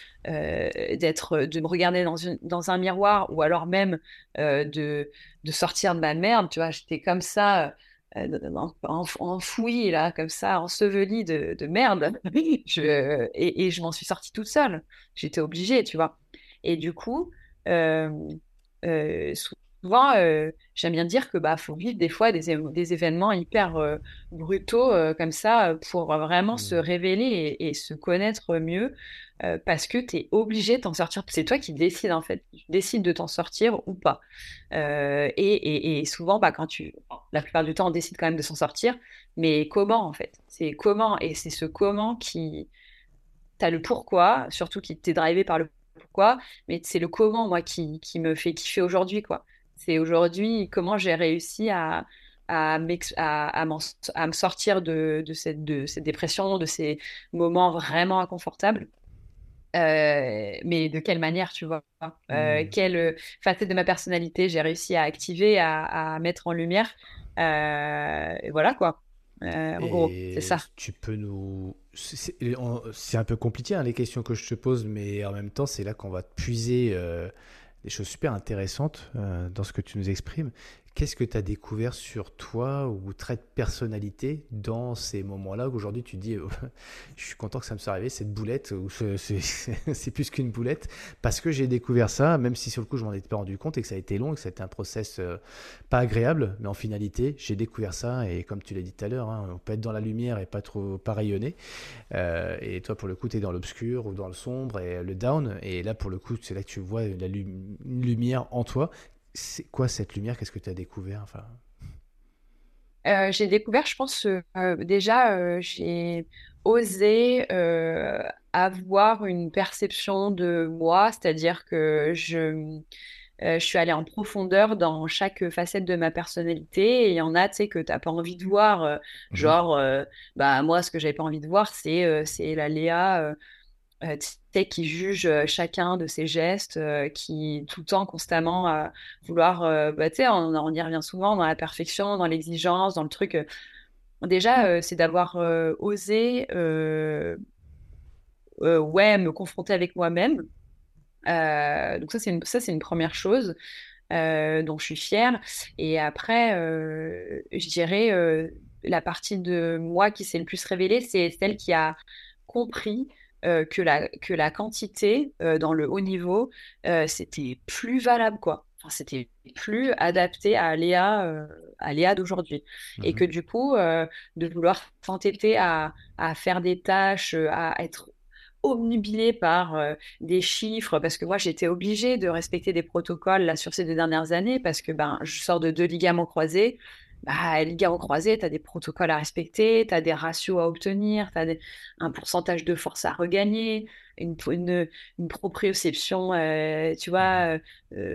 de me regarder dans un miroir ou alors même de sortir de ma merde. Tu vois, j'étais comme ça. Enfouie là, comme ça, ensevelie de merde. Et je m'en suis sortie toute seule. J'étais obligée, tu vois. Et du coup, euh, souvent, j'aime bien dire que faut vivre des fois des événements hyper brutaux comme ça pour vraiment se Hmm. révéler et se connaître mieux parce que tu es obligé de t'en sortir. C'est toi qui décides en fait. Tu décides de t'en sortir ou pas. Et souvent, la plupart du temps, on décide quand même de s'en sortir. Mais comment en fait? C'est comment et c'est ce comment qui t'as le pourquoi, surtout qui t'est drivé par le pourquoi, mais c'est le comment, moi, qui me fait kiffer aujourd'hui, quoi. C'est aujourd'hui comment j'ai réussi à me sortir de cette dépression, de ces moments vraiment inconfortables. Mais de quelle manière, tu vois? Hmm. Quelle facette de ma personnalité j'ai réussi à activer, à mettre en lumière. Et voilà, quoi. En gros, c'est Et ça. tu peux nous... C'est un peu compliqué, hein, les questions que je te pose, mais en même temps, c'est là qu'on va puiser des choses super intéressantes dans ce que tu nous exprimes. Qu'est-ce que tu as découvert sur toi ou trait de personnalité dans ces moments-là où aujourd'hui tu te dis je suis content que ça me soit arrivé, cette boulette, ou c'est plus qu'une boulette, parce que j'ai découvert ça, même si sur le coup je m'en étais pas rendu compte et que ça a été long et que ça a été un process pas agréable, mais en finalité j'ai découvert ça et comme tu l'as dit tout à l'heure, hein, on peut être dans la lumière et pas trop pas rayonner. Et toi, pour le coup, tu es dans l'obscur ou dans le sombre et le down. Et là, pour le coup, c'est là que tu vois une lumière en toi. C'est quoi cette lumière? Qu'est-ce que tu as découvert? Enfin, J'ai découvert, je pense, déjà, j'ai osé avoir une perception de moi, c'est-à-dire que je suis allée en profondeur dans chaque facette de ma personnalité. Et il y en a, tu sais, que t'as pas envie de voir. mhm, Genre, moi, ce que j'avais pas envie de voir, c'est la Léa. Tu sais, qui juge chacun de ses gestes, qui tout le temps constamment vouloir, tu sais, on y revient souvent dans la perfection, dans l'exigence, dans le truc. Déjà, c'est d'avoir osé, ouais, me confronter avec moi-même. Donc ça, c'est une première chose dont je suis fière. Et après, je dirais la partie de moi qui s'est le plus révélée, c'est celle qui a compris que la quantité dans le haut niveau, c'était plus valable, quoi. Enfin, c'était plus adapté à Léa d'aujourd'hui. Et mhm, que du coup, de vouloir s'entêter à faire des tâches, à être omnubilé par des chiffres, parce que moi j'étais obligée de respecter des protocoles là sur ces 2 dernières années, parce que je sors de 2 ligaments croisés. Ligaments croisés, tu as des protocoles à respecter, tu as des ratios à obtenir, tu as un pourcentage de force à regagner, une proprioception, tu mhm, vois,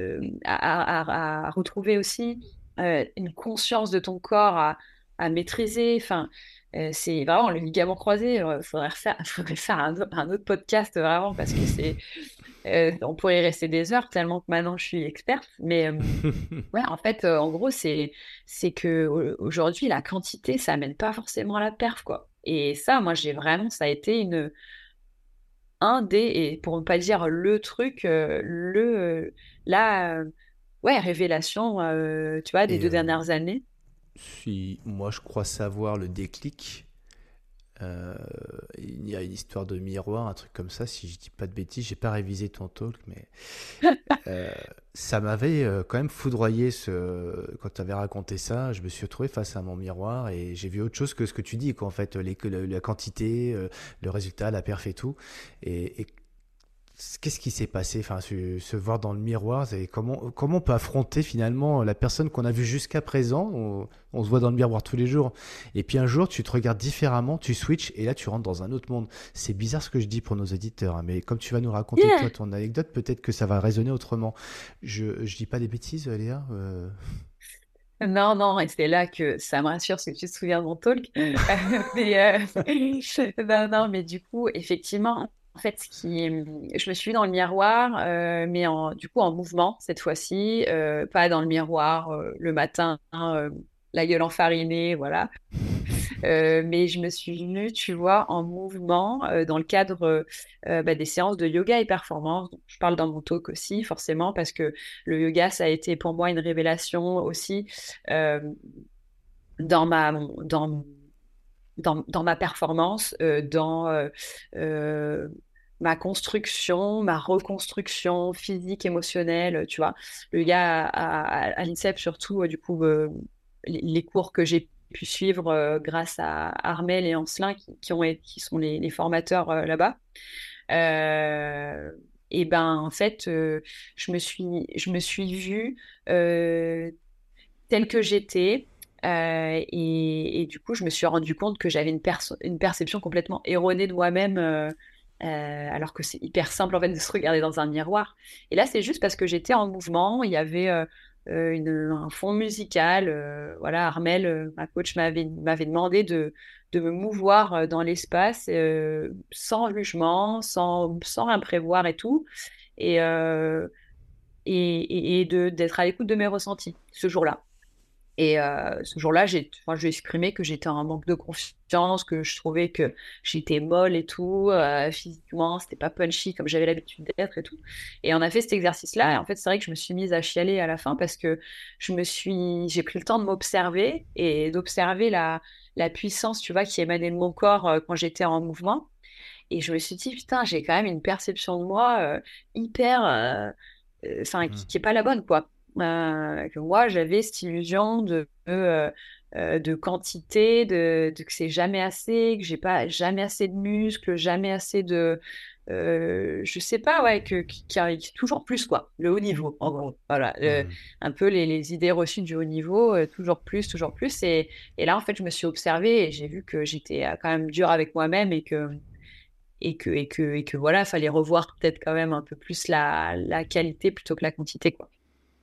à retrouver aussi, une conscience de ton corps à maîtriser. Enfin, c'est vraiment le ligament croisé. Il faudrait faire un autre podcast vraiment parce que on pourrait y rester des heures tellement que maintenant je suis experte. Mais ouais, en fait, en gros, c'est que aujourd'hui la quantité, ça amène pas forcément à la perf, quoi. Et ça, moi, ça a été et pour ne pas dire le truc, la, ouais, révélation, tu vois, des Et 2 dernières années. si moi je crois savoir le déclic, euh, il y a une histoire de miroir, un truc comme ça, si je dis pas de bêtises, j'ai pas révisé ton talk, mais Euh, ça m'avait quand même foudroyé quand tu avais raconté ça. Je me suis retrouvé face à mon miroir et j'ai vu autre chose que ce que tu dis, quoi, en fait, la quantité, le résultat, la perf et tout. Et qu'est-ce qui s'est passé? Enfin, se voir dans le miroir, et comment on peut affronter finalement la personne qu'on a vue jusqu'à présent? On se voit dans le miroir tous les jours. Et puis un jour, tu te regardes différemment, tu switches et là, tu rentres dans un autre monde. C'est bizarre ce que je dis pour nos auditeurs, hein, mais comme tu vas nous raconter Yeah. toi ton anecdote, peut-être que ça va résonner autrement. Je dis pas des bêtises, Léa? Non, non, et c'est là que ça me rassure parce que tu te souviens de mon talk. Mais non, non, mais du coup, effectivement, en fait, je me suis vue dans le miroir, mais du coup en mouvement cette fois-ci, pas dans le miroir le matin, la gueule enfarinée, voilà. Mais je me suis vue, tu vois, en mouvement dans le cadre des séances de yoga et performance. Donc, je parle dans mon talk aussi, forcément, parce que le yoga, ça a été pour moi une révélation aussi euh, dans dans, dans ma performance, dans euh, ma construction, ma reconstruction physique, émotionnelle, tu vois. Le yoga à l'INSEP, surtout, du coup, les cours que j'ai pu suivre grâce à Armel et Ancelin, qui sont les formateurs là-bas. Euh, et ben, en fait, je me suis vue telle que j'étais. Et du coup, je me suis rendu compte que j'avais une perception complètement erronée de moi-même, alors que c'est hyper simple en fait de se regarder dans un miroir. Et là, c'est juste parce que j'étais en mouvement. Il y avait un fond musical. Voilà, Armel, ma coach, m'avait demandé de me mouvoir dans l'espace sans jugement, sans rien prévoir et tout. Et, d'être à l'écoute de mes ressentis ce jour-là. Et ce jour-là, j'ai exprimé que j'étais en manque de confiance, que je trouvais que j'étais molle et tout, physiquement, c'était pas punchy comme j'avais l'habitude d'être et tout. Et on a fait cet exercice-là. Et en fait, c'est vrai que je me suis mise à chialer à la fin parce que j'ai pris le temps de m'observer et d'observer la puissance, tu vois, qui émanait de mon corps quand j'étais en mouvement. Et je me suis dit, putain, j'ai quand même une perception de moi hyper, enfin, Mhm. qui est pas la bonne, quoi. Que moi, j'avais cette illusion de quantité, que c'est jamais assez, que j'ai pas jamais assez de muscles, jamais assez je sais pas, ouais, qu'il y a toujours plus, quoi. Le haut niveau, en gros. Voilà. Mhm. Un peu les idées reçues du haut niveau, toujours plus, toujours plus. Et là, en fait, je me suis observée et j'ai vu que j'étais quand même dure avec moi-même et que voilà, fallait revoir peut-être quand même un peu plus la qualité plutôt que la quantité, quoi.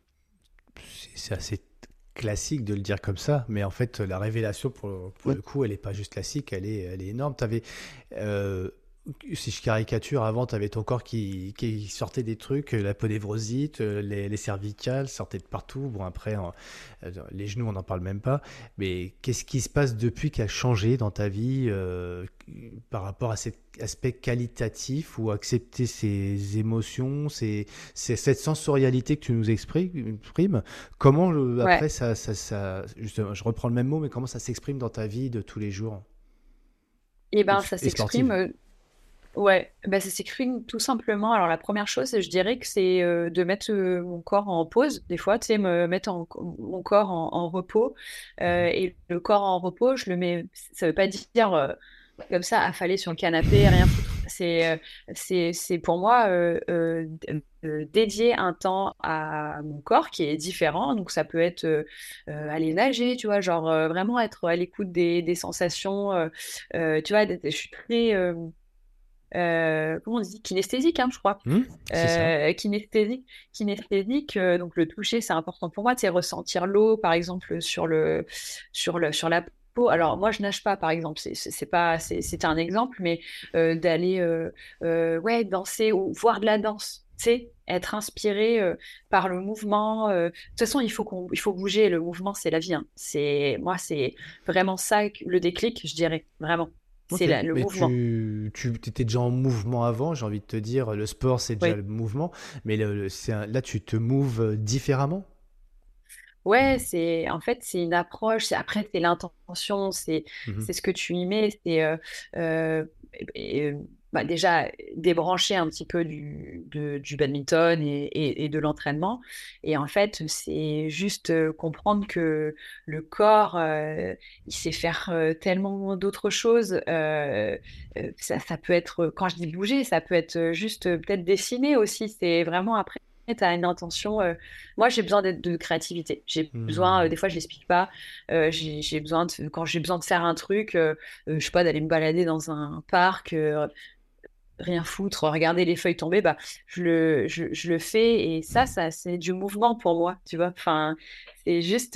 C'est assez classique de le dire comme ça, mais en fait, la révélation, pour le coup, elle n'est pas juste classique, elle est énorme. Euh, si je caricature, avant, tu avais ton corps qui sortait des trucs, la ponévrosite, les cervicales sortaient de partout. Bon, après, les genoux, on n'en parle même pas. Mais qu'est-ce qui se passe depuis qui a changé dans ta vie par rapport à cet aspect qualitatif ou accepter ces émotions, cette sensorialité que tu nous exprimes? Comment, Ouais. après, justement, je reprends le même mot, mais comment ça s'exprime dans ta vie de tous les jours Et ben, ça et s'exprime. sportive? Ouais, bah, ça s'exprime tout simplement. Alors, la première chose, je dirais que c'est de mettre mon corps en pause. Des fois, tu sais, me mettre mon corps en repos. Mhm. Et le corps en repos, je le mets. Ça veut pas dire comme ça, affaler sur le canapé, rien foutre. C'est pour moi dédier un temps à mon corps qui est différent. Donc, ça peut être aller nager, tu vois, genre vraiment être à l'écoute des sensations. Tu vois, je suis très. Comment on dit, kinesthésique, hein, je crois. C'est ça. Kinesthésique, donc le toucher, c'est important pour moi, c'est ressentir l'eau, par exemple, sur la peau. Alors, moi, je nage pas, par exemple, c'est pas, c'est un exemple, mais d'aller, ouais, danser ou voir de la danse, tu sais, être inspiré par le mouvement. De toute façon, il faut bouger, le mouvement, c'est la vie, hein. Moi, c'est vraiment ça, le déclic, je dirais, vraiment. C'est Ok, le mais mouvement. tu étais déjà en mouvement avant, j'ai envie de te dire, le sport c'est déjà Oui. le mouvement, mais là tu te mouves différemment? Ouais, en fait, c'est une approche. Après, c'est l'intention, Mhm. c'est ce que tu y mets. Euh, bah, déjà débrancher un petit peu du badminton et de l'entraînement. Et en fait, c'est juste comprendre que le corps, il sait faire tellement d'autres choses. Ça peut être, quand je dis bouger, ça peut être juste peut-être dessiner aussi. C'est vraiment après. Tu as une intention. Moi, j'ai besoin de créativité. J'ai besoin, Hmm. des fois, je l'explique pas. J'ai besoin quand j'ai besoin de faire un truc, je sais pas, d'aller me balader dans un parc, rien foutre, regarder les feuilles tomber, bah, je le fais et ça, c'est du mouvement pour moi, tu vois. Enfin, c'est juste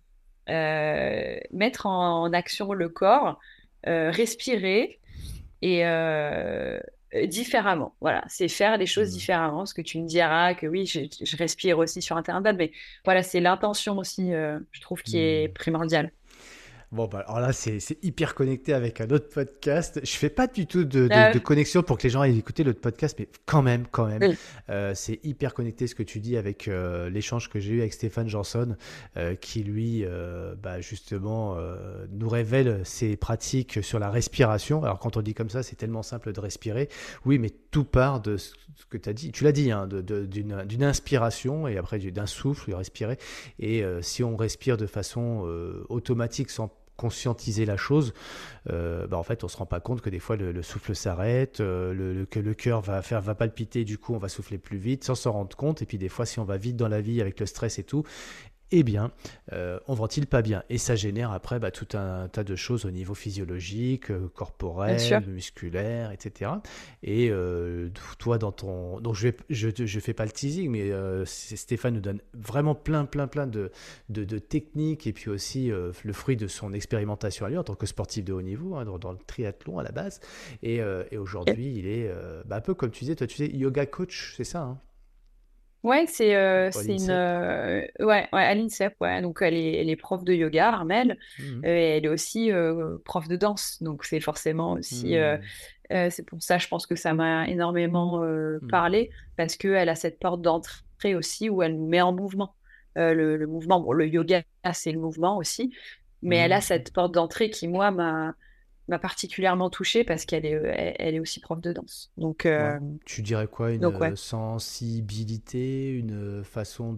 mettre en action le corps, respirer et différemment. Voilà, c'est faire les choses Hmm. différemment. Ce que tu me diras que oui, je respire aussi sur un terrain de bad, mais voilà, c'est l'intention aussi, je trouve, qui est Hmm. primordiale. Bon, bah, alors là, c'est hyper connecté avec un autre podcast. Je fais pas du tout de, de Ah, connexion pour que les gens aillent écouter l'autre podcast, mais quand même, oui, c'est hyper connecté ce que tu dis avec l'échange que j'ai eu avec Stéphane Janson, qui lui, bah, justement, nous révèle ses pratiques sur la respiration. Alors, quand on dit comme ça, c'est tellement simple de respirer. Oui, mais tout part de ce que tu as dit. Tu l'as dit, hein, d'une inspiration et après d'un souffle, de respirer. Et si on respire de façon automatique sans conscientiser la chose, bah en fait, on se rend pas compte que des fois le souffle s'arrête, que le cœur va palpiter, du coup, on va souffler plus vite sans s'en rendre compte. Et puis des fois, si on va vite dans la vie avec le stress et tout, eh bien, on ventile pas bien. Et ça génère après bah, tout un tas de choses au niveau physiologique, bien sûr. corporel, musculaire, etc. Et toi, dans ton... Donc, je fais pas le teasing, mais Stéphane nous donne vraiment plein de techniques et puis aussi le fruit de son expérimentation à lui en tant que sportif de haut niveau, hein, dans le triathlon à la base. Et aujourd'hui, il est bah, un peu comme tu disais, toi, tu sais, yoga coach, c'est ça, hein, Ouais, à c'est une l'INSEP. ouais, à l'INSEP, ouais. Donc elle est prof de yoga, Armelle, Mhm. et elle est aussi prof de danse. Donc c'est forcément aussi Mhm. c'est pour ça je pense que ça m'a énormément Mhm. parlé parce que elle a cette porte d'entrée aussi où elle nous met en mouvement. Le mouvement, bon, le yoga c'est le mouvement aussi, mais elle a Mhm. cette porte d'entrée qui moi m'a particulièrement touchée parce qu'elle est elle est aussi prof de danse. Ouais. Tu dirais quoi? Une Donc ouais. sensibilité, une façon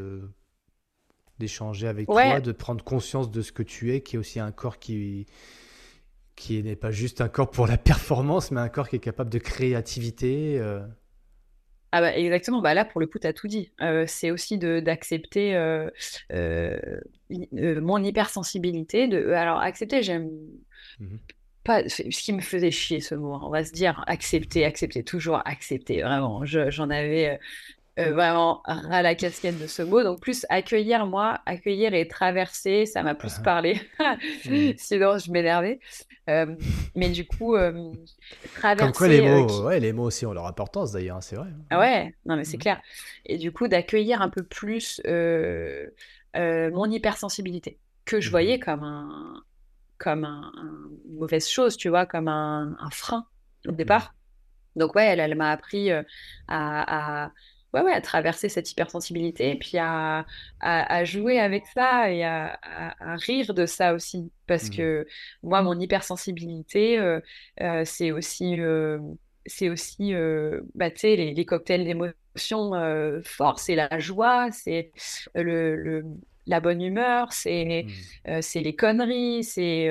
d'échanger avec toi, Ouais, de prendre conscience de ce que tu es, qui est aussi un corps qui n'est pas juste un corps pour la performance, mais un corps qui est capable de créativité. ah bah, exactement, bah là pour le coup, tu as tout dit. C'est aussi d'accepter euh, mon hypersensibilité. Alors, accepter, j'aime Mhm. pas. Ce qui me faisait chier ce mot, hein. On va se dire accepter, accepter, toujours accepter. Vraiment, j'en avais vraiment ras la casquette de ce mot. Donc, plus accueillir, moi, accueillir et traverser, ça m'a plus Ah, parlé. mhm. Sinon, je m'énervais. Euh, mais du coup, Comme quoi traverser, les mots aussi ont leur importance d'ailleurs, hein, c'est vrai. ah ouais, non mais c'est Mhm. clair. Et du coup, d'accueillir un peu plus mon hypersensibilité, que je Mhm. voyais comme une mauvaise chose, tu vois, comme un frein au Mhm. départ. Donc ouais, elle m'a appris ouais, ouais, à traverser cette hypersensibilité et puis à jouer avec ça et à rire de ça aussi. Parce Mhm. que moi, mon hypersensibilité, c'est aussi, bah, tu sais, les cocktails d'émotions forts, c'est la joie, c'est la bonne humeur, Mhm. c'est les conneries, c'est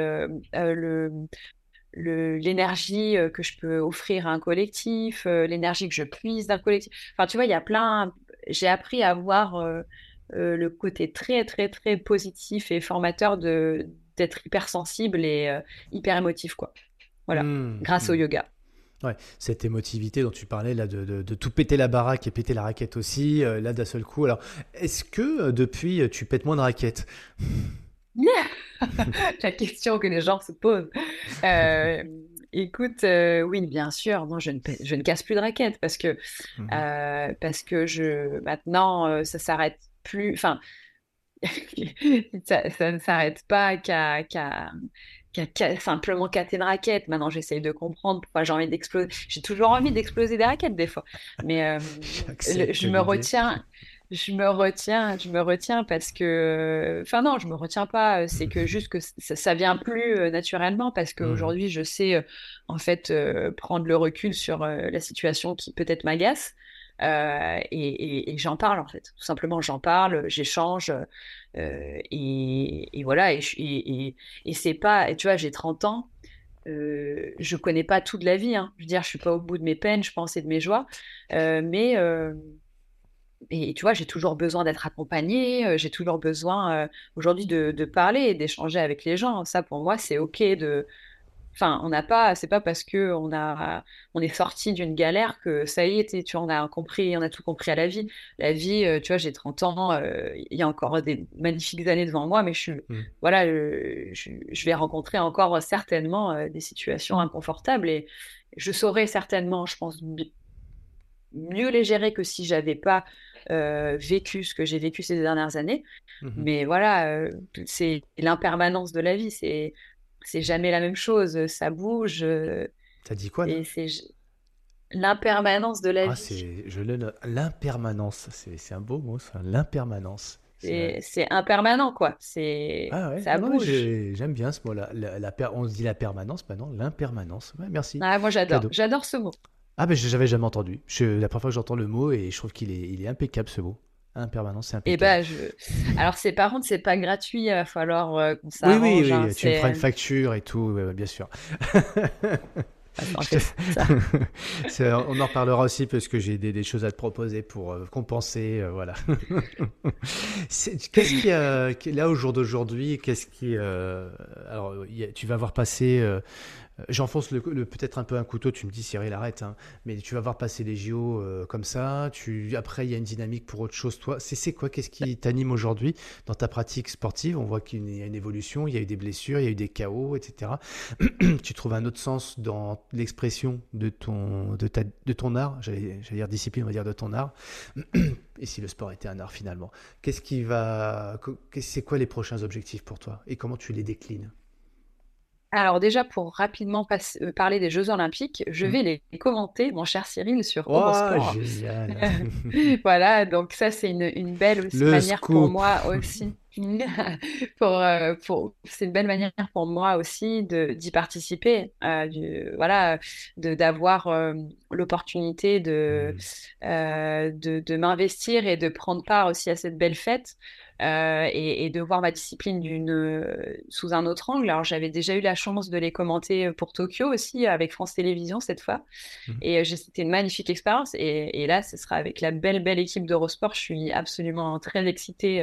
l'énergie que je peux offrir à un collectif, l'énergie que je puise d'un collectif. Enfin, tu vois, il y a plein. J'ai appris à voir le côté très, très, très positif et formateur d'être hypersensible et hyper émotif, quoi. Voilà, Mhm. grâce au Mhm. yoga. Ouais, cette émotivité dont tu parlais là, de tout péter la baraque et péter la raquette aussi, là d'un seul coup. Alors, est-ce que depuis tu pètes moins de raquettes? La question que les gens se posent. Euh, Écoute, oui, bien sûr, non, je ne casse plus de raquettes Mhm. parce que maintenant, ça s'arrête plus. Enfin, ça ne s'arrête pas simplement qu'à une raquette. Maintenant, j'essaye de comprendre pourquoi j'ai envie d'exploser. J'ai toujours envie d'exploser des raquettes des fois. Mais J'accepte je me l'idée. retiens. Je me retiens parce que, enfin non, je me retiens pas. C'est que juste que ça vient plus naturellement parce Mhm. qu'aujourd'hui, je sais en fait prendre le recul sur la situation qui peut-être m'agace et j'en parle en fait. Tout simplement, j'en parle, j'échange et voilà. Et c'est pas, et tu vois, j'ai 30 ans. Je connais pas toute la vie, hein. Je veux dire, je suis pas au bout de mes peines, je pense, et de mes joies, mais et tu vois, j'ai toujours besoin d'être accompagnée, j'ai toujours besoin aujourd'hui de parler et d'échanger avec les gens. Ça, pour moi, c'est OK de. Enfin, on n'a pas, c'est pas parce que on est sorti d'une galère que ça y est, tu vois, on a tout compris à la vie. La vie, tu vois, j'ai 30 ans, il y a encore des magnifiques années devant moi, mais Mhm. voilà, je vais rencontrer encore certainement des situations inconfortables et je saurais certainement, je pense, mieux les gérer que si j'avais pas vécu ce que j'ai vécu ces dernières années. Mhm. Mais voilà, c'est l'impermanence de la vie, c'est jamais la même chose, ça bouge, T'as dit quoi là? et l'impermanence de la Ah, vie. c'est, je le note. L'impermanence, c'est un beau mot ça, l'impermanence. C'est impermanent, quoi. Ah ouais, Ça non, mais bouge. j'aime bien ce mot-là. On se dit la permanence, maintenant l'impermanence. Ouais, merci, Ah, moi, cadeau. j'adore ce mot. Ah, ben j'avais jamais entendu. La première fois que j'entends le mot et je trouve qu'il est impeccable ce mot. Impermanence, c'est Et impeccable. ben, alors c'est par contre, c'est pas gratuit, il va falloir qu'on Oui, oui, s'arrange, hein, oui, tu me feras une facture et tout, bien sûr. on Je fait te- ça. On en reparlera aussi parce que j'ai des choses à te proposer pour compenser, voilà. Qu'est-ce là au jour d'aujourd'hui, alors tu vas avoir passé j'enfonce peut-être un peu un couteau, tu me dis Cyril arrête, hein, mais tu vas voir passer les JO comme ça, après il y a une dynamique pour autre chose. Toi, c'est quoi, qu'est-ce qui t'anime aujourd'hui dans ta pratique sportive? On voit qu'il y a une évolution, il y a eu des blessures, il y a eu des chaos, etc. Tu trouves un autre sens dans l'expression de ton art, j'allais dire discipline, on va dire de ton art, et si le sport était un art finalement. C'est quoi les prochains objectifs pour toi et comment tu les déclines? Alors déjà, pour rapidement parler des Jeux Olympiques, je Hmm. vais les commenter, mon cher Cyril, sur Oh, Eurosport. génial! Voilà, donc ça, c'est une belle Le manière pour scoop. moi aussi. C'est une belle manière pour moi aussi d'y participer, voilà, d'avoir l'opportunité Hmm. de m'investir et de prendre part aussi à cette belle fête. Et de voir ma discipline sous un autre angle. Alors, j'avais déjà eu la chance de les commenter pour Tokyo aussi, avec France Télévisions cette fois. Hmm. Et c'était une magnifique expérience. Et là, ce sera avec la belle équipe d'Eurosport. Je suis absolument très excitée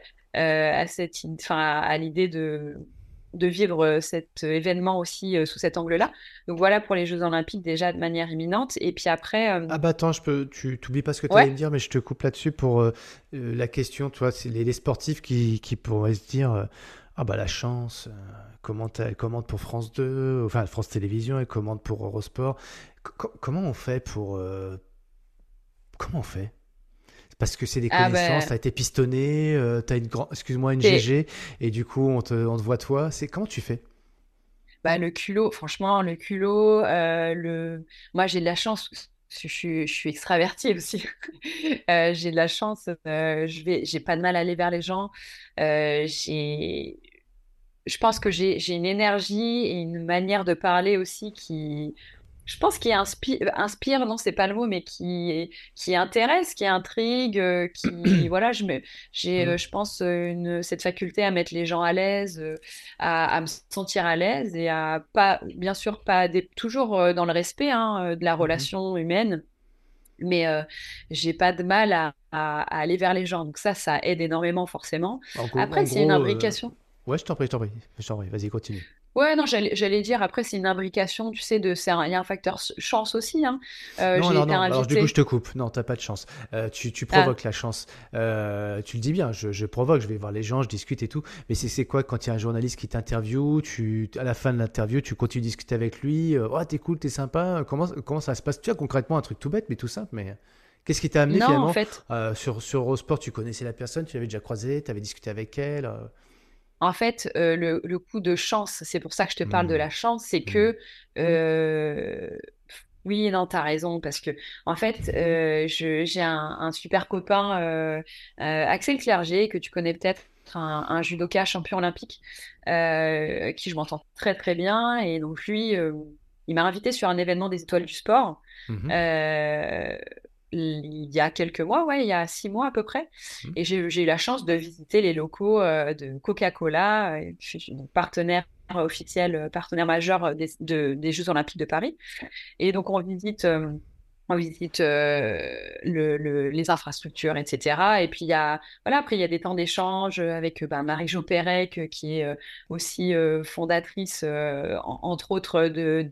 à l'idée de vivre cet événement aussi sous cet angle-là. Donc voilà pour les Jeux Olympiques déjà de manière imminente. Et puis après, Ah bah attends, tu t'oublies pas ce que tu allais ouais. me dire, mais je te coupe là-dessus pour la question, toi, c'est les sportifs qui pourraient se dire, ah bah la chance, elle commente pour France 2, enfin France Télévisions, elle commente pour Eurosport. Comment on fait comment on fait? Parce que c'est des Ah connaissances, ben, t'as été pistonné, t'as excuse-moi, une c'est GG, et du coup on te voit toi. Comment tu fais? bah, le culot, franchement, le culot, moi j'ai de la chance, parce que je suis extravertie aussi. J'ai de la chance, j'ai pas de mal à aller vers les gens. J'ai, je pense que j'ai une énergie et une manière de parler aussi je pense, qui inspire, non, c'est pas le mot, mais qui intéresse, qui intrigue, voilà, Hmm. je pense, cette faculté à mettre les gens à l'aise, à me sentir à l'aise et à pas, bien sûr, pas toujours dans le respect, hein, de la Mhm. relation humaine, mais j'ai pas de mal à aller vers les gens. Donc ça aide énormément, forcément. En Après, c'est une gros, imbrication. ouais, je t'en prie, vas-y, continue. Ouais, non, j'allais dire, après, c'est une imbrication, tu sais, il y a un facteur chance aussi, hein. Non, J'ai alors été non, alors du coup je invitée. te coupe. Non, t'as pas de chance. Tu Ah, provoques la chance. Tu le dis bien, je provoque, je vais voir les gens, je discute et tout. Mais c'est quoi quand il y a un journaliste qui t'interviewe, à la fin de l'interview, tu continues de discuter avec lui. Oh, t'es cool, t'es sympa. Comment ça se passe? Tu vois, concrètement, un truc tout bête, mais tout simple. Mais qu'est-ce qui t'a amené non, en finalement fait, sur Eurosport? Tu connaissais la personne, tu l'avais déjà croisée, tu avais discuté avec elle. le coup de chance, c'est pour ça que je te parle de Hmm, la chance, c'est hmm, que euh, Oui, non, t'as raison, parce que en fait, j'ai un super copain, Axel Clerget, que tu connais peut-être, un judoka champion olympique, qui je m'entends très très bien, et donc lui, il m'a invité sur un événement des Étoiles du Sport, Mhm, euh, il y a quelques mois, ouais, il y a 6 mois à peu près, mhm, et j'ai eu la chance de visiter les locaux de Coca-Cola, je suis donc partenaire officiel, partenaire majeur des Jeux Olympiques de Paris. Et donc, on visite les infrastructures, etc. Et puis, voilà, après, il y a des temps d'échange avec bah, Marie-Jo Pérec, qui est aussi fondatrice, entre autres,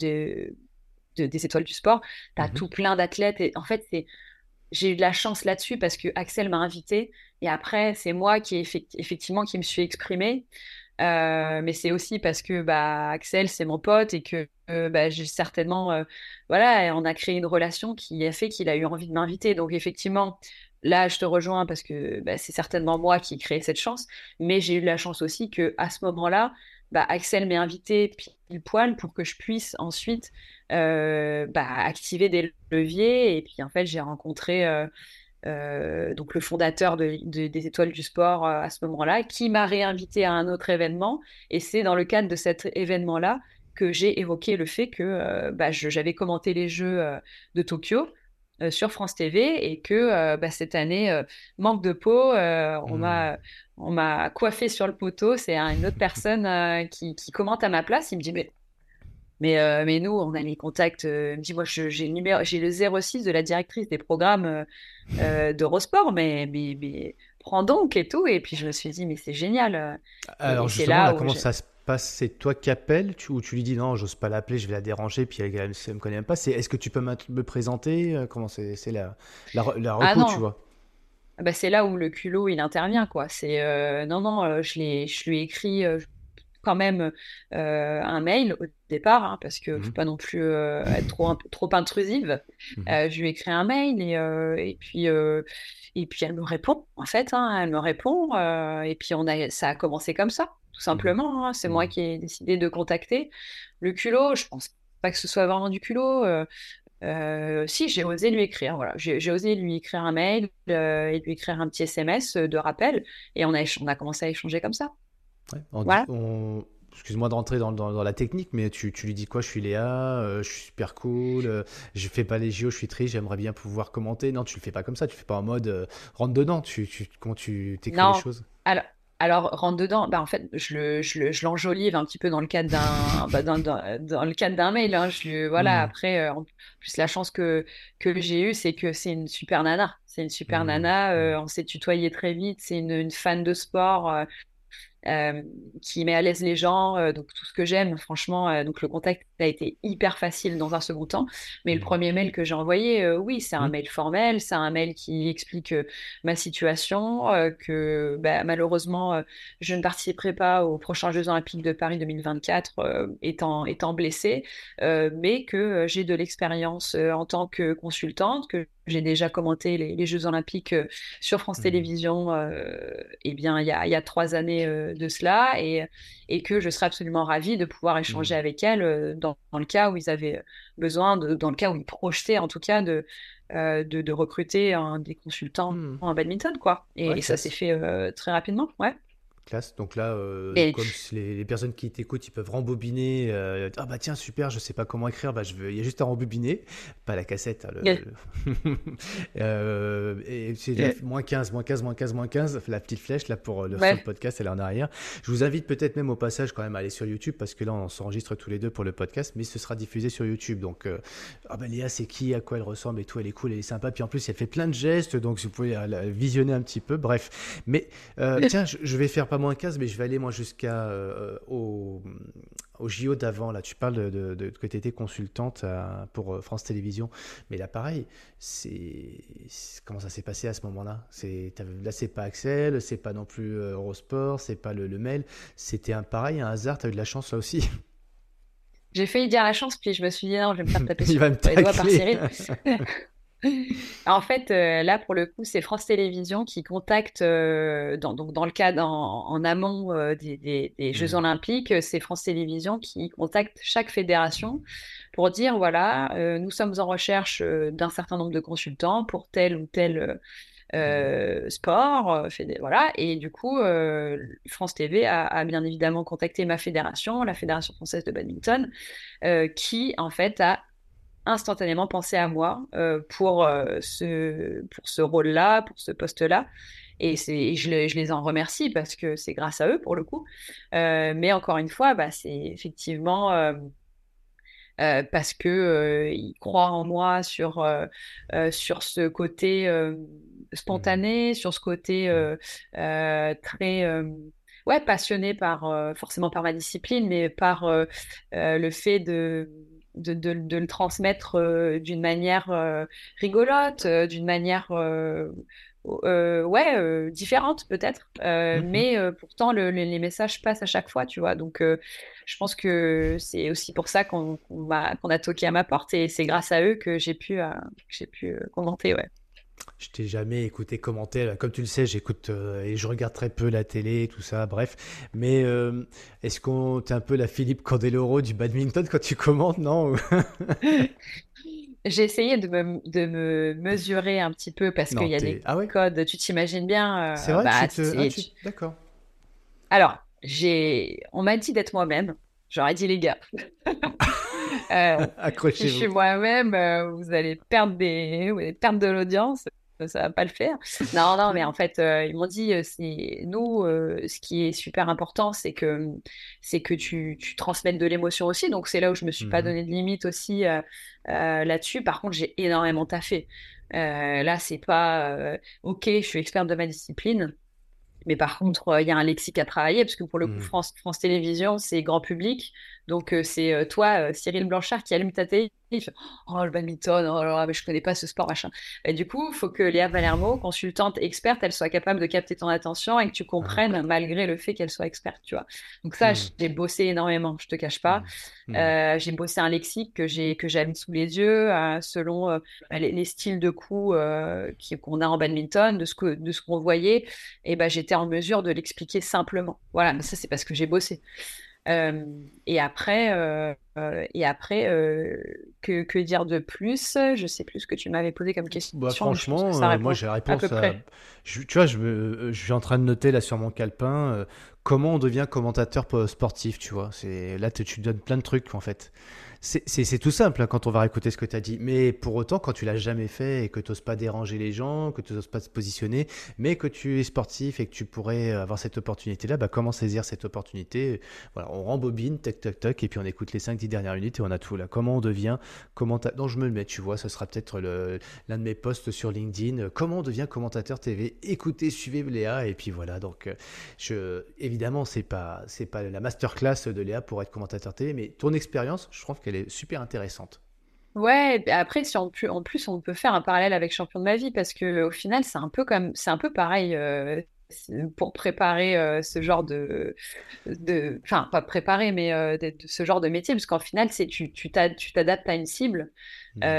des Étoiles du Sport. Tu as mhm, tout plein d'athlètes. Et en fait, j'ai eu de la chance là-dessus parce que Axel m'a invité. Et après, c'est moi qui, effectivement, qui me suis exprimée. Mais c'est aussi parce que bah, Axel, c'est mon pote et que bah, j'ai certainement, voilà, on a créé une relation qui a fait qu'il a eu envie de m'inviter. Donc effectivement, là, je te rejoins parce que bah, c'est certainement moi qui ai créé cette chance. Mais j'ai eu de la chance aussi que à ce moment-là, bah, Axel m'ait invité pile poil pour que je puisse ensuite bah, activer des leviers. Et puis en fait, j'ai rencontré donc le fondateur des Étoiles du Sport à ce moment-là, qui m'a réinvité à un autre événement. Et c'est dans le cadre de cet événement-là que j'ai évoqué le fait que bah, j'avais commenté les Jeux de Tokyo sur France TV et que bah, cette année, manque de peau, mhm. on m'a coiffé sur le poteau. C'est une autre personne qui commente à ma place. Il me dit, mais nous, on a les contacts. Il me dit, moi, j'ai le 06 de la directrice des programmes d'Eurosport, mais prends donc et tout. Et puis je me suis dit, mais c'est génial. Et Alors c'est justement, là là, où comment ça se passe? C'est toi qui appelles ou tu lui dis non, j'ose pas l'appeler, je vais la déranger, puis elle me connaît même pas. Est-ce que tu peux me présenter? Comment c'est la Ah reco, tu non, vois? bah, c'est là où le culot, il intervient, quoi. C'est non, non, je lui ai écrit quand même un mail au départ, hein, parce que faut Mhm, pas non plus être trop intrusive. mhm, Je lui ai écrit un mail et puis elle me répond, en fait, hein, elle me répond, et puis ça a commencé comme ça, tout mhm, simplement, hein. C'est moi mhm. qui ai décidé de contacter. Le culot, je pense pas que ce soit vraiment du culot. Si, j'ai osé lui écrire, voilà. J'ai osé lui écrire un mail et lui écrire un petit SMS de rappel, et on a commencé à échanger comme ça. Ouais, Voilà. excuse-moi de rentrer dans la technique, mais tu lui dis quoi? Je suis Léa, je suis super cool, je fais pas les JO, je suis triste, j'aimerais bien pouvoir commenter. Non, tu le fais pas comme ça, tu fais pas en mode rentre dedans, comment tu t'écris les Non, choses? alors, alors rentre dedans. Bah, en fait, je l'enjolive un petit peu dans le cadre dans le cadre d'un mail, hein. Voilà. Hmm, Après, en plus la chance que j'ai eue, c'est que c'est une super nana. C'est une super hmm, nana. hmm, On s'est tutoyé très vite. C'est une fan de sport. Euh, qui met à l'aise les gens, donc tout ce que j'aime, franchement. Donc le contact a été hyper facile dans un second temps, mais le hmm, premier mail que j'ai envoyé, oui, c'est un hmm, mail formel, c'est un mail qui explique ma situation, que bah, malheureusement je ne participerai pas aux prochains Jeux Olympiques de Paris 2024 étant blessée, mais que j'ai de l'expérience en tant que consultante, que j'ai déjà commenté les Jeux Olympiques sur France hmm, Télévisions, eh bien, il y a 3 années de cela, et que je serais absolument ravie de pouvoir échanger hmm, avec elle dans le cas où ils avaient besoin, dans le cas où ils projetaient en tout cas de recruter des consultants hmm. en badminton, quoi. Ouais, Et ça s'est classe. fait très rapidement, ouais. Classe. Donc là, Et comme si les personnes qui t'écoutent, ils peuvent rembobiner. Ah bah tiens, super, je sais pas comment écrire. Bah, il y a juste à rembobiner. Pas la cassette. Hein, et c'est la moins 15 moins 15 moins 15 moins 15 la petite flèche là sur le ouais, podcast, elle est en arrière. Je vous invite peut-être même au passage quand même à aller sur YouTube parce que là, on s'enregistre tous les deux pour le podcast, mais ce sera diffusé sur YouTube. Donc, ah bah Léa, c'est qui, à quoi elle ressemble et tout. Elle est cool, elle est sympa. Puis en plus, elle fait plein de gestes, donc si vous pouvez la visionner un petit peu. Bref. Mais tiens, je vais faire pas moins 15 mais je vais aller moi jusqu'à au JO d'avant. Là, tu parles que tu étais consultante pour France Télévisions. Mais là, pareil, comment ça s'est passé à ce moment-là? Là, c'est pas Axel, c'est pas non plus Eurosport, c'est pas le mail. C'était pareil, un hasard. Tu as eu de la chance là aussi. j'ai failli dire la chance, puis je me suis dit non, je vais me faire taper Il sur va me les doigts par tacler. Cyril. En fait, là, pour le coup, c'est France Télévisions qui contacte, donc dans le cadre en amont des Jeux Mhm. Olympiques, c'est France Télévisions qui contacte chaque fédération pour dire, voilà, nous sommes en recherche d'un certain nombre de consultants pour tel ou tel Mhm. sport, voilà. Et du coup, France TV a bien évidemment contacté ma fédération, la Fédération française de badminton, qui en fait a instantanément pensé à moi pour ce rôle-là, pour ce poste-là. Et je les en remercie parce que c'est grâce à eux pour le coup. Mais encore une fois, bah, c'est effectivement parce que ils croient en moi sur ce côté Mhm. spontané, sur ce côté Mhm. très ouais, passionné par forcément par ma discipline, mais par le fait de le transmettre d'une manière rigolote, d'une manière ouais, différente peut-être, Mhm. mais pourtant les messages passent à chaque fois, tu vois. Donc, je pense que c'est aussi pour ça qu'on a toqué à ma porte et c'est grâce à eux que j'ai pu commenter, ouais. Je t'ai jamais écouté commenter. Là. Comme tu le sais, j'écoute et je regarde très peu la télé, tout ça, bref. Mais est-ce qu'on t'es un peu la Philippe Candeloro du badminton quand tu commentes, non? J'ai essayé de me mesurer un petit peu parce qu'il Non, y a t'es. des Ah ouais? codes, tu t'imagines C'est bien, vrai, bah, tu te. Ah, tu. D'accord. alors, on m'a dit d'être moi-même. J'aurais dit les gars. Si je suis Accrochez-vous. moi-même, vous allez perdre de l'audience, ça va pas le faire. Non, non, mais en fait, ils m'ont dit, c'est nous, ce qui est super important, c'est que tu transmettes de l'émotion aussi. Donc c'est là où je me suis pas Mhm. donné de limite aussi là-dessus. Par contre, j'ai énormément taffé. Là, c'est pas ok, je suis experte de ma discipline. Mais par contre, il y a un lexique à travailler, parce que pour le coup, Mhm. France Télévisions, c'est grand public. Donc, c'est toi, Cyril Blanchard, qui allume ta télé. Il fait, oh, le badminton, oh là là, mais je connais pas ce sport, machin. Et du coup, il faut que Léa Valermo, consultante experte, elle soit capable de capter ton attention et que tu Ah. comprennes malgré le fait qu'elle soit experte, tu vois. Donc ça, Mhm. j'ai bossé énormément, je te cache pas. Mhm. Mhm. J'ai bossé un lexique que j'ai mis sous les yeux selon les styles de coups qu'on a en badminton, de ce qu'on voyait et ben, j'étais en mesure de l'expliquer simplement. Voilà, mais ça, c'est parce que j'ai bossé. Euh, et après que dire de plus? Je sais plus ce que tu m'avais posé comme Bah question, mais je pense que franchement, ça moi répond j'ai la à peu réponse à. près. Tu vois, je suis en train de noter là sur mon calepin comment on devient commentateur sportif, tu vois. C'est là tu donnes plein de trucs en fait. C'est tout simple hein, quand on va réécouter ce que tu as dit. Mais pour autant, quand tu l'as jamais fait et que tu n'oses pas déranger les gens, que tu n'oses pas te positionner, mais que tu es sportif et que tu pourrais avoir cette opportunité-là, bah, comment saisir cette opportunité? Voilà, on rembobine, tac, tac, tac, et puis on écoute les 5 10 dernières minutes et on a tout là. Comment on devient commentateur? Non, je me le mets, tu vois, ce sera peut-être l'un de mes posts sur LinkedIn. Comment on devient commentateur TV? Écoutez, suivez Léa, et puis voilà. Donc, évidemment, c'est pas la masterclass de Léa pour être commentateur TV, mais ton expérience, je trouve qu'elle est super intéressante. Ouais, et après, si en plus, on peut faire un parallèle avec Champion de ma vie parce que au final, c'est un peu pareil pour préparer ce genre enfin, pas préparer, mais de ce genre de métier, parce qu'en final, c'est tu t'adaptes à une cible, Mhm.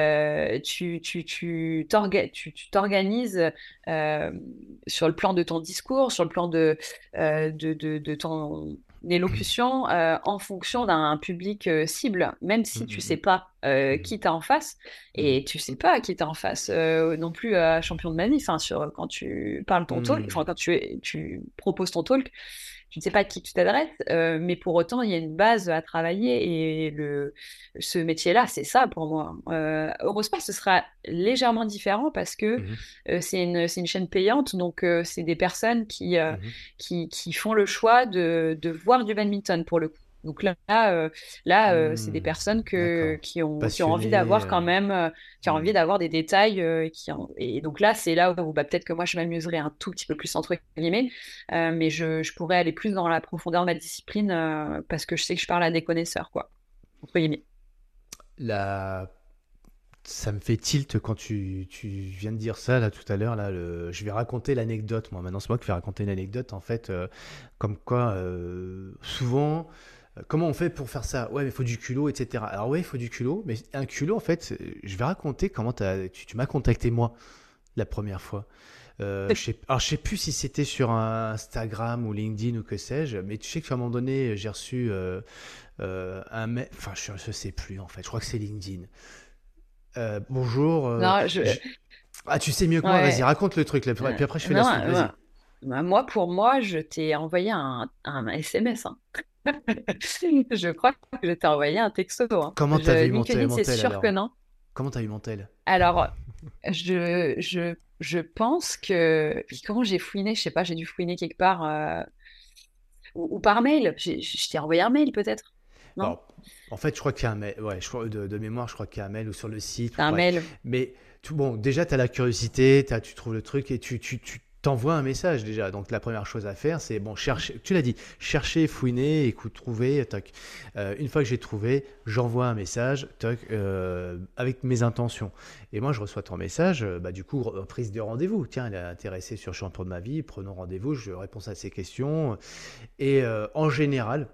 tu t'organises euh, sur le plan de ton discours, sur le plan de ton élocution en fonction d'un public cible, même si tu sais Mhm. pas Mhm. qui t'as en face Mhm. et tu sais pas qui t'as en face non plus à Champion de Manie. Enfin, quand tu parles ton talk, Mhm. enfin quand tu proposes ton talk, tu ne sais pas à qui tu t'adresses, mais pour autant, il y a une base à travailler et ce métier-là, c'est ça pour moi. Eurosport, ce sera légèrement différent parce que Mhm. c'est une chaîne payante, donc c'est des personnes Mhm. qui font le choix de voir du badminton pour le coup. Donc c'est des Mhm. personnes D'accord. qui ont envie Passionné. d'avoir quand même, qui ont envie Mhm. d'avoir des détails, et donc là, c'est là où bah, peut-être que moi, je m'amuserais un tout petit peu plus entre guillemets, mais je pourrais aller plus dans la profondeur de ma discipline parce que je sais que je parle à des connaisseurs, quoi, entre guillemets. La Ça me fait tilt quand tu viens de dire ça là tout à l'heure. Là, je vais raconter l'anecdote. Moi, maintenant, c'est moi qui vais raconter une anecdote. En fait, comme quoi, souvent, Comment on fait pour faire ça? Ouais, mais il faut du culot, etc. Alors ouais, il faut du culot, mais un culot, en fait, je vais raconter comment tu m'as contacté moi la première fois. Alors, je sais plus si c'était sur un Instagram ou LinkedIn ou que sais-je, mais tu sais qu'à un moment donné, j'ai reçu un mail, enfin, je sais plus en fait, je crois que c'est LinkedIn. Bonjour. Non, Ah, tu sais mieux que moi, vas-y, ouais, raconte le truc, là, puis après je fais la non, suite, vas-y. moi, pour moi, je t'ai envoyé un SMS, hein. Je crois que je t'ai envoyé un texto, hein. Comment t'avais eu LinkedIn, mon c'est tel sûr que alors? non. Comment t'as eu mon tel? Alors, je pense que quand j'ai fouiné, je sais pas, j'ai dû fouiner quelque part ou par mail. Je t'ai envoyé un mail peut-être, non? Bon, en fait, je crois qu'il y a un mail, ouais, de mémoire, je crois qu'il y a un mail ou sur le site, ou T'as un bref. mail. Mais tout, bon, déjà, tu as la curiosité, tu trouves le truc et tu t'envoies un message déjà. Donc, la première chose à faire, c'est, bon, chercher, tu l'as dit, chercher, fouiner, écoute, trouver, toc. Une fois que j'ai trouvé, j'envoie un message, toc, avec mes intentions. Et moi, je reçois ton message, bah, du coup, prise de rendez-vous. Tiens, elle est intéressée sur Champion de ma vie, prenons rendez-vous, je réponds à ses questions. Et en général,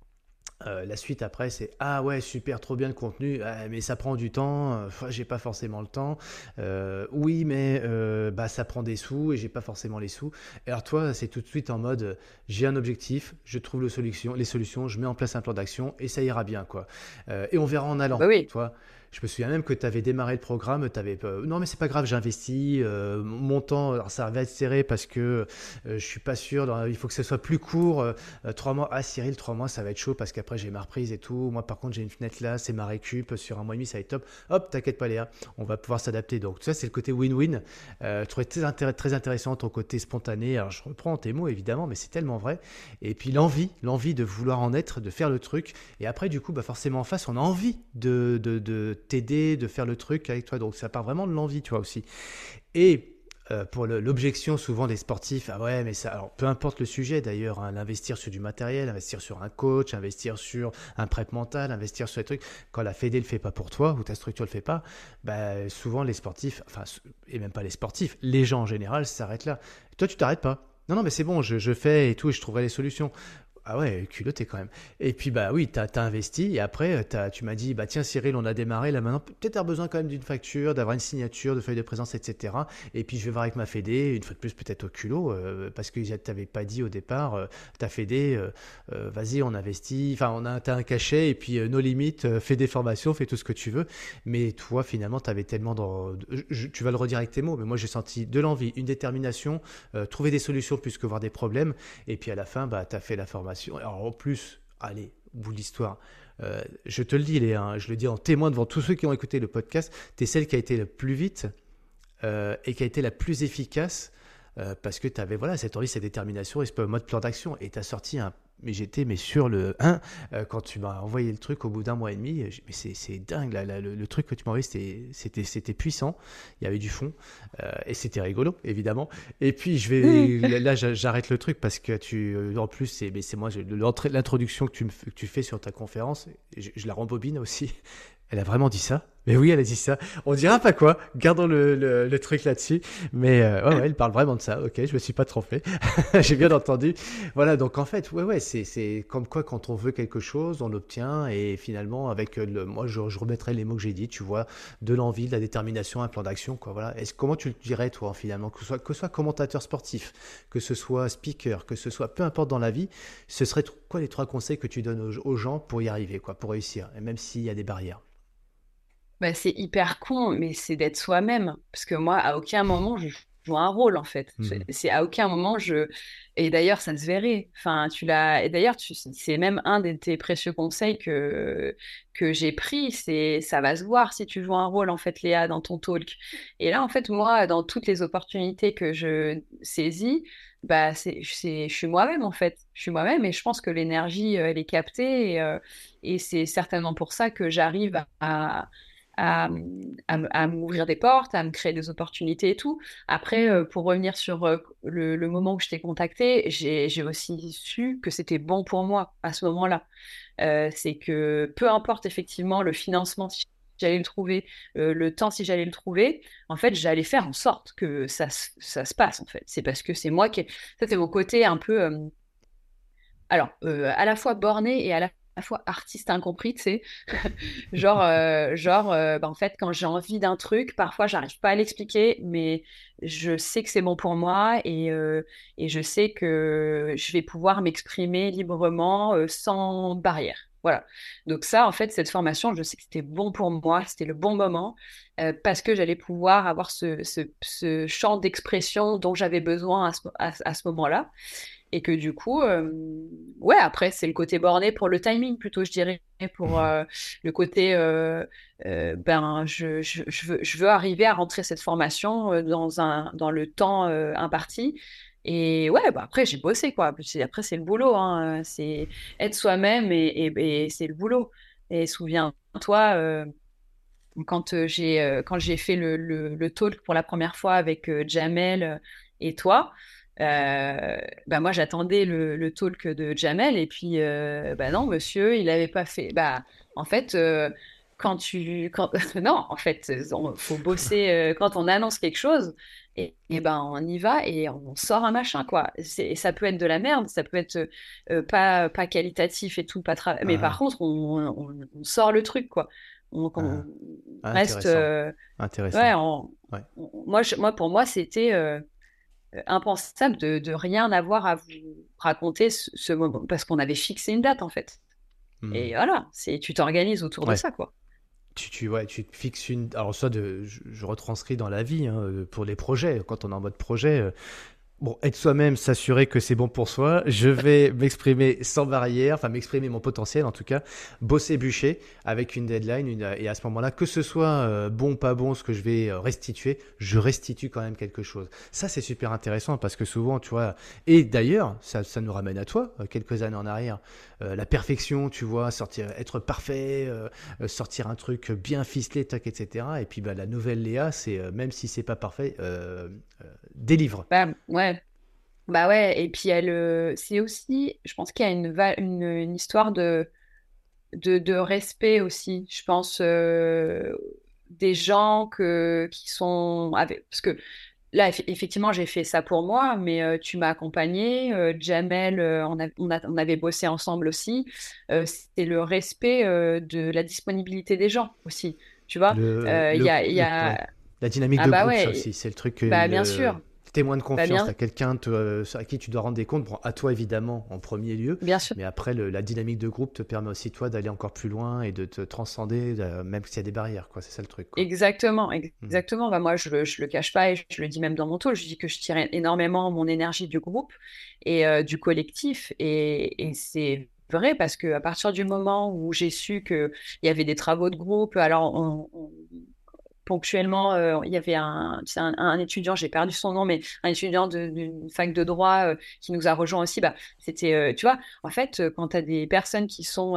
la suite après, c'est ah ouais, super, trop bien le contenu, mais ça prend du temps, j'ai pas forcément le temps. Oui, mais bah, ça prend des sous et j'ai pas forcément les sous. Et alors, toi, c'est tout de suite en mode j'ai un objectif, je trouve les solutions, je mets en place un plan d'action et ça ira bien, quoi. Et on verra en Ah allant, bah oui. toi. Je me souviens même que tu avais démarré le programme, tu avais non mais c'est pas grave, j'investis, mon temps, alors ça va être serré parce que je suis pas sûr, il faut que ce soit plus court, 3 mois. Ah Cyril, 3 mois, ça va être chaud parce qu'après j'ai ma reprise et tout. Moi par contre j'ai une fenêtre là, c'est ma récup. Sur un mois et demi, ça va être top. Hop, t'inquiète pas Léa, on va pouvoir s'adapter. Donc ça c'est le côté win-win. Je trouvais très intéressant ton côté spontané. Alors je reprends tes mots évidemment, mais c'est tellement vrai. Et puis l'envie de vouloir en être, de faire le truc. Et après du coup, bah forcément en face, on a envie de t'aider, de faire le truc avec toi. Donc ça part vraiment de l'envie, tu vois aussi. Et pour l'objection souvent des sportifs, ah ouais, mais ça, alors peu importe le sujet d'ailleurs, hein, l'investir sur du matériel, investir sur un coach, investir sur un prep mental, investir sur des trucs, quand la Fédé le fait pas pour toi ou ta structure le fait pas, bah, souvent les sportifs, enfin, et même pas les sportifs, les gens en général s'arrêtent là. Toi, tu t'arrêtes pas. Non, non, mais c'est bon, je fais et tout, et je trouverai les solutions. Ah ouais, culotté quand même. Et puis bah oui, t'as investi et après tu m'as dit bah tiens Cyril, on a démarré là maintenant, peut-être avoir besoin quand même d'une facture, d'avoir une signature, de feuille de présence, etc. Et puis je vais voir avec ma Fédé, une fois de plus peut-être au culot, parce que t'avais pas dit au départ, ta Fédé, vas-y on investit, enfin t'as un cachet et puis nos limites, fais des formations, fais tout ce que tu veux. Mais toi finalement t'avais tellement tu vas le redire avec tes mots, mais moi j'ai senti de l'envie, une détermination, trouver des solutions plus que voir des problèmes. Et puis à la fin, bah, tu as fait la formation. Alors en plus, allez, au bout de l'histoire, je te le dis, Léa, hein, je le dis en témoin devant tous ceux qui ont écouté le podcast, tu es celle qui a été le plus vite et qui a été la plus efficace parce que tu avais voilà, cette envie, cette détermination et ce mode plan d'action. Et tu as sorti un. Mais j'étais mais sur le 1 quand tu m'as envoyé le truc au bout d'un mois et demi. Mais c'est dingue, le truc que tu m'as envoyé, c'était puissant. Il y avait du fond et c'était rigolo, évidemment. Et puis là, j'arrête le truc parce que en plus, c'est moi, l'introduction que tu fais sur ta conférence, je la rembobine aussi. Elle a vraiment dit ça? Mais oui, elle a dit ça. On dira pas quoi. Gardons le truc là-dessus. Mais ouais, ouais, elle parle vraiment de ça. Ok, je me suis pas trompé. J'ai bien entendu. Voilà, donc en fait, ouais, c'est comme quoi quand on veut quelque chose, on l'obtient. Et finalement, avec moi, je remettrai les mots que j'ai dit, tu vois, de l'envie, de la détermination, un plan d'action, quoi. Voilà. Comment tu le dirais, toi, finalement, que ce soit commentateur sportif, que ce soit speaker, que ce soit peu importe dans la vie, ce serait quoi les 3 conseils que tu donnes aux gens pour y arriver, quoi, pour réussir, et même s'il y a des barrières? Bah, c'est hyper con, mais c'est d'être soi-même. Parce que moi, à aucun moment, je joue un rôle, en fait. Mhm. C'est à aucun moment, je... Et d'ailleurs, ça se verrait. Enfin, tu l'as... Et d'ailleurs, c'est même un de tes précieux conseils que j'ai pris. C'est ça va se voir si tu joues un rôle, en fait, Léa, dans ton talk. Et là, en fait, moi, dans toutes les opportunités que je saisis, bah, je suis moi-même, en fait. Je suis moi-même et je pense que l'énergie, elle est captée. Et c'est certainement pour ça que j'arrive à, à m'ouvrir des portes, à me créer des opportunités et tout. Après, pour revenir sur le moment où je t'ai contacté, j'ai aussi su que c'était bon pour moi à ce moment-là. C'est que peu importe effectivement le financement, si j'allais le trouver, le temps si j'allais le trouver, en fait, j'allais faire en sorte que ça se passe, en fait. C'est parce que c'est moi qui... Ça, c'est mon côté un peu... alors, à la fois borné et à la la fois artiste incompris, tu sais. En fait, quand j'ai envie d'un truc, parfois, j'arrive pas à l'expliquer, mais je sais que c'est bon pour moi et je sais que je vais pouvoir m'exprimer librement, sans barrière. Voilà. Donc ça, en fait, cette formation, je sais que c'était bon pour moi, c'était le bon moment, parce que j'allais pouvoir avoir ce champ d'expression dont j'avais besoin à ce moment-là. Et que du coup, ouais, après, c'est le côté borné pour le timing plutôt, je dirais, pour le côté, ben, je veux arriver à rentrer cette formation dans le temps imparti. Et ouais, bah après, j'ai bossé, quoi. Après, c'est le boulot, hein. C'est être soi-même et c'est le boulot. Et souviens-toi, quand j'ai fait le talk pour la première fois avec Jamel et toi, bah moi j'attendais le talk de Jamel et puis bah non monsieur il n'avait pas fait. Bah en fait non en fait faut bosser quand on annonce quelque chose et ben on y va et on sort un machin quoi. Et ça peut être de la merde, ça peut être pas qualitatif et tout, mais par Ah, contre on sort le truc quoi. On ah, ah, reste. intéressant. Ouais, Intéressant. Ouais. pour moi, c'était impensable de rien avoir à vous raconter ce moment, parce qu'on avait fixé une date, en fait. Hmm. Et voilà, tu t'organises autour de Ouais. ça, quoi. Ouais, tu te fixes une. Alors, ça, je retranscris dans la vie, hein, pour les projets. Quand on est en mode projet, bon, être soi-même, s'assurer que c'est bon pour soi. Je vais m'exprimer sans barrière, enfin m'exprimer mon potentiel en tout cas, bosser, bûcher avec une deadline. Et à ce moment-là, que ce soit bon, pas bon, ce que je vais restituer, je restitue quand même quelque chose. Ça, c'est super intéressant parce que souvent, tu vois, et d'ailleurs, ça nous ramène à toi, quelques années en arrière, la perfection, tu vois, sortir, être parfait, sortir un truc bien ficelé, tac, etc. Et puis bah, la nouvelle Léa, c'est même si c'est pas parfait, délivre. Bah, ouais. Bah ouais, et puis c'est aussi, je pense qu'il y a une histoire de respect aussi. Je pense des gens qui sont parce que là, effectivement, j'ai fait ça pour moi, mais tu m'as accompagné. Jamel, on avait bossé ensemble aussi. C'est le respect de la disponibilité des gens aussi. Tu vois, il y Ouais. a... La dynamique Ah de bah groupe, ça ouais, aussi, c'est le truc, bah bien sûr, témoin de bah confiance, tu as quelqu'un à qui tu dois rendre des comptes, bon, à toi évidemment en premier lieu, bien sûr. mais après la dynamique de groupe te permet aussi toi d'aller encore plus loin et de te transcender, même s'il y a des barrières, quoi, c'est ça le truc, quoi. Exactement, Hmm. exactement. Bah moi, je le cache pas et je le dis même dans mon talk. Je dis que je tire énormément mon énergie du groupe et du collectif. Et c'est vrai parce que à partir du moment où j'ai su qu'il y avait des travaux de groupe, alors ponctuellement, il y avait tu sais, un étudiant, j'ai perdu son nom, mais un étudiant d'une fac de droit qui nous a rejoint aussi. Bah, c'était, tu vois, en fait, quand tu as des personnes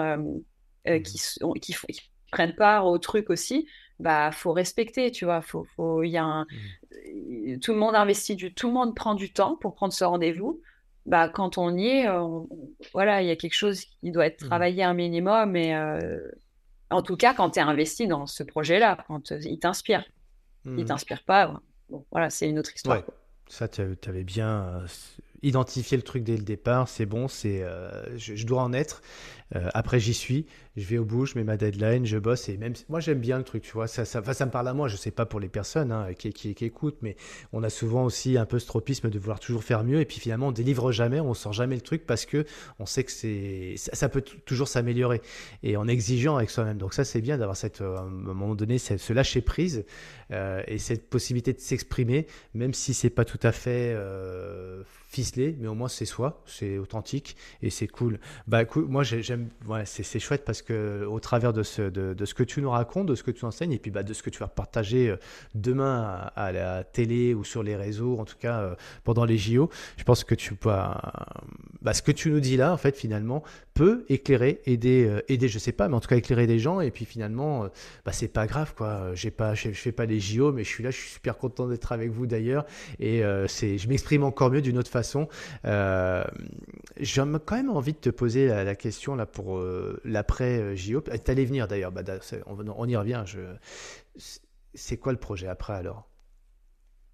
Mhm. qui prennent part au truc aussi, bah, faut respecter, tu vois. Il y a Mhm. tout le monde investit tout le monde prend du temps pour prendre ce rendez-vous. Bah, quand on y est, voilà, il y a quelque chose qui doit être Mhm. travaillé un minimum, mais en tout cas, quand tu es investi dans ce projet-là, quand il t'inspire. Il Mhm. t'inspire pas, ouais. Bon, voilà, c'est une autre histoire, Ouais, quoi. ça, tu avais bien identifié le truc dès le départ, c'est bon, je dois en être. Après, j'y suis, je vais au bout, je mets ma deadline, je bosse et même moi j'aime bien le truc, tu vois. Enfin, ça me parle à moi. Je sais pas pour les personnes hein, qui écoutent, mais on a souvent aussi un peu ce tropisme de vouloir toujours faire mieux et puis finalement on délivre jamais, on sort jamais le truc parce que on sait que ça peut toujours s'améliorer et en exigeant avec soi-même. Donc ça c'est bien d'avoir à un moment donné ce lâcher prise et cette possibilité de s'exprimer, même si c'est pas tout à fait ficelé, mais au moins c'est soi, c'est authentique et c'est cool. Bah écoute, moi j'aime, ouais, c'est chouette parce que au travers de ce que tu nous racontes, de ce que tu enseignes et puis bah, de ce que tu vas partager demain à la télé ou sur les réseaux, en tout cas pendant les JO, je pense que ce que tu nous dis là en fait finalement peut éclairer, aider, je sais pas, mais en tout cas éclairer des gens et puis finalement bah c'est pas grave quoi. Je fais pas les JO, mais je suis là, je suis super content d'être avec vous d'ailleurs et je m'exprime encore mieux d'une autre façon. Euh, j'ai quand même envie de te poser la question là pour l'après JO. T'allais venir d'ailleurs, bah, on y revient. C'est quoi le projet après alors?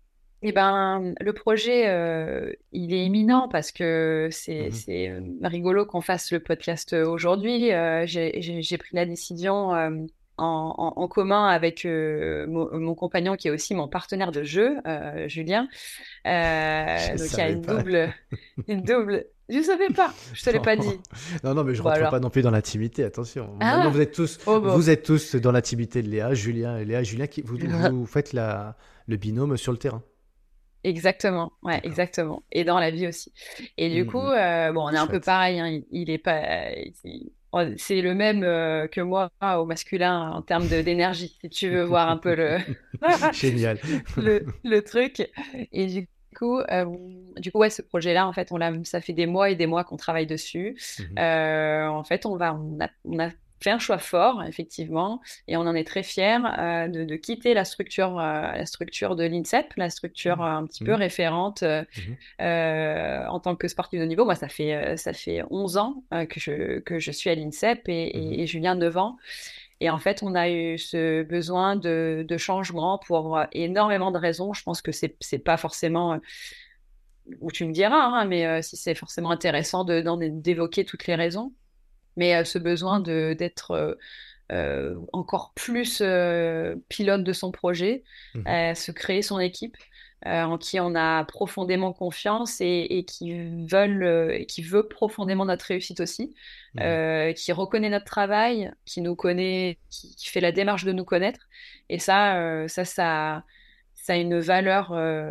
Eh ben, le projet, il est imminent parce que Mhm. c'est rigolo qu'on fasse le podcast aujourd'hui. J'ai pris la décision en commun avec mon compagnon qui est aussi mon partenaire de jeu, Julien. Je Donc il y a savais pas. une double. Je savais pas, je te l'ai Non, pas dit. non, non, mais je Bon rentre pas alors. non plus dans l'intimité, attention. Maintenant, Ah, oh bon. vous êtes tous dans l'intimité de Léa, Julien et Léa. Julien, vous faites le binôme sur le terrain. Exactement, ouais, D'accord. exactement. Et dans la vie aussi. Et du coup, Mhm. bon, on est un peu Chouette. pareil, hein, il est pas, c'est le même que moi au masculin en termes de d'énergie, si tu veux voir un peu Génial. le truc. Et du coup, ouais, ce projet-là, en fait, ça fait des mois et des mois qu'on travaille dessus. Mhm. En fait, on a fait un choix fort, effectivement, et on en est très fiers de quitter la structure de l'INSEP, la structure un petit peu Mhm. référente Mhm. en tant que sportif de niveau. Moi, ça fait 11 ans que je suis à l'INSEP Mhm. et Julien 9 ans. Et en fait, on a eu ce besoin de changement pour énormément de raisons. Je pense que c'est pas forcément, ou tu me diras, hein, mais si c'est forcément intéressant d'évoquer toutes les raisons. Mais ce besoin d'être encore plus pilote de son projet, Mhm. se créer son équipe en qui on a profondément confiance et qui veut profondément notre réussite aussi, Mhm. qui reconnaît notre travail, qui nous connaît, qui fait la démarche de nous connaître. Et ça a une valeur.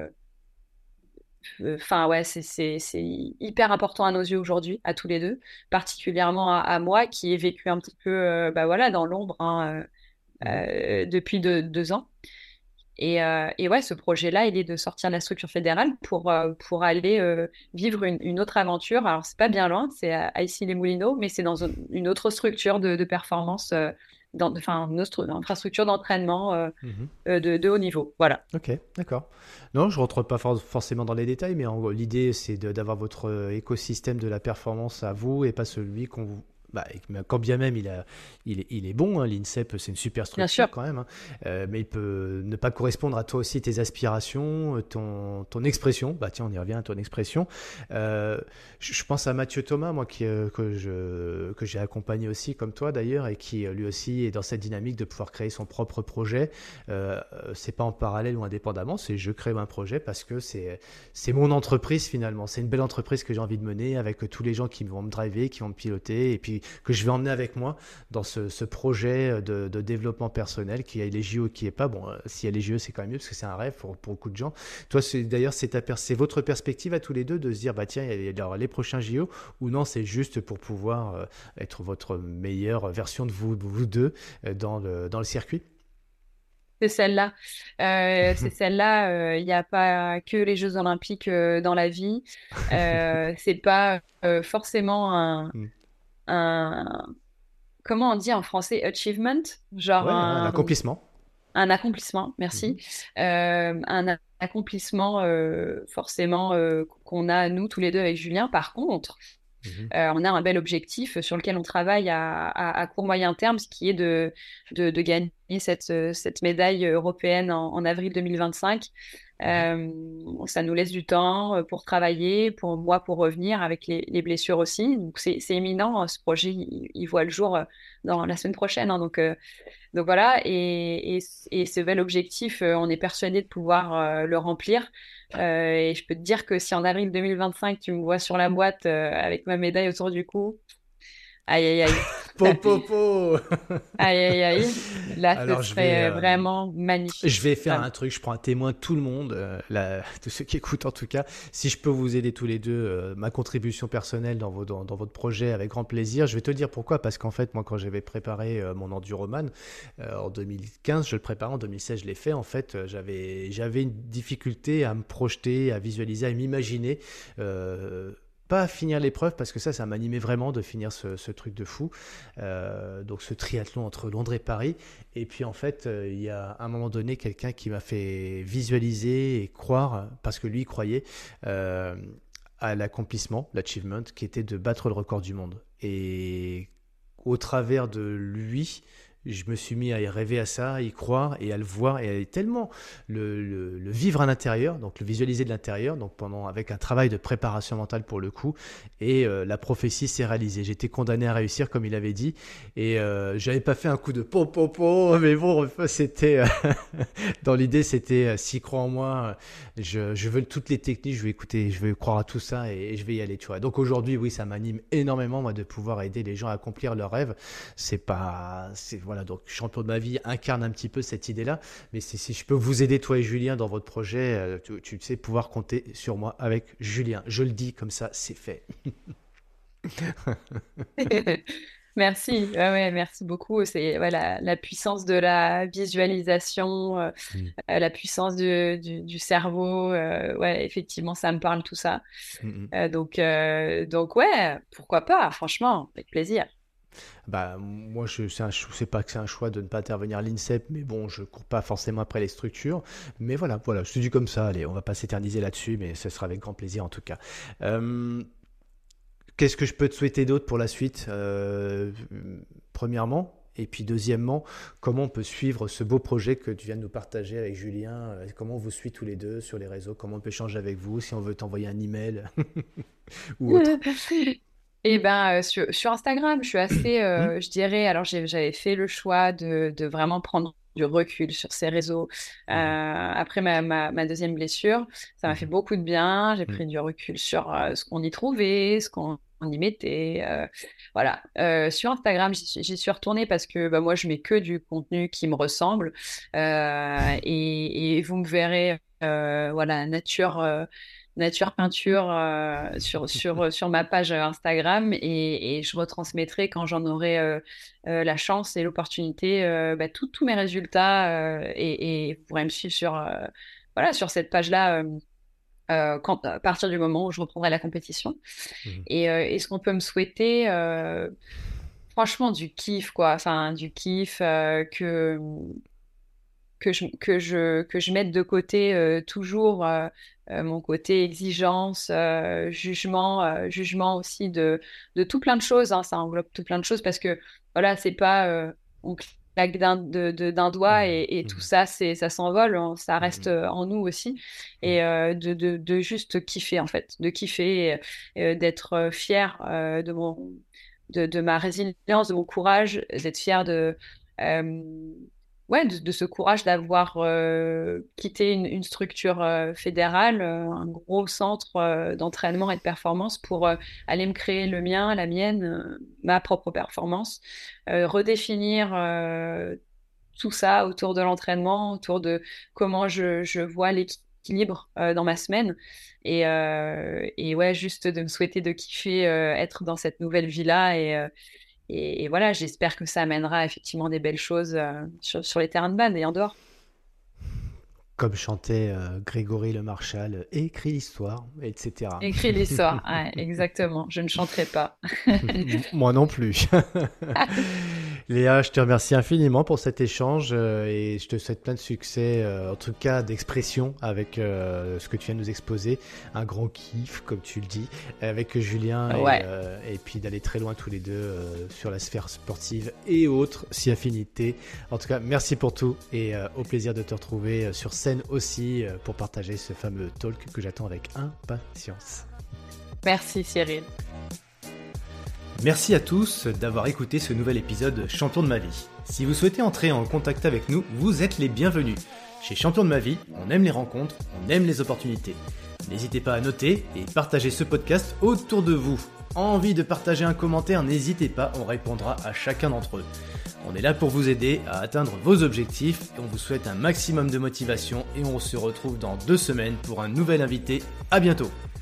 Enfin, ouais, c'est hyper important à nos yeux aujourd'hui, à tous les deux, particulièrement à moi qui ai vécu un petit peu, bah voilà, dans l'ombre, hein, Mhm. depuis 2 ans. Et ouais, ce projet-là, il est de sortir de la structure fédérale pour aller vivre une autre aventure. Alors, c'est pas bien loin, c'est à Issy-les-Moulineaux, mais c'est dans une autre structure de performance, enfin, une autre infrastructure d'entraînement Mhm. de haut niveau. Voilà. Ok, d'accord. Non, je rentre pas forcément dans les détails, mais l'idée c'est d'avoir votre écosystème de la performance à vous et pas celui qu'on vous. Bah, mais quand bien même il est bon, hein, l'INSEP c'est une super Bien structure sûr, quand même, hein, mais il peut ne pas correspondre à toi aussi, tes aspirations, ton expression. Bah tiens, on y revient à ton expression. Euh, je pense à Mathieu Thomas, moi que j'ai accompagné aussi comme toi d'ailleurs, et qui lui aussi est dans cette dynamique de pouvoir créer son propre projet. C'est pas en parallèle ou indépendamment, c'est je crée un projet parce que c'est mon entreprise finalement. C'est une belle entreprise que j'ai envie de mener avec tous les gens qui vont me driver, qui vont me piloter et puis que je vais emmener avec moi dans ce projet de développement personnel. Qui a les JO, qui est pas bon. S'il y a les JO, c'est quand même mieux parce que c'est un rêve pour beaucoup de gens. Toi, d'ailleurs, c'est votre perspective à tous les deux de se dire bah tiens, il y aura les prochains JO, ou non, c'est juste pour pouvoir être votre meilleure version de vous deux dans le circuit. c'est celle-là. C'est celle-là. Il n'y a pas que les Jeux Olympiques dans la vie. C'est pas forcément Hmm. un, comment on dit en français, achievement, genre Ouais, un accomplissement. un accomplissement, Mhm. merci. Un accomplissement forcément qu'on a nous tous les deux avec Julien. Par contre, Mhm. on a un bel objectif sur lequel on travaille à court moyen terme, ce qui est de gagner cette médaille européenne en avril 2025. Mhm. Ça nous laisse du temps pour travailler, pour moi pour revenir avec les blessures aussi. Donc c'est éminent, ce projet, il voit le jour dans la semaine prochaine, hein. Donc voilà, et ce bel objectif, on est persuadé de pouvoir le remplir. Et je peux te dire que si en avril 2025, tu me vois sur la boîte avec ma médaille autour du cou, aïe, aïe, aïe. Po, po, po. Aïe, aïe, aïe. Là, ce Alors serait vraiment je magnifique. vais faire un Vraiment. truc, je prends un témoin de tout le monde, tous ceux qui écoutent en tout cas. Si je peux vous aider tous les deux, ma contribution personnelle dans votre projet avec grand plaisir. Je vais te dire pourquoi, parce qu'en fait, moi quand j'avais préparé mon Enduroman en 2015, je le préparais en 2016, je l'ai fait. En fait, j'avais une difficulté à me projeter, à visualiser, à m'imaginer. Pas finir l'épreuve parce que ça m'animait vraiment de finir ce truc de fou. Donc ce triathlon entre Londres et Paris. Et puis en fait, il y a à un moment donné quelqu'un qui m'a fait visualiser et croire, parce que lui il croyait, euh, à l'accomplissement, l'achievement, qui était de battre le record du monde. Et au travers de lui, je me suis mis à y rêver à ça, à y croire et à le voir et à tellement le vivre à l'intérieur, donc le visualiser de l'intérieur, donc avec un travail de préparation mentale pour le coup, et la prophétie s'est réalisée. J'étais condamné à réussir comme il avait dit, et j'avais pas fait un coup de po, mais bon, c'était dans l'idée, c'était s'il croit en moi, je veux toutes les techniques, je vais écouter, je vais croire à tout ça et je vais y aller, tu vois. Donc aujourd'hui, oui, ça m'anime énormément moi de pouvoir aider les gens à accomplir leurs rêves. Voilà, donc champion de ma vie incarne un petit peu cette idée-là. Mais si je peux vous aider, toi et Julien, dans votre projet, tu sais pouvoir compter sur moi avec Julien. Je le dis comme ça, c'est fait. Merci, ouais, merci beaucoup. C'est voilà, la puissance de la visualisation, Mm, la puissance du cerveau. Ouais, effectivement, ça me parle tout ça. mm, mm. Donc ouais, pourquoi pas, franchement, avec plaisir. Bah, moi, c'est pas que c'est un choix de ne pas intervenir à l'INSEP, mais bon, je cours pas forcément après les structures. Mais voilà, je te dis comme ça, allez, on va pas s'éterniser là-dessus, mais ce sera avec grand plaisir en tout cas. Euh, Qu'est-ce que je peux te souhaiter d'autre pour la suite premièrement, et puis deuxièmement, comment on peut suivre ce beau projet que tu viens de nous partager avec Julien comment on vous suit tous les deux sur les réseaux, comment on peut échanger avec vous, si on veut t'envoyer un email ou autre. Et ben sur Instagram, je suis assez, Hmm. je dirais, alors j'avais fait le choix de vraiment prendre du recul sur ces réseaux. Mhm, Après ma deuxième blessure, ça m'a fait mhm, beaucoup de bien. J'ai mhm, pris du recul sur ce qu'on y trouvait, ce qu'on y mettait. Voilà. Sur Instagram, j'y suis retournée parce que bah, moi, je mets que du contenu qui me ressemble. Et vous me verrez, voilà, nature peinture sur ma page Instagram et je retransmettrai quand j'en aurai la chance et l'opportunité bah, tous mes résultats et vous pourrez me suivre voilà, sur cette page-là à partir du moment où je reprendrai la compétition. mhm. Et ce qu'on peut me souhaiter, franchement, du kiff, quoi. Enfin, du kiff que je mette de côté toujours mon côté exigence, jugement aussi de tout plein de choses. Hein, ça englobe tout plein de choses parce que voilà, c'est pas on claque d'un doigt Mhm, et tout mhm, ça, ça s'envole, ça reste mhm, en nous aussi. mhm. Et de juste kiffer en fait, de kiffer, d'être fier de ma résilience, de mon courage, d'être fier euh, ouais, de ce courage d'avoir quitté une structure fédérale, un gros centre d'entraînement et de performance pour aller me créer le mien, la mienne, ma propre performance, redéfinir tout ça autour de l'entraînement, autour de comment je vois l'équilibre dans ma semaine. Et ouais, juste de me souhaiter de kiffer être dans cette nouvelle vie-là et voilà, j'espère que ça amènera effectivement des belles choses sur les terrains de bad et en dehors. Comme chantait Grégory Le Marchal, écrit l'histoire, etc. Écris l'histoire, ouais, exactement. Je ne chanterai pas. Moi non plus. Léa, je te remercie infiniment pour cet échange et je te souhaite plein de succès, en tout cas d'expression avec ce que tu viens de nous exposer. Un grand kiff, comme tu le dis, avec Julien Ouais, et puis d'aller très loin tous les deux sur la sphère sportive et autres, si affinité. En tout cas, merci pour tout et au plaisir de te retrouver sur scène aussi pour partager ce fameux talk que j'attends avec impatience. merci Cyril. Merci à tous d'avoir écouté ce nouvel épisode Champion de ma vie. Si vous souhaitez entrer en contact avec nous, vous êtes les bienvenus. Chez Champion de ma vie, on aime les rencontres, on aime les opportunités. N'hésitez pas à noter et partager ce podcast autour de vous. Envie de partager un commentaire, n'hésitez pas, on répondra à chacun d'entre eux. On est là pour vous aider à atteindre vos objectifs et on vous souhaite un maximum de motivation et on se retrouve dans 2 semaines pour un nouvel invité. À bientôt.